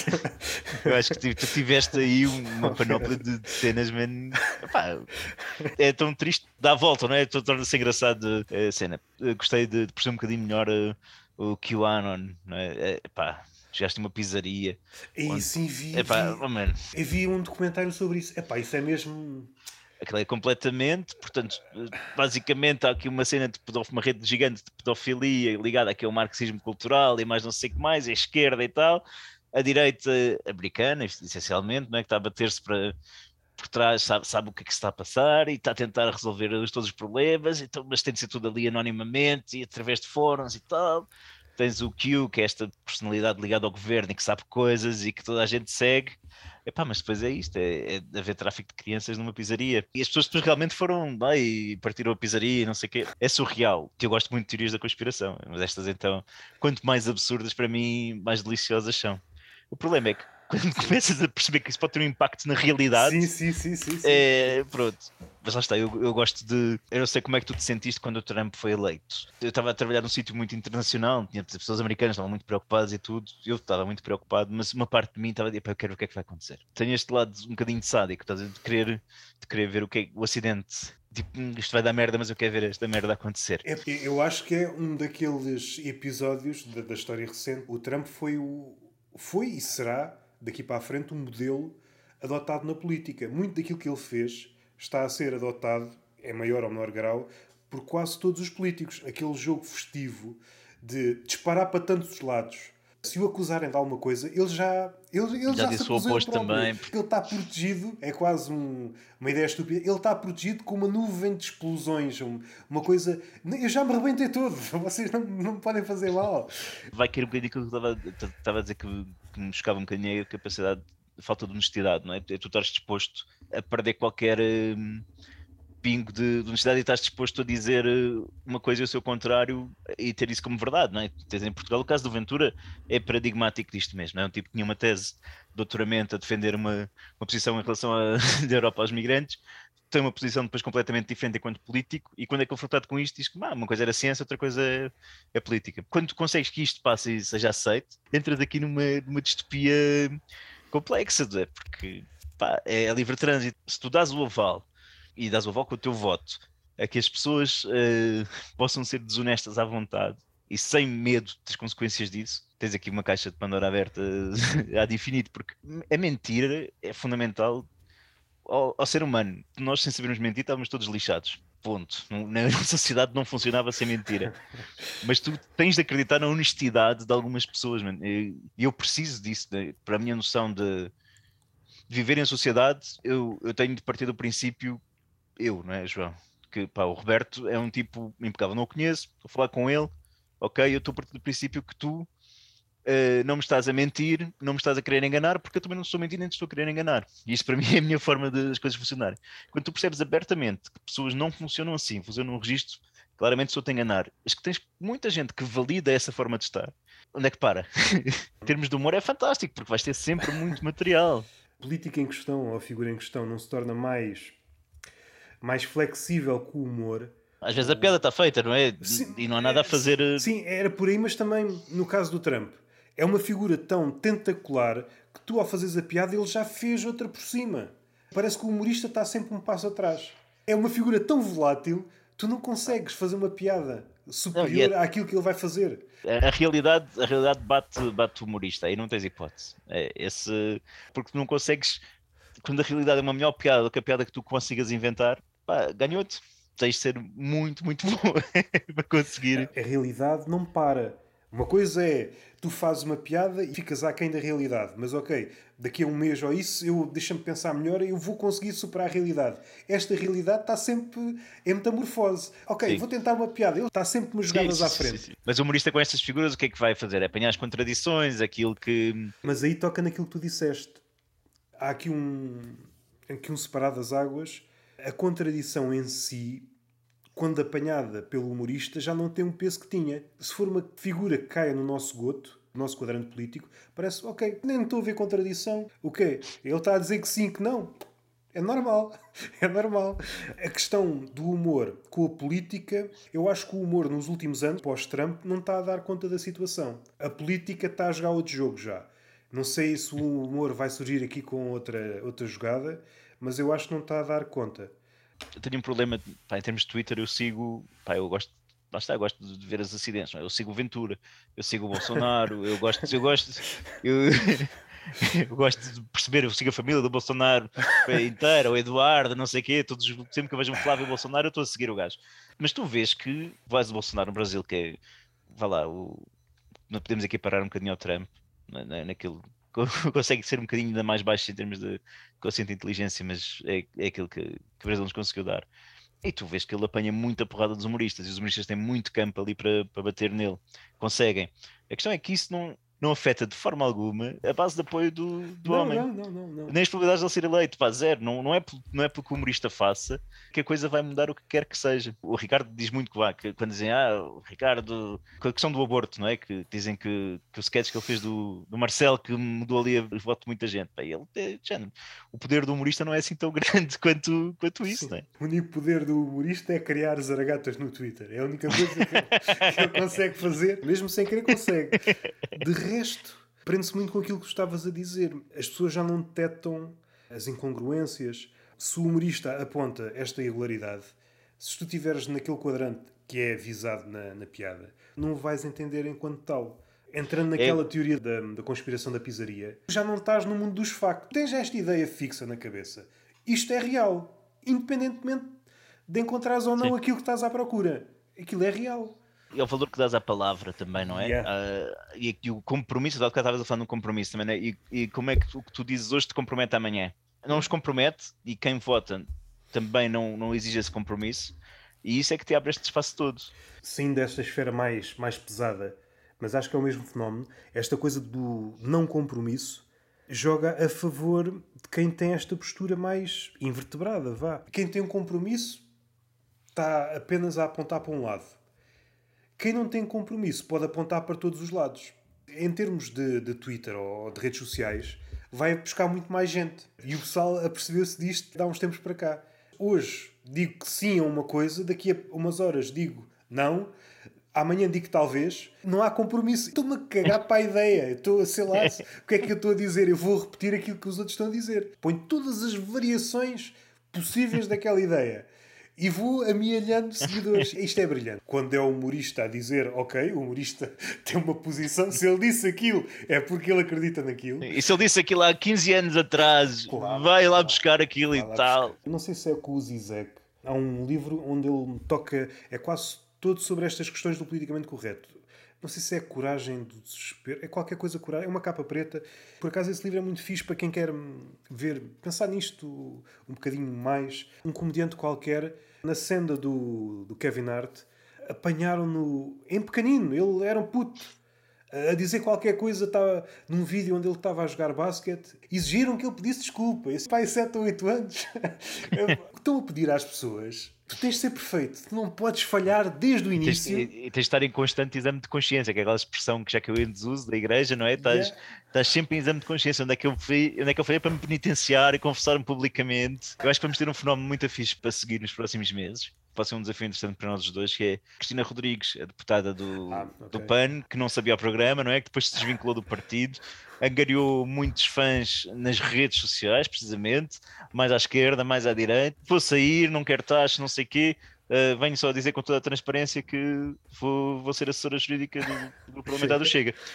eu acho que tu tiveste aí uma panóplia de, de cenas, man. Pá, é tão triste, dá a volta, não é? Torna-se engraçado a cena. Eu gostei de, de perceber um bocadinho melhor uh, o QAnon, não é? É, pá, chegaste a uma pizzaria. E onde... sim, vi, Epá, vi, oh, eu vi um documentário sobre isso. Epá, isso é mesmo... Aquilo é completamente, portanto, basicamente há aqui uma cena de pedof... uma rede gigante de pedofilia ligada aqui ao marxismo cultural e mais não sei o que mais, a esquerda e tal. A direita americana, essencialmente, não é? Que está a bater-se para... por trás, sabe, sabe o que é que se está a passar e está a tentar resolver todos os problemas, então, mas tem de ser tudo ali anonimamente e através de fóruns e tal. Tens o Q, que é esta personalidade ligada ao governo e que sabe coisas e que toda a gente segue. Epá, mas depois é isto, é, é haver tráfico de crianças numa pizzaria. E as pessoas depois realmente foram lá e partiram a pizzaria e não sei o quê. É surreal, que eu gosto muito de teorias da conspiração, mas estas então, quanto mais absurdas para mim, mais deliciosas são. O problema é que quando começas a perceber que isso pode ter um impacto na realidade, sim, sim, sim, sim, sim. É, pronto. Mas lá está, eu, eu gosto de... Eu não sei como é que tu te sentiste quando o Trump foi eleito. Eu estava a trabalhar num sítio muito internacional, tinha pessoas americanas, estavam muito preocupadas e tudo, eu estava muito preocupado, mas uma parte de mim estava a dizer, eu quero ver o que é que vai acontecer. Tenho este lado um bocadinho de sádico, estás a dizer, de querer, de querer ver o que é o acidente. Tipo, isto vai dar merda, mas eu quero ver esta merda acontecer. É, eu acho que é um daqueles episódios da, da história recente. O Trump foi o... Foi e será, daqui para a frente, um modelo adotado na política. Muito daquilo que ele fez está a ser adotado, em maior ou menor grau, por quase todos os políticos. Aquele jogo festivo de disparar para tantos lados. Se o acusarem de alguma coisa, ele já, ele, ele já, já disse se o acusou oposto também. Ele está protegido, é quase um, uma ideia estúpida, ele está protegido com uma nuvem de explosões, uma coisa... Eu já me rebentei todo, vocês não, não me podem fazer mal. Vai cair um bocadinho aquilo que eu estava, estava a dizer que, que me chocava um bocadinho a capacidade, a falta de honestidade, não é? Tu estás disposto a perder qualquer... Hum, pingo de, de honestidade e estás disposto a dizer uma coisa e o seu contrário e ter isso como verdade, não é? Tens em Portugal o caso do Ventura é paradigmático disto mesmo, não é? Um tipo que tinha uma tese de doutoramento a defender uma, uma posição em relação à Europa aos migrantes, tem uma posição depois completamente diferente enquanto político e quando é confrontado com isto diz que ah, uma coisa era ciência, outra coisa é, é política. Quando tu consegues que isto passe e seja aceito, entras aqui numa, numa distopia complexa, não é? Porque pá, é a livre trânsito. Se tu dás o aval e dás o aval com o teu voto a que as pessoas uh, possam ser desonestas à vontade e sem medo das consequências disso, tens aqui uma caixa de Pandora aberta ad infinito, porque a mentira é fundamental ao, ao ser humano. Nós, sem sabermos mentir, estávamos todos lixados. Ponto. Na nossa sociedade não funcionava sem mentira. Mas tu tens de acreditar na honestidade de algumas pessoas, mano. E eu preciso disso, né? Para a minha noção de viver em sociedade, eu, eu tenho de partir do princípio eu, não é, João? Que pá, o Roberto é um tipo impecável, não o conheço, estou a falar com ele, ok, eu estou a partir do princípio que tu uh, não me estás a mentir, não me estás a querer enganar, porque eu também não estou a mentir nem te estou a querer enganar. E isso para mim é a minha forma de as coisas funcionarem. Quando tu percebes abertamente que pessoas não funcionam assim, funcionam num registro, claramente estou-te a enganar. Acho que tens muita gente que valida essa forma de estar. Onde é que para? Em termos de humor é fantástico, porque vais ter sempre muito material. A política em questão, ou a figura em questão, não se torna mais... mais flexível que o humor. Às vezes a piada está feita, não é? Sim, e não há nada a fazer. Sim, era por aí, mas também no caso do Trump. É uma figura tão tentacular que tu, ao fazeres a piada, ele já fez outra por cima. Parece que o humorista está sempre um passo atrás. É uma figura tão volátil, tu não consegues fazer uma piada superior não, é... àquilo que ele vai fazer. A realidade, a realidade bate, bate o humorista, aí não tens hipótese. É esse, porque tu não consegues quando a realidade é uma melhor piada do que a piada que tu consigas inventar, pá, ganhou-te. Tens de ser muito, muito bom para conseguir. A realidade não para. Uma coisa é, tu fazes uma piada e ficas aquém da realidade. Mas ok, daqui a um mês ou isso, eu deixa-me pensar melhor e eu vou conseguir superar a realidade. Esta realidade está sempre em metamorfose. Ok, Sim. vou tentar uma piada. Ele está sempre umas jogadas sim, à sim, frente. sim, sim. Mas o humorista com estas figuras, o que é que vai fazer? É apanhar as contradições, aquilo que... Mas aí toca naquilo que tu disseste. Há aqui um, aqui um separado das águas. A contradição em si, quando apanhada pelo humorista, já não tem um peso que tinha. Se for uma figura que caia no nosso goto, no nosso quadrante político, parece, ok, nem estou a ver contradição. O quê? Ele está a dizer que sim, que não. É normal. É normal. A questão do humor com a política, eu acho que o humor nos últimos anos, pós-Trump, não está a dar conta da situação. A política está a jogar outro jogo já. Não sei se o humor vai surgir aqui com outra, outra jogada, mas eu acho que não está a dar conta. Eu tenho um problema, pá, em termos de Twitter, eu sigo, pá, eu gosto, lá está, eu gosto de ver os acidentes, não é? Eu sigo o Ventura, eu sigo o Bolsonaro, eu gosto, eu gosto, eu, eu gosto de perceber, eu sigo a família do Bolsonaro inteira, o Eduardo, não sei o quê, todos, sempre que eu vejo um Flávio Bolsonaro, eu estou a seguir o gajo. Mas tu vês que vais o Bolsonaro no Brasil, que é, vá lá, o, não podemos aqui parar um bocadinho ao Trump, na, naquilo, consegue ser um bocadinho ainda mais baixo em termos de consciente inteligência, mas é, é aquilo que, que o Brasil nos conseguiu dar. E tu vês que ele apanha muita porrada dos humoristas, e os humoristas têm muito campo ali para, para bater nele. Conseguem. A questão é que isso não, não afeta de forma alguma a base de apoio do, do não, homem. Não, não, não, não. Nem as probabilidades de ele ser eleito, pá, zero. Não, não, é, não é porque o humorista faça que a coisa vai mudar o que quer que seja. O Ricardo diz muito que, vá, que quando dizem, ah, o Ricardo, com a questão do aborto, não é? Que dizem que, que o sketch que ele fez do, do Marcelo que mudou ali o voto de muita gente. Pá, ele, é, género, o poder do humorista não é assim tão grande quanto, quanto isso, Sim. não é? O único poder do humorista é criar zaragatas no Twitter. É a única coisa que ele, que ele consegue fazer, mesmo sem querer consegue. De resto, prende-se muito com aquilo que tu estavas a dizer. As pessoas já não detectam as incongruências. Se o humorista aponta esta irregularidade, se tu estiveres naquele quadrante que é visado na, na piada, não o vais entender enquanto tal. Entrando naquela é... teoria da, da conspiração da pizzaria, já não estás no mundo dos factos. Tens esta ideia fixa na cabeça. Isto é real. Independentemente de encontrares ou não Sim. aquilo que estás à procura. Aquilo é real. É o valor que dás à palavra também, não é? Yeah. Uh, e, e o compromisso, dado que estavas a falar de um compromisso também, né? e, e como é que o que tu dizes hoje te compromete amanhã? Não os compromete e quem vota também não, não exige esse compromisso e isso é que te abre este espaço todo. Sim, desta esfera mais, mais pesada, mas acho que é o mesmo fenómeno. Esta coisa do não compromisso joga a favor de quem tem esta postura mais invertebrada, vá. Quem tem um compromisso está apenas a apontar para um lado. Quem não tem compromisso pode apontar para todos os lados. Em termos de, de Twitter ou de redes sociais, vai buscar muito mais gente. E o pessoal apercebeu-se disto de há uns tempos para cá. Hoje digo que sim a uma coisa, daqui a umas horas digo não, amanhã digo talvez. Não há compromisso. Estou-me a cagar para a ideia. Estou a sei lá o que é que eu estou a dizer. Eu vou repetir aquilo que os outros estão a dizer. Ponho todas as variações possíveis daquela ideia. E vou amealhando seguidores. Isto é brilhante. Quando é o humorista a dizer, ok, o humorista tem uma posição, se ele disse aquilo, é porque ele acredita naquilo. E se ele disse aquilo há quinze anos atrás, claro, vai lá claro, buscar aquilo e tal. Buscar. Não sei se é com o Zizek. Há um livro onde ele toca, é quase todo sobre estas questões do politicamente correto. Não sei se é Coragem do Desespero, é qualquer coisa coragem, é uma capa preta. Por acaso esse livro é muito fixe para quem quer ver, pensar nisto um bocadinho mais. Um comediante qualquer, na senda do, do Kevin Hart, apanharam-no em pequenino, ele era um puto, a dizer qualquer coisa, estava num vídeo onde ele estava a jogar basquete, exigiram que ele pedisse desculpa. Esse pai, sete ou oito anos, estão a pedir às pessoas... Tu tens de ser perfeito, tu não podes falhar desde o início. E tens, tens de estar em constante exame de consciência, que é aquela expressão que já caiu em desuso da igreja, não é? Estás, yeah. estás sempre em exame de consciência. Onde é que eu fui, onde é que eu fui para me penitenciar e confessar-me publicamente? Eu acho que vamos ter um fenómeno muito fixe para seguir nos próximos meses. Pode ser um desafio interessante para nós os dois, que é Cristina Rodrigues, a deputada do, ah, okay. do P A N, que não sabia o programa, não é? Que depois se desvinculou do partido, angariou muitos fãs nas redes sociais, precisamente, mais à esquerda, mais à direita. Vou sair, não quero taxa, não sei o quê. Uh, venho só a dizer com toda a transparência que vou, vou ser assessora jurídica do, do parlamentar do Chega.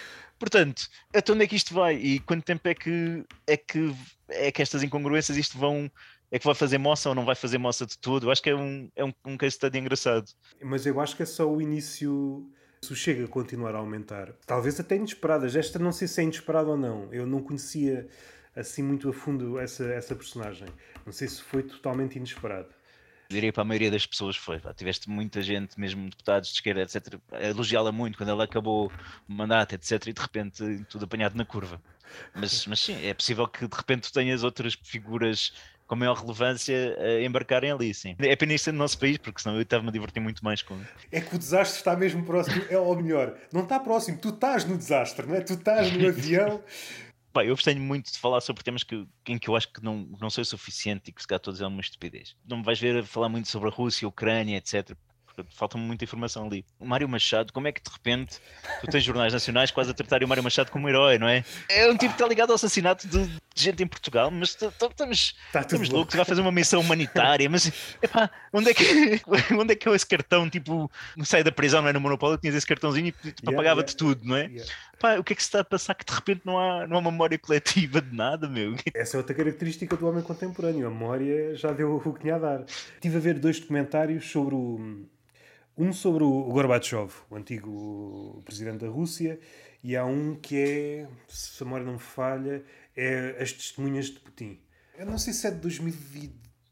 Portanto, até onde é que isto vai? E quanto tempo é que, é que, é que estas incongruências isto vão... É que vai fazer moça ou não vai fazer moça de tudo? Eu acho que é um, é um, um case study engraçado. Mas eu acho que é só o início. Isso chega a continuar a aumentar. Talvez até inesperadas. Esta não sei se é inesperada ou não. Eu não conhecia assim muito a fundo essa, essa personagem. Não sei se foi totalmente inesperado. Diria para a maioria das pessoas foi. Pá. Tiveste muita gente, mesmo deputados de esquerda, etcétera, a elogiá-la muito quando ela acabou o mandato, etcétera. E de repente tudo apanhado na curva. Mas, mas sim, é possível que de repente tu tenhas outras figuras com maior relevância a embarcarem ali, sim. É pena isto ser no nosso país, porque senão eu estava-me a divertir muito mais com... É que o desastre está mesmo próximo, é ou melhor, não está próximo, tu estás no desastre, não é? Tu estás no avião. Pá, eu tenho muito de falar sobre temas que, em que eu acho que não, não sei o suficiente e que se calhar estou a dizer uma estupidez. Não me vais ver a falar muito sobre a Rússia, a Ucrânia, etcétera. Porque falta-me muita informação ali. O Mário Machado, como é que de repente tu tens jornais nacionais quase a tratar o Mário Machado como um herói, não é? É um tipo que está ligado ao assassinato de, de gente em Portugal, mas estamos, estamos loucos, vai fazer uma missão humanitária, mas epá, onde é que onde é que é esse cartão? Tipo, sai da prisão, não é? No Monopólio, tinhas esse cartãozinho e tipo, Yeah, pagava-te yeah, tudo, não é? yeah. Pá, o que é que se está a passar que de repente não há, não há memória coletiva de nada, meu? Essa é outra característica do homem contemporâneo. A memória já deu o que tinha a dar. Estive a ver dois documentários sobre o... Um sobre o Gorbachev, o antigo presidente da Rússia, e há um que é, se a memória não me falha, é As Testemunhas de Putin. Eu não sei se é de dois mil e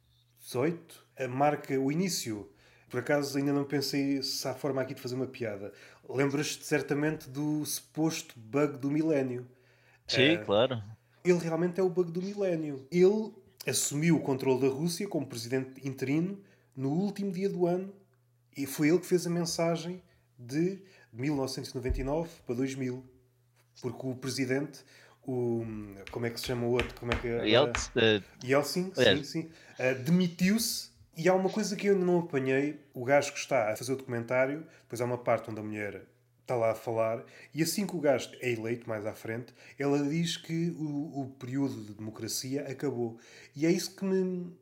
dezoito, a marca, o início. Por acaso ainda não pensei se há forma aqui de fazer uma piada. Lembras-te certamente do suposto bug do milénio. Sim, Uh, claro. Ele realmente é o bug do milénio. Ele assumiu o controle da Rússia como presidente interino no último dia do ano. E foi ele que fez a mensagem de mil novecentos e noventa e nove para dois mil. Porque o presidente, o, como é que se chama o outro? Como é que é? Yeltsin, uh, Yeltsin, é. sim, sim. Uh, demitiu-se. E há uma coisa que eu ainda não apanhei. O gajo que está a fazer o documentário, depois há uma parte onde a mulher está lá a falar, e assim que o gajo é eleito, mais à frente, ela diz que o, o período de democracia acabou. E é isso que me...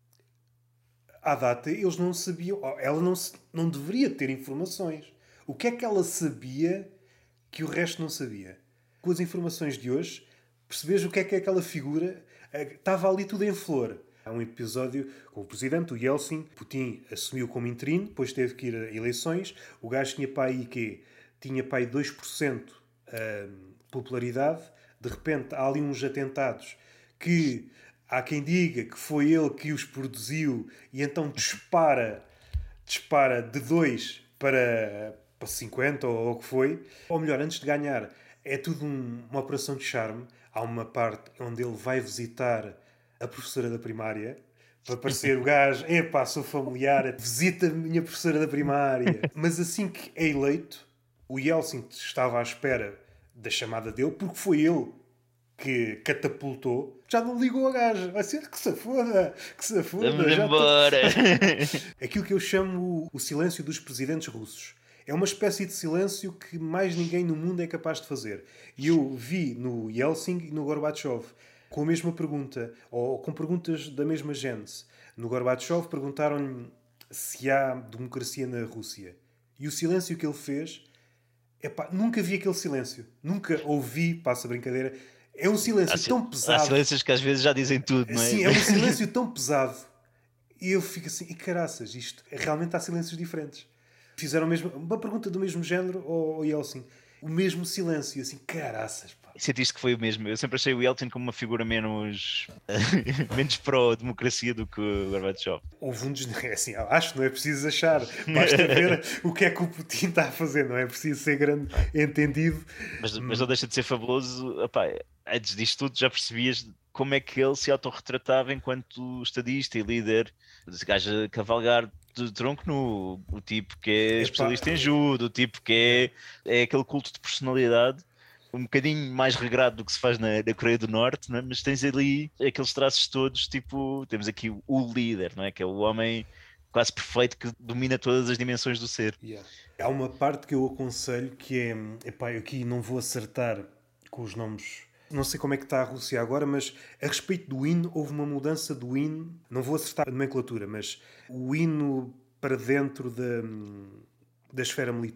À data, eles não sabiam... Ela não, não deveria ter informações. O que é que ela sabia que o resto não sabia? Com as informações de hoje, percebes o que é que é aquela figura? Estava ali tudo em flor. Há um episódio com o presidente, o Yeltsin. Putin assumiu como interino, depois teve que ir a eleições. O gajo tinha para aí quê? Tinha para aí dois por cento de popularidade. De repente, há ali uns atentados que... Há quem diga que foi ele que os produziu e então dispara, dispara de dois para, para cinquenta ou, ou o que foi. Ou melhor, antes de ganhar, é tudo um, uma operação de charme. Há uma parte onde ele vai visitar a professora da primária para parecer o gajo, epá, sou familiar, visita a minha professora da primária. Mas assim que é eleito, o Yeltsin estava à espera da chamada dele, porque foi ele que catapultou, já não ligou a gajo. Vai ser que se foda, que se foda. Vamos já embora. Tô... Aquilo que eu chamo o silêncio dos presidentes russos. É uma espécie de silêncio que mais ninguém no mundo é capaz de fazer. E eu vi no Yeltsin e no Gorbachev com a mesma pergunta, ou com perguntas da mesma gente. No Gorbachev perguntaram-lhe se há democracia na Rússia. E o silêncio que ele fez... Epá, nunca vi aquele silêncio. Nunca ouvi, passa a brincadeira... É um silêncio há, tão pesado. Há silêncios que às vezes já dizem tudo, não é? Sim, é um silêncio tão pesado. E eu fico assim, e caraças, isto realmente há silêncios diferentes. Fizeram mesmo, uma pergunta do mesmo género ao, ao Yeltsin. O mesmo silêncio, assim, caraças, pá. Sentiste que foi o mesmo. Eu sempre achei o Yeltsin como uma figura menos, menos pró-democracia do que o Gorbachev. Houve um des... é assim, acho que não é preciso achar. Basta ver o que é que o Putin está a fazer. Não é preciso ser grande entendido. Mas, mas não deixa de ser fabuloso. Epá, antes disto tudo já percebias como é que ele se autorretratava enquanto estadista e líder. Esse gajo a cavalgar de tronco nu. O tipo que é Epá, especialista em judo. O tipo que é, é aquele culto de personalidade um bocadinho mais regrado do que se faz na, na Coreia do Norte, não é? Mas tens ali aqueles traços todos, tipo, temos aqui o, o líder, não é? Que é o homem quase perfeito que domina todas as dimensões do ser. Yeah. Há uma parte que eu aconselho que é, epá, eu aqui não vou acertar com os nomes, não sei como é que está a Rússia agora, mas a respeito do hino, houve uma mudança do hino, não vou acertar a nomenclatura, mas o hino para dentro da, da esfera militar.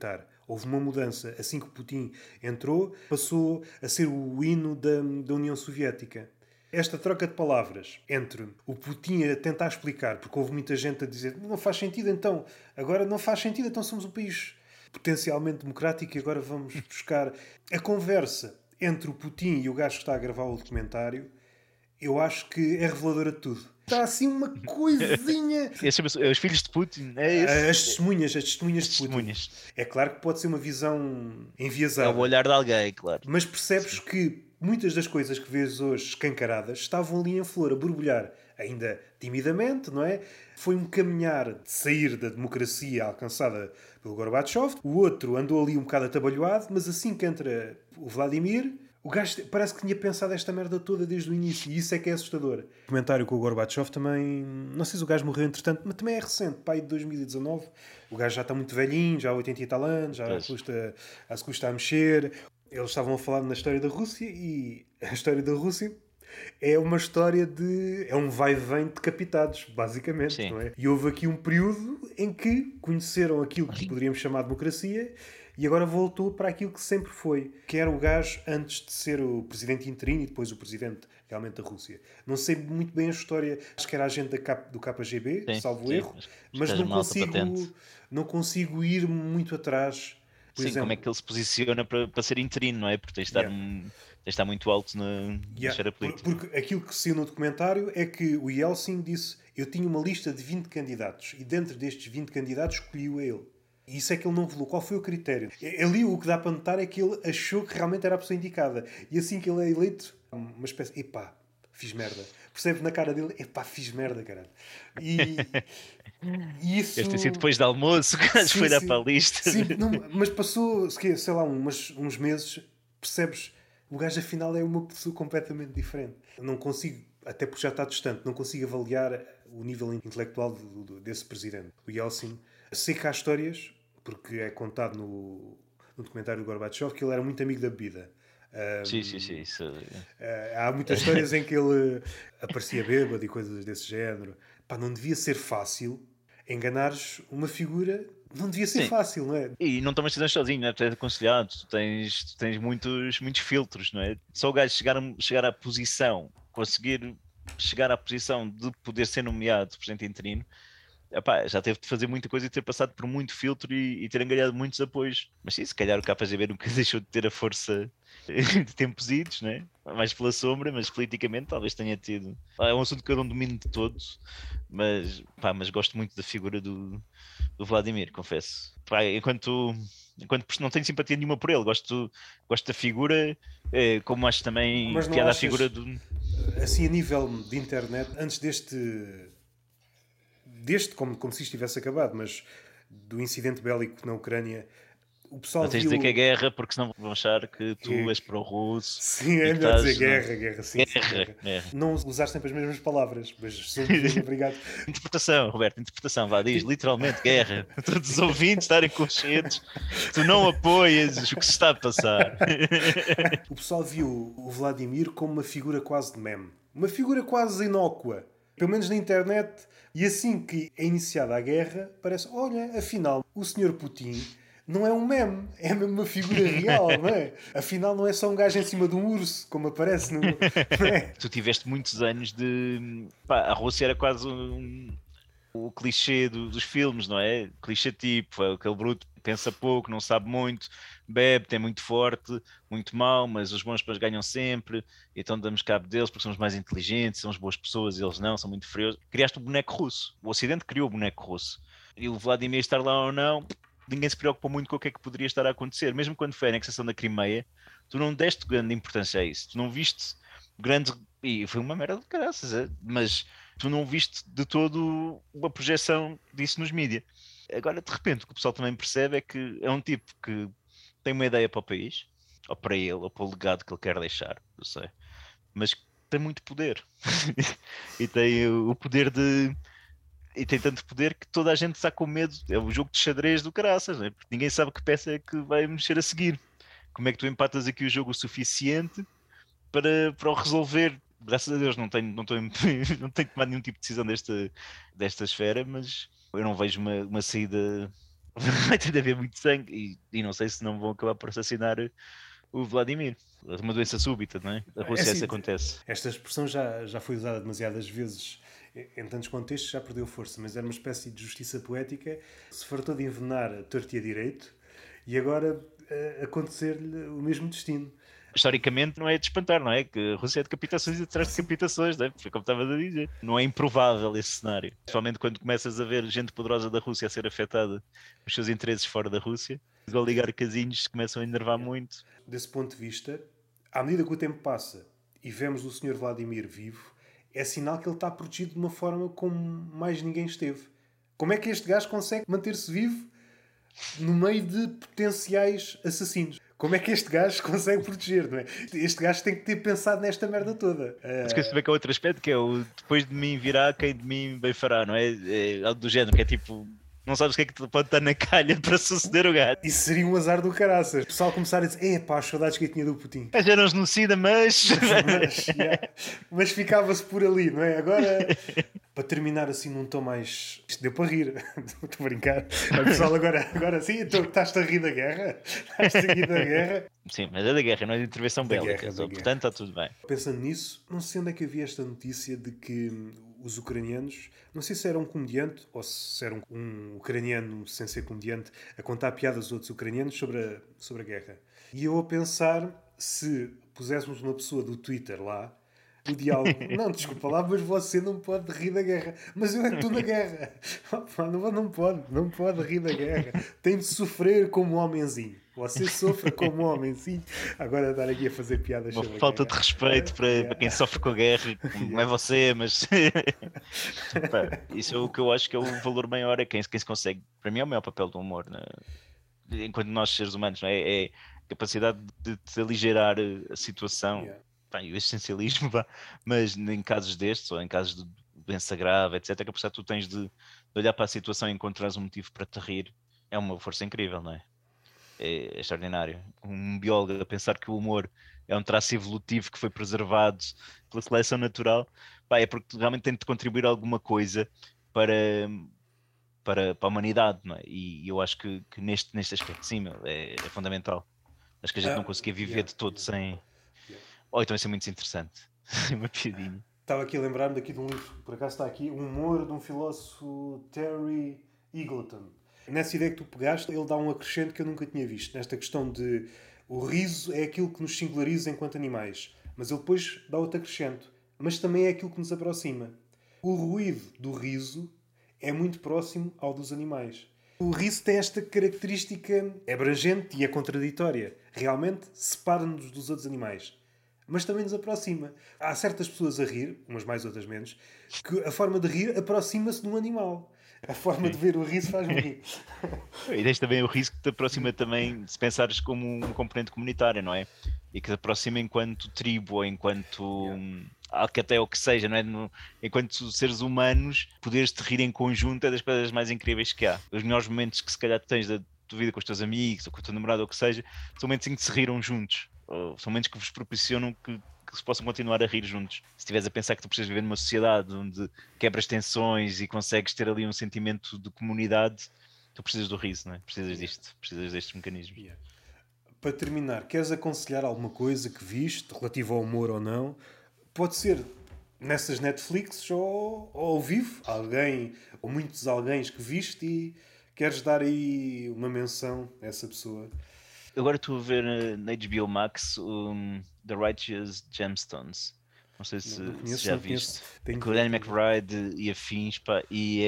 Houve uma mudança. Assim que Putin entrou, passou a ser o hino da, da União Soviética. Esta troca de palavras entre o Putin a tentar explicar, porque houve muita gente a dizer não faz sentido então, agora não faz sentido, então somos um país potencialmente democrático e agora vamos buscar a conversa entre o Putin e o gajo que está a gravar o documentário. Eu acho que é reveladora de tudo. Está assim uma coisinha... É os filhos de Putin. É esse. As testemunhas, as testemunhas As de Putin. testemunhas. É claro que pode ser uma visão É enviesada. o olhar de alguém, claro. Mas percebes que muitas das coisas que vês hoje escancaradas estavam ali em flor, a borbulhar, ainda timidamente, não é? Foi um caminhar de sair da democracia alcançada pelo Gorbachev. O outro andou ali um bocado atabalhoado, mas assim que entra o Vladimir, o gajo parece que tinha pensado esta merda toda desde o início, e isso é que é assustador. O comentário com o Gorbachev também... Não sei se o gajo morreu entretanto, mas também é recente, pai de dois mil e dezanove. O gajo já está muito velhinho, já há oitenta e tal anos, já custa, já se custa a mexer. Eles estavam a falar na história da Rússia e a história da Rússia é uma história de... é um vai-vem de decapitados, basicamente. Sim. Não é? E houve aqui um período em que conheceram aquilo que poderíamos chamar de democracia e agora voltou para aquilo que sempre foi, que era o gajo antes de ser o presidente interino e depois o presidente realmente da Rússia. Não sei muito bem a história, acho que era agente do K G B, sim, salvo sim, erro, mas não consigo, não consigo ir muito atrás. Por sim, exemplo, como é que ele se posiciona para, para ser interino, não é? Porque tem de estar, yeah. um, tem de estar muito alto na, yeah. na esfera política. Porque aquilo que saiu no documentário é que o Yeltsin disse: eu tinha uma lista de vinte candidatos e dentro destes vinte candidatos escolhi-o a ele. E isso é que ele não revelou. Qual foi o critério? Ali o que dá para notar é que ele achou que realmente era a pessoa indicada. E assim que ele é eleito, uma espécie... Epá, fiz merda. Percebe na cara dele? Epá, fiz merda, caralho. E... e isso... Deve ter sido depois de almoço, o gajo foi dar para a lista. Sim, não, mas passou, sei lá, uns, uns meses, percebes? O gajo afinal é uma pessoa completamente diferente. Não consigo, até porque já está distante, não consigo avaliar o nível intelectual do, do, desse presidente. O Yeltsin. Sei que há histórias, porque é contado no, no documentário do Gorbachev, que ele era muito amigo da bebida. Um, sim, sim, sim. Isso... Uh, há muitas histórias em que ele aparecia bêbado e coisas desse género. Pá, não devia ser fácil enganares uma figura. Não devia ser sim. fácil, não é? E não tomas decisões sozinho, não é? Tu és aconselhado, tu tens, tu tens muitos, muitos filtros, não é? Só o gajo chegar, chegar à posição, conseguir chegar à posição de poder ser nomeado presidente interino. Epá, já teve de fazer muita coisa e ter passado por muito filtro e, e ter angariado muitos apoios. Mas sim, se calhar o K G B nunca deixou de ter a força de tempos idos, né? Mais pela sombra, mas politicamente talvez tenha tido. É um assunto que eu não domino de todos, mas, pá, mas gosto muito da figura do, do Vladimir, confesso. Pá, enquanto, enquanto não tenho simpatia nenhuma por ele, gosto, gosto da figura, é, como acho também piada a figura do... Assim, a nível de internet, antes deste... deste, como, como se isto tivesse acabado, mas do incidente bélico na Ucrânia, o pessoal não tens viu... de dizer que é guerra, porque senão vão achar que tu é... és pró-russo. Sim, é melhor dizer guerra, não... guerra, sim. Guerra, sim, guerra. Guerra. Não usar sempre as mesmas palavras, mas sou obrigado. Interpretação, Roberto, interpretação, vá, diz literalmente guerra. Todos os ouvintes estarem conscientes, tu não apoias o que se está a passar. O pessoal viu o Vladimir como uma figura quase de meme. Uma figura quase inócua. Pelo menos na internet. E assim que é iniciada a guerra, parece, olha, afinal, o senhor Putin não é um meme, é mesmo uma figura real, não é? Afinal, não é só um gajo em cima de um urso, como aparece no... Não é? Tu tiveste muitos anos de... Pá, a Rússia era quase um... o clichê do, dos filmes, não é? Clichê tipo, aquele bruto pensa pouco, não sabe muito, bebe, tem muito forte, muito mau, mas os bons depois ganham sempre, então damos cabo deles porque são os mais inteligentes, são as boas pessoas, eles não, são muito frios. Criaste o boneco russo, o Ocidente criou o boneco russo. E o Vladimir estar lá ou não, ninguém se preocupou muito com o que é que poderia estar a acontecer. Mesmo quando foi a anexação da Crimeia, tu não deste grande importância a isso, tu não viste grande... E foi uma merda de caraças, é? Mas tu não viste de todo uma projeção disso nos mídias. Agora, de repente, o que o pessoal também percebe é que é um tipo que tem uma ideia para o país, ou para ele, ou para o legado que ele quer deixar, não sei, mas tem muito poder. E tem o poder de... E tem tanto poder que toda a gente está com medo. É o jogo de xadrez do caraças, não é? Porque ninguém sabe que peça é que vai mexer a seguir. Como é que tu empatas aqui o jogo o suficiente para, para o resolver? Graças a Deus não tenho, não tenho, não tenho tomado nenhum tipo de decisão desta, desta esfera, mas eu não vejo uma, uma saída vai ter de haver muito sangue e, e não sei se não vão acabar por assassinar o Vladimir. Uma doença súbita, não é? A Rússia é assim, isso acontece. Esta expressão já, já foi usada demasiadas vezes em tantos contextos, já perdeu força, mas era uma espécie de justiça poética que se fartou de envenenar a torto e a direito e agora uh, acontecer-lhe o mesmo destino. Historicamente não é de espantar, não é? Que a Rússia é decapitações e atrás de decapitações, não é? Foi como estavas a dizer. Não é improvável esse cenário. Principalmente quando começas a ver gente poderosa da Rússia a ser afetada os seus interesses fora da Rússia. Os oligarcazinhos se começam a enervar muito. Desse ponto de vista, à medida que o tempo passa e vemos o senhor Vladimir vivo, é sinal que ele está protegido de uma forma como mais ninguém esteve. Como é que este gajo consegue manter-se vivo no meio de potenciais assassinos? Como é que este gajo consegue proteger, não é? Este gajo tem que ter pensado nesta merda toda. Mas que também que é outro aspecto, que é o depois de mim virá, quem de mim bem fará, não é? É algo do género, que é tipo, não sabes o que é que pode estar na calha para suceder o gato. Isso seria um azar do caraças. O pessoal começar a dizer, epá, as saudades que eu tinha do Putin. Já era um genocida, mas... mas, yeah. mas ficava-se por ali, não é? Agora... Para terminar assim num tom mais... Isto deu para rir. Estou a brincar. O pessoal agora, agora sim, então, estás-te a rir da guerra? Estás-te a rir da guerra? Sim, mas é da guerra, não é de intervenção da bélica. Guerra, Só, portanto, está tudo bem. Pensando nisso, não sei onde é que havia esta notícia de que os ucranianos, não sei se era um comediante ou se era um, um ucraniano sem ser comediante, a contar piadas aos outros ucranianos sobre a, sobre a guerra. E eu a pensar, se puséssemos uma pessoa do Twitter lá, o diálogo, não, desculpa lá, mas você não pode rir da guerra. Mas eu é que estou na guerra. Opa, não, não pode, não pode rir da guerra. Tem de sofrer como um homenzinho. Você sofre como um homenzinho. Agora estar aqui a fazer piadas Uma sobre falta a guerra. de respeito para, Yeah. para quem sofre com a guerra, não é você, mas Pá, isso é o que eu acho que é o valor maior, é quem, quem se consegue, para mim é o maior papel do humor, né? Enquanto nós seres humanos, não é? É a capacidade de te aligerar a situação. Yeah. Pá, e o essencialismo, pá, mas em casos destes, ou em casos de doença grave, etcétera, que a pessoa tu tens de, de olhar para a situação e encontrares um motivo para te rir, é uma força incrível, não é? É, é extraordinário. Um biólogo a pensar que o humor é um traço evolutivo que foi preservado pela seleção natural, pá, é porque realmente tem de contribuir alguma coisa para, para, para a humanidade, não é? E, e eu acho que, que neste, neste aspecto, sim, meu, é, é fundamental. Acho que a gente Ah, não conseguia viver yeah, de todo yeah, sem. yeah. Ou então isso é muito interessante. Uma piadinha. Estava aqui a lembrar-me daqui de um livro, por acaso está aqui, O Humor de um filósofo Terry Eagleton. Nessa ideia que tu pegaste, ele dá um acrescente que eu nunca tinha visto, nesta questão de o riso é aquilo que nos singulariza enquanto animais, mas ele depois dá outro acrescento, mas também é aquilo que nos aproxima. O ruído do riso é muito próximo ao dos animais. O riso tem esta característica abrangente e é contraditória. Realmente separa-nos dos outros animais, mas também nos aproxima. Há certas pessoas a rir, umas mais, outras menos, que a forma de rir aproxima-se de um animal. A forma de ver o riso faz-me rir. E tens também o risco que te aproxima também, se pensares como um componente comunitário, não é? E que te aproxima enquanto tribo, ou enquanto yeah. que até o que seja, não é? No, enquanto seres humanos, poderes te rir em conjunto é das coisas mais incríveis que há. Os melhores momentos que se calhar tens da tua vida com os teus amigos, ou com o teu namorado, ou o que seja, são momentos em que se riram juntos. Ou são momentos que vos proporcionam que, que se possam continuar a rir juntos. Se estiveres a pensar que tu precisas viver numa sociedade onde quebras tensões e consegues ter ali um sentimento de comunidade, tu precisas do riso, não é? Precisas disto, precisas destes mecanismos. Yeah. Para terminar, queres aconselhar alguma coisa que viste, relativo ao humor ou não? Pode ser nessas Netflix ou, ou ao vivo, alguém, ou muitos alguém que viste e queres dar aí uma menção a essa pessoa. Agora estou a ver uh, na H B O Max um, The Righteous Gemstones. Não sei se, não, não conheço, se já não viste. É com o Danny McBride e afins, pá, e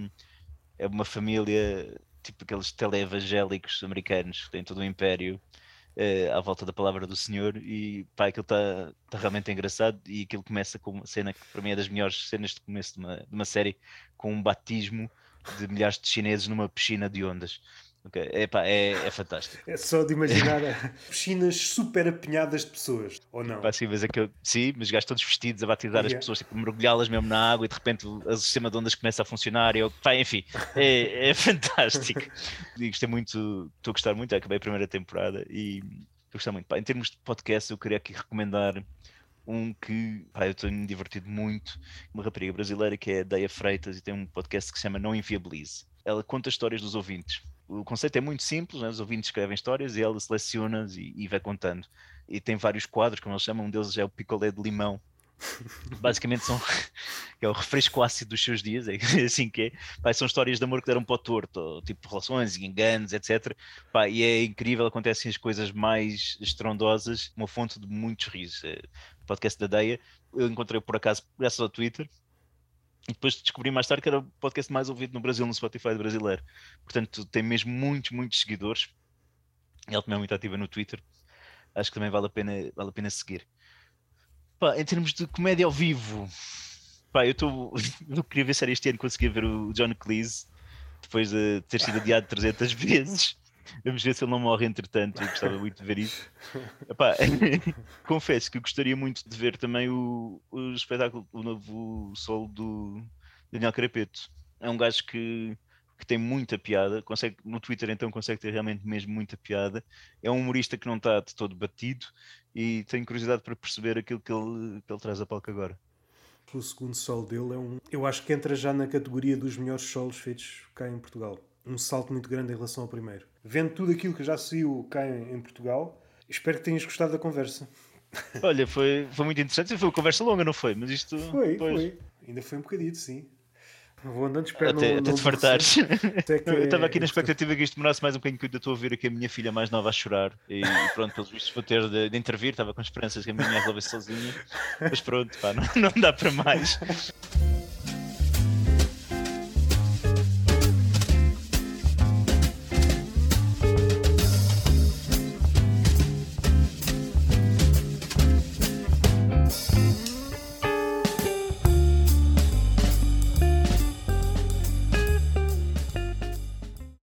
é, é uma família tipo aqueles tele-evangélicos americanos que têm todo um império uh, à volta da palavra do Senhor e pá, aquilo está tá realmente engraçado e aquilo começa com uma cena que para mim é das melhores cenas de começo de uma, de uma série, com um batismo de milhares de chineses numa piscina de ondas. Okay. Epá, é, é fantástico. É só de imaginar piscinas super apinhadas de pessoas, ou não? Pá, sim, mas é que eu, sim, mas gajos todos vestidos a batizar Yeah. as pessoas, tipo, mergulhá-las mesmo na água e de repente o, o sistema de ondas começa a funcionar. E eu, pá, enfim, é, é fantástico. E gostei muito, estou a gostar muito, acabei a primeira temporada e estou a gostar muito. Pá, em termos de podcast, eu queria aqui recomendar um que pá, eu tenho-me divertido muito, uma rapariga brasileira que é a Deia Freitas e tem um podcast que se chama Não Inviabilize. Ela conta histórias dos ouvintes. O conceito é muito simples, né? Os ouvintes escrevem histórias e ela seleciona-as e, e vai contando. E tem vários quadros, como eles chamam, um deles é o picolé de limão. Basicamente são é o refresco ácido dos seus dias, é assim que é. Pá, são histórias de amor que deram para o torto, tipo relações e enganos, etcétera. Pá, e é incrível, acontecem as coisas mais estrondosas, uma fonte de muitos risos. É, o podcast da Deia, eu encontrei por acaso graças ao Twitter. E depois descobri mais tarde que era o podcast mais ouvido no Brasil, no Spotify brasileiro. Portanto, tem mesmo muitos, muitos seguidores. Ele também é muito ativa no Twitter. Acho que também vale a pena, vale a pena seguir. Pá, em termos de comédia ao vivo, pá, eu, tô, eu queria ver se era este ano conseguia ver o John Cleese, depois de ter sido adiado trezentas vezes. Vamos ver se ele não morre entretanto. Eu gostava muito de ver isso. Epá, confesso que eu gostaria muito de ver também o, o espetáculo, o novo solo do Daniel Carapeto. É um gajo que, que tem muita piada, consegue, no Twitter então consegue ter realmente mesmo muita piada. É um humorista que não está de todo batido e tenho curiosidade para perceber aquilo que ele, que ele traz a palco agora. O segundo solo dele é um... Eu acho que entra já na categoria dos melhores solos feitos cá em Portugal. Um salto muito grande em relação ao primeiro. Vendo tudo aquilo que já saiu cá em, em Portugal, espero que tenhas gostado da conversa. Olha, foi, foi muito interessante. Foi uma conversa longa, não foi? Mas isto... Foi, Pois... foi. Ainda foi um bocadito, sim. Vou andando, espero Até, não, até não te fartares. Até que Eu estava é, aqui é na gostoso. expectativa que isto demorasse mais um bocadinho, que eu ainda estou a ver aqui a minha filha mais nova a chorar. E, e pronto, pelos vistos vou ter de, de intervir. Estava com esperanças que a minha ia resolver sozinha. Mas pronto, pá, não, não dá para mais.